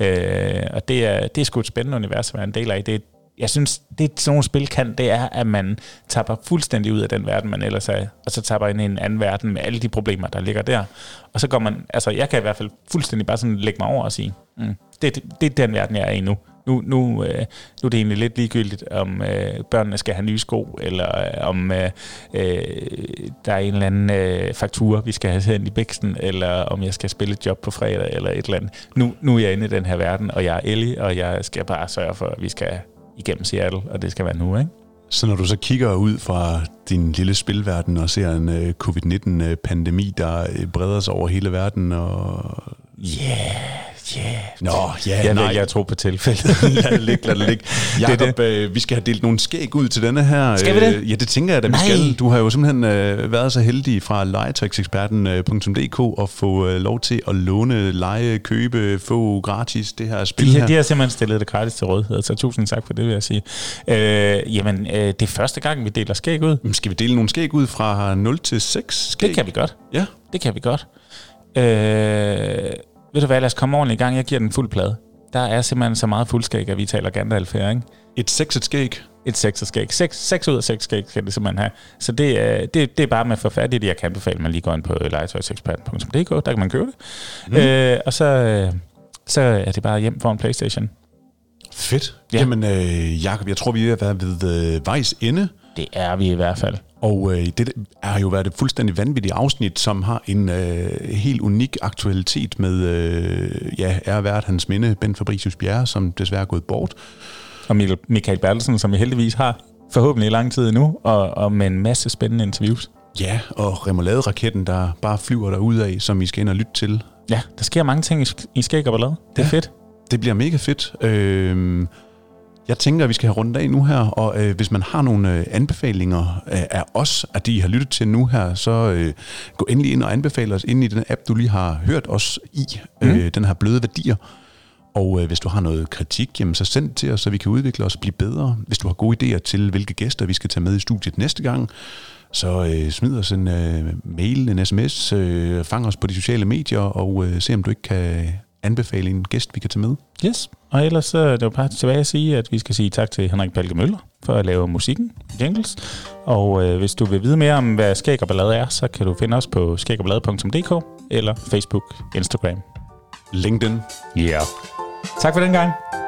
Øh, og det er, det er sgu et spændende univers at være en del af. Det er Jeg synes, det sådan nogle spil kan, det er, at man tapper fuldstændig ud af den verden, man ellers er, og så tapper ind i en anden verden med alle de problemer, der ligger der. Og så går man, altså jeg kan i hvert fald fuldstændig bare sådan lægge mig over og sige, mm, det, det, det er den verden, jeg er i nu. Nu Nu, nu, øh, nu er det egentlig lidt ligegyldigt, om øh, børnene skal have nye sko, eller øh, om øh, øh, der er en eller anden øh, faktura, vi skal have sendt i biksen, eller om jeg skal spille et job på fredag, eller et eller andet. Nu, nu er jeg inde i den her verden, og jeg er Ellie, og jeg skal bare sørge for, at vi skal igennem Seattle, og det skal være nu, ikke? Så når du så kigger ud fra din lille spilverden og ser en uh, covid nitten-pandemi, der breder sig over hele verden, og... Ja, yeah, ja. Yeah. Nå, ja, jeg nej. Jeg tror på tilfældet. lad det ligge, lad det ligge. Jakob, det det. Øh, vi skal have delt nogle skæg ud til denne her. Skal vi det? Øh, ja, det tænker jeg, at vi skal. Du har jo simpelthen øh, været så heldig fra legetøjseksperten punktum d k at få øh, lov til at låne, lege, købe, få gratis det her spil de, her. De har simpelthen stillet det gratis til rådighed, så tusind tak for det, vil jeg sige. Øh, jamen, øh, det er første gang, vi deler skæg ud. Skal vi dele nogle skæg ud fra nul til seks skæg? Det kan vi godt. Ja. Det kan vi godt. Øh... Ved du hvad, lad os komme ordentligt i gang. Jeg giver den fuld plade. Der er simpelthen så meget fuldskæg, at vi taler Gandalf her, ikke? Et sekset skæg? Et sekset skæg. Seks, seks ud af seks skæg skal det simpelthen have. Så det, er, det, det er bare med at få fat i det. Jeg kan anbefale, at man lige går ind på legetøjseksperten punktum d k. Der kan man købe det. Mm. Øh, og så, så er det bare hjem for en PlayStation. Fedt. Ja. Jamen, øh, Jakob, jeg tror, vi er ved øh, vejs ende. Det er vi i hvert fald. Og øh, det har jo været et fuldstændig vanvittigt afsnit, som har en øh, helt unik aktualitet med, øh, ja, ærevært hans minde, Bent Fabricius Bjerre, som desværre er gået bort. Og Michael Bertelsen, som vi heldigvis har forhåbentlig i lang tid endnu, og, og med en masse spændende interviews. Ja, og remoulade-raketten, der bare flyver derudad, som I skal ind og lytte til. Ja, der sker mange ting i Skæg og Ballade. Det er ja, fedt. Det bliver mega fedt. Øh, Jeg tænker, at vi skal have rundt af nu her, og øh, hvis man har nogle øh, anbefalinger øh, af os, at de har lyttet til nu her, så øh, gå endelig ind og anbefale os ind i den app, du lige har hørt os i, øh, mm. den her bløde værdier. Og øh, hvis du har noget kritik, jamen, så send det til os, så vi kan udvikle os og blive bedre. Hvis du har gode idéer til, hvilke gæster vi skal tage med i studiet næste gang, så øh, smid os en øh, mail, en sms, øh, fang os på de sociale medier, og øh, se om du ikke kan anbefale en gæst, vi kan tage med. Yes, og ellers så er det jo bare tilbage at sige, at vi skal sige tak til Henrik Palke Møller for at lave musikken, jingles. Og øh, hvis du vil vide mere om, hvad Skæg og Ballade er, så kan du finde os på skæg og ballade punktum d k eller Facebook, Instagram. LinkedIn. Ja. Yeah. Tak for den gang.